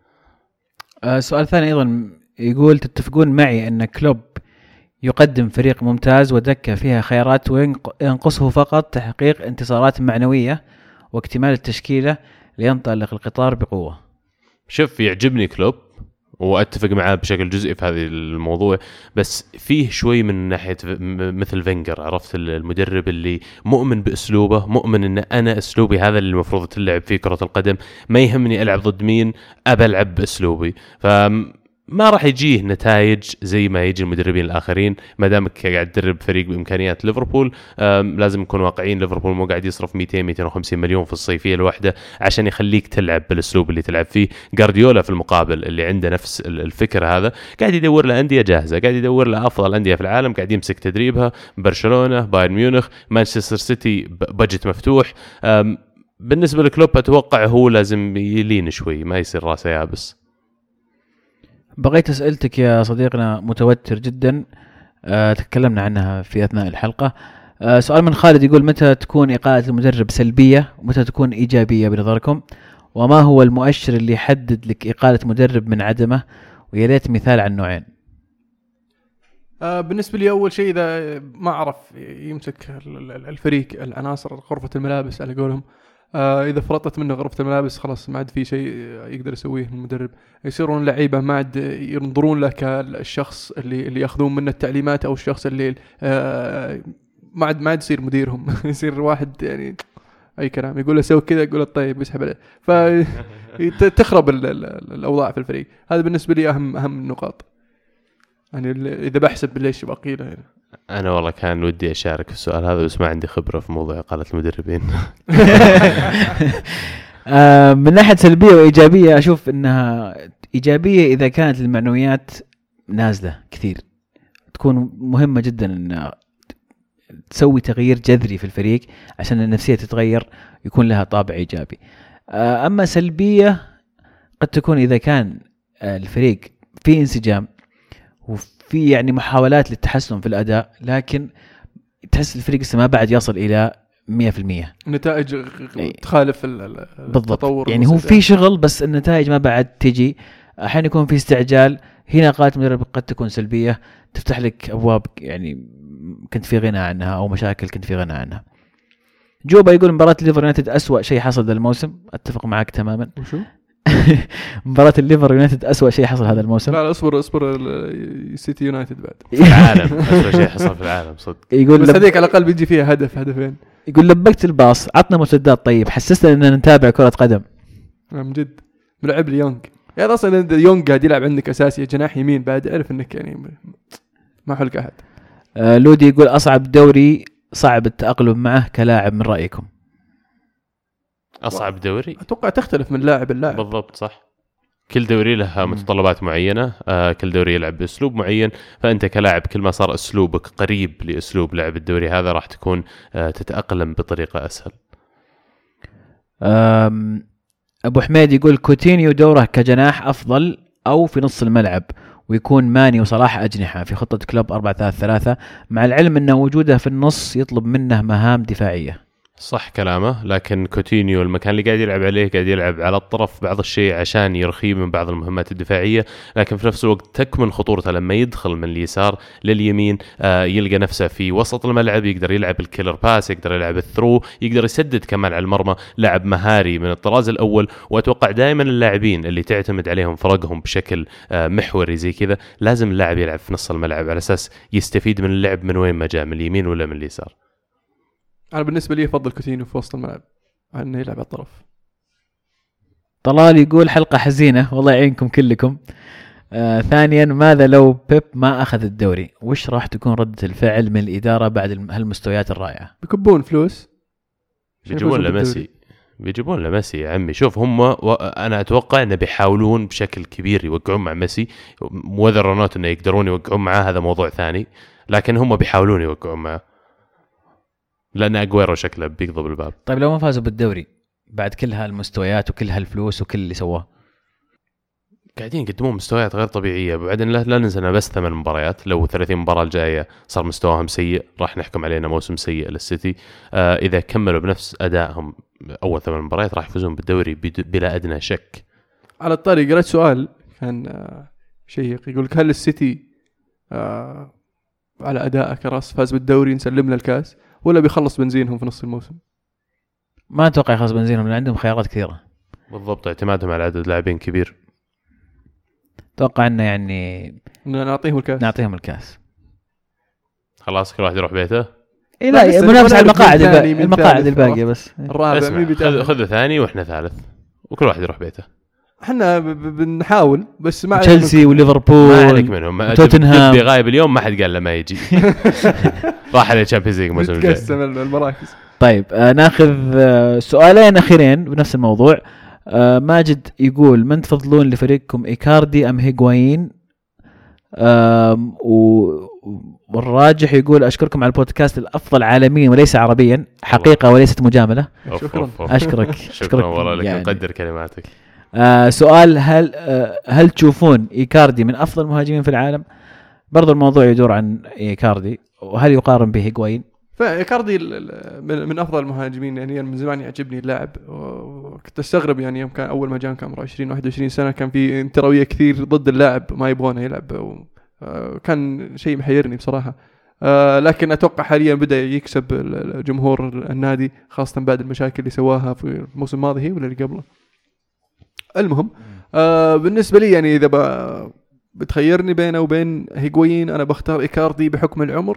آه سؤال ثاني ايضا يقول تتفقون معي ان كلوب يقدم فريق ممتاز ودكه فيها خيارات وينقصه فقط تحقيق انتصارات معنويه واكتمال التشكيله لينطلق القطار بقوة. شوف يعجبني كلوب واتفق معاه بشكل جزئي في هذا الموضوع بس فيه شوي من ناحية مثل فينجر عرفت المدرب اللي مؤمن بأسلوبه مؤمن ان انا اسلوبي هذا اللي المفروض تلعب فيه كرة القدم ما يهمني العب ضد مين ابى العب بأسلوبي ف ما راح يجيه نتائج زي ما يجي المدربين الآخرين ما دامك قاعد تدرب فريق بإمكانيات ليفربول. لازم نكون واقعيين ليفربول مو قاعد يصرف مئتين مئتين وخمسين مليون في الصيفية الواحدة عشان يخليك تلعب بالأسلوب اللي تلعب فيه. غارديولا في المقابل اللي عنده نفس الفكر هذا قاعد يدور له أندية جاهزة قاعد يدور له أفضل أندية في العالم قاعد يمسك تدريبها برشلونة بايرن ميونخ مانشستر سيتي بجت مفتوح. بالنسبة لكلوب أتوقع هو لازم يلين شوي ما يصير راسه يابس. بغيت أسألتك يا صديقنا متوتر جدا أه تكلمنا عنها في أثناء الحلقة. أه سؤال من خالد يقول متى تكون إقالة المدرب سلبية ومتى تكون إيجابية بنظركم وما هو المؤشر اللي يحدد لك إقالة مدرب من عدمه ويا ريت مثال عن نوعين. أه بالنسبة لي أول شيء إذا ما أعرف يمسك الفريق العناصر غرفة الملابس على قولهم آه إذا فرطت منه غرفة الملابس خلاص ما عاد في شيء يقدر يسويه المدرب. يصيرون لعيبة ما عاد ينظرون له كالشخص اللي اللي يأخذون منه التعليمات أو الشخص اللي آه ما عاد ما عاد يصير مديرهم يصير واحد يعني أي كلام يقول له سوي كذا يقول له طيب يسحب عليه فتخرب الأوضاع في الفريق. هذا بالنسبة لي أهم أهم النقاط يعني إذا بحسب ليش بقي له يعني. أنا والله كان ودي أشارك في السؤال هذا بس ما عندي خبرة في موضوع إقالة المدربين. من ناحية سلبية وإيجابية أشوف أنها إيجابية إذا كانت المعنويات نازلة كثير تكون مهمة جدا أن تسوي تغيير جذري في الفريق عشان النفسية تتغير يكون لها طابع إيجابي. أما سلبية قد تكون إذا كان الفريق في انسجام وفي يعني محاولات للتحسن في الأداء لكن تحس الفريق لسه ما بعد يصل إلى مية في المية نتائج تخالف التطور يعني هو في شغل بس النتائج ما بعد تجي. أحيانا يكون في استعجال هنا قالت مدرب قد تكون سلبية تفتح لك أبواب يعني كنت في غنى عنها أو مشاكل كنت في غنى عنها. جوبا يقول مباراة ليفر يونايتد أسوأ شيء حصل هذا الموسم. اتفق معك تماما. وشو مباراة الليفر يونايتد أسوأ شيء حصل هذا الموسم. لا لا اصبر اصبر السيتي يونايتد بعد في العالم أسوأ شيء حصل في العالم صدق. يقول بس لب... هذيك على الاقل بيجي فيها هدف هدفين. يقول لبكت الباص، عطنا مسدات طيب، حسسنا اننا نتابع كرة قدم. من جد ملعب لي يونغ يا يعني اصلا يونغ قاعد يلعب عندك اساسي جناح يمين بعد اعرف انك يعني ما حلك احد. آه لودي يقول اصعب دوري صعب التأقلم معه كلاعب من رأيكم. اصعب دوري اتوقع تختلف من لاعب اللاعب. بالضبط صح. كل دوري له متطلبات معينة، آه كل دوري يلعب بأسلوب معين، فأنت كلاعب كل ما صار أسلوبك قريب لأسلوب لعب الدوري هذا راح تكون آه تتأقلم بطريقة أسهل. أبو حميد يقول كوتينيو دوره كجناح أفضل أو في نص الملعب، ويكون ماني وصلاح أجنحة في خطة كلوب أربعة ثلاثة ثلاثة، مع العلم أن وجوده في النص يطلب منه مهام دفاعية. صح كلامه، لكن كوتينيو المكان اللي قاعد يلعب عليه قاعد يلعب على الطرف بعض الشيء عشان يرخيه من بعض المهمات الدفاعية، لكن في نفس الوقت تكمن خطورته لما يدخل من اليسار لليمين، آه يلقى نفسه في وسط الملعب، يقدر يلعب الكيلر باس، يقدر يلعب الثرو، يقدر يسدد كمان على المرمى، لاعب مهاري من الطراز الأول. وأتوقع دائما اللاعبين اللي تعتمد عليهم فرقهم بشكل آه محوري زي كذا لازم اللاعب يلعب في نص الملعب على أساس يستفيد من اللعب من وين ما جاء، من اليمين ولا من اليسار. أنا بالنسبة لي أفضل كوتينيو في وسط الملعب أنه يلعب على الطرف. طلال يقول حلقة حزينة والله يعينكم كلكم. آه ثانيا ماذا لو بيب ما أخذ الدوري؟ وش راح تكون ردة الفعل من الإدارة بعد هالمستويات الرائعة؟ بيكبون فلوس، بيجيبون لميسي بيجيبون لميسي يا عمي. شوف هم و... أنا أتوقع أنه بيحاولون بشكل كبير يوقعون مع ميسي، وذر or not أنه يقدرون يوقعون معاه هذا موضوع ثاني، لكن هم بيحاولون يوقعون معه لأن أجويرو شكله بيقضب الباب. طيب لو ما فازوا بالدوري بعد كل هالمستويات وكل هالفلوس وكل اللي سواه؟ قاعدين يقدمون مستويات غير طبيعية. وبعدين لا, لا ننسى بس ثمان مباريات، لو ثلاثين مباراة الجاية صار مستواهم سيء راح نحكم علينا موسم سيء للسيتي. آه إذا كملوا بنفس أدائهم أول ثمان مباريات راح يفوزون بالدوري بلا أدنى شك. على الطريق قرأت سؤال كان آه شيق يقول هل السيتي آه على أداءه كراس فاز بالدوري نسلم له الكاس ولا بيخلص بنزينهم في نص الموسم؟ ما أتوقع يخلص بنزينهم لأن عندهم خيارات كثيرة. بالضبط، اعتمادهم على عدد لاعبين كبير. أتوقع إنه يعني نعطيهم الكاس نعطيهم الكاس خلاص كل واحد يروح بيته. إيه لا منافس على المقاعد المقاعد الباقية بس. الرابع مين بيتأهل؟ خذوا ثاني وإحنا ثالث وكل واحد يروح بيته. احنا بنحاول بس ما تشيلسي وليفربول ما عليك منهم. توتنهام غايب اليوم ما حد قال له ما يجي. راح على الشامبيونز ليج الموسم الجاي. تقسم المراكز. طيب آه ناخذ آه سؤالين اخيرين بنفس الموضوع. آه ماجد يقول من تفضلون لفريقكم إيكاردي ام هيغوايين؟ آه والراجح يقول اشكركم على البودكاست الافضل عالميا وليس عربيا، حقيقة وليست مجاملة. شكرا اشكرك شكرا والله لك، نقدر كلماتك. آه سؤال هل آه هل تشوفون إيكاردي من أفضل المهاجمين في العالم؟ برضو الموضوع يدور عن إيكاردي، وهل يقارن به هيغوايين؟ فإيكاردي من أفضل المهاجمين، يعني من زمان يعجبني اللاعب، وكنت أستغرب يعني يوم كان أول ما جاء كان عمره عشرين واحد وعشرين سنة كان في انتراوية كثير ضد اللاعب ما يبغونه يلعب، كان شيء محيرني بصراحة. لكن أتوقع حاليا بدأ يكسب جمهور النادي خاصة بعد المشاكل اللي سواها في الموسم الماضي ولا اللي قبله. المهم آه بالنسبة لي يعني إذا بتخيرني بينه وبين هيغوايين أنا بختار إيكاردي بحكم العمر.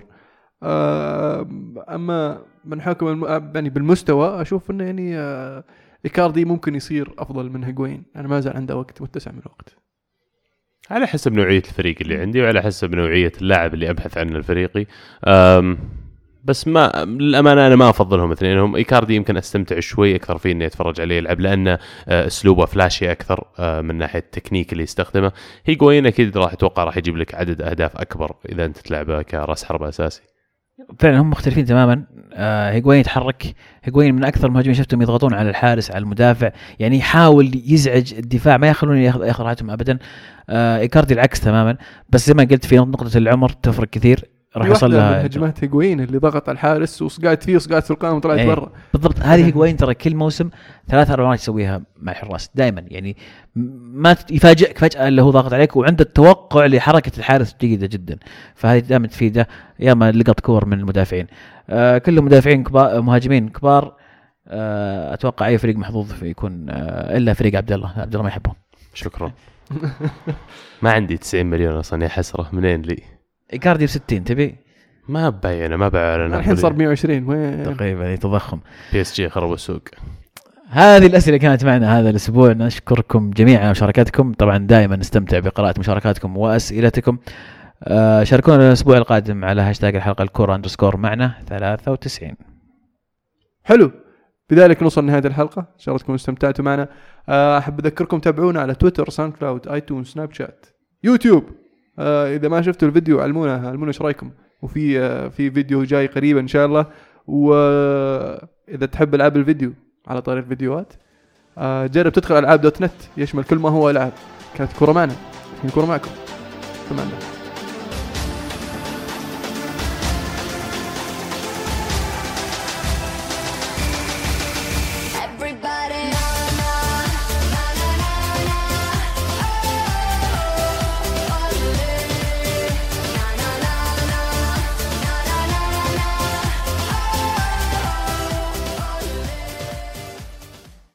آه أما من حكم الم... يعني بالمستوى أشوف إنه يعني آه إيكاردي ممكن يصير أفضل من هيغوايين. أنا ما زال عنده وقت متسع من الوقت على حسب نوعية الفريق اللي عندي وعلى حسب نوعية اللاعب اللي أبحث عنه الفريقي. آم بس ما للأمانة أنا ما أفضلهم اثنينهم. إيكاردي يمكن أستمتع شوي أكثر فيه إني أتفرج عليه يلعب لأنه أسلوبه فلاشي أكثر من ناحية التكنيك اللي يستخدمه. هيغوايين أكيد راح أتوقع راح يجيب لك عدد أهداف أكبر إذا أنت تلعبه كرأس حربة أساسي. فعلا هم مختلفين تماما. آه هيغوايين يتحرك، هيغوايين من أكثر المهاجمين شفتهم يضغطون على الحارس على المدافع، يعني يحاول يزعج الدفاع ما يخلون ياخذ ياخذ راحتهم أبدا. آه إيكاردي العكس تماما، بس زي ما قلت في نقطة العمر تفرق كثير. راح يوصل لها هجمات هيغوين اللي ضغط على الحارس وصقعت فيه وصقعت في القائم وطلعت ايه برا. بالضبط. هذه هيغوين ترى كل موسم ثلاث أربع مرات يسويها مع الحراس دائما، يعني ما يفاجئك فجأة اللي هو ضاغط عليك وعنده التوقع لحركة الحارس جيدة جدا، فهذه دائما تفيده. يا ما لقط كور من المدافعين آه كلهم مدافعين كبار مهاجمين كبار. آه اتوقع اي فريق محظوظ في يكون آه الا فريق عبد الله عبد الله ما يحبهم. شكرا. ما عندي تسعين مليون اصلا يا حسره، منين لي؟ ايكاردي بستين تبي؟ ما باين ما بعلن الحين صار مية وعشرين وين تقريبا تضخم. بي اس جي خرب السوق. هذه الأسئلة كانت معنا هذا الأسبوع، نشكركم جميعا على مشاركاتكم. طبعا دائما نستمتع بقراءة مشاركاتكم وأسئلتكم. آه شاركونا الأسبوع القادم على هاشتاج الحلقة الكورة أندرسكور معنا ثلاثة وتسعين. حلو، بذلك نوصل لنهاية الحلقة، إن شاء الله تكونوا استمتعتوا معنا. آه أحب أذكركم تابعونا على تويتر، ساوند كلاود، آيتونز، سناب شات، يوتيوب. آه إذا ما شفتوا الفيديو علمونا علمونا إيش رأيكم، وفي آه في فيديو جاي قريبا إن شاء الله. وإذا تحب ألعاب الفيديو على طريق الفيديوهات آه جرب تدخل ألعاب دوت نت، يشمل كل ما هو ألعاب. كانت كورة معنا، الحين كورة معكم. تمام.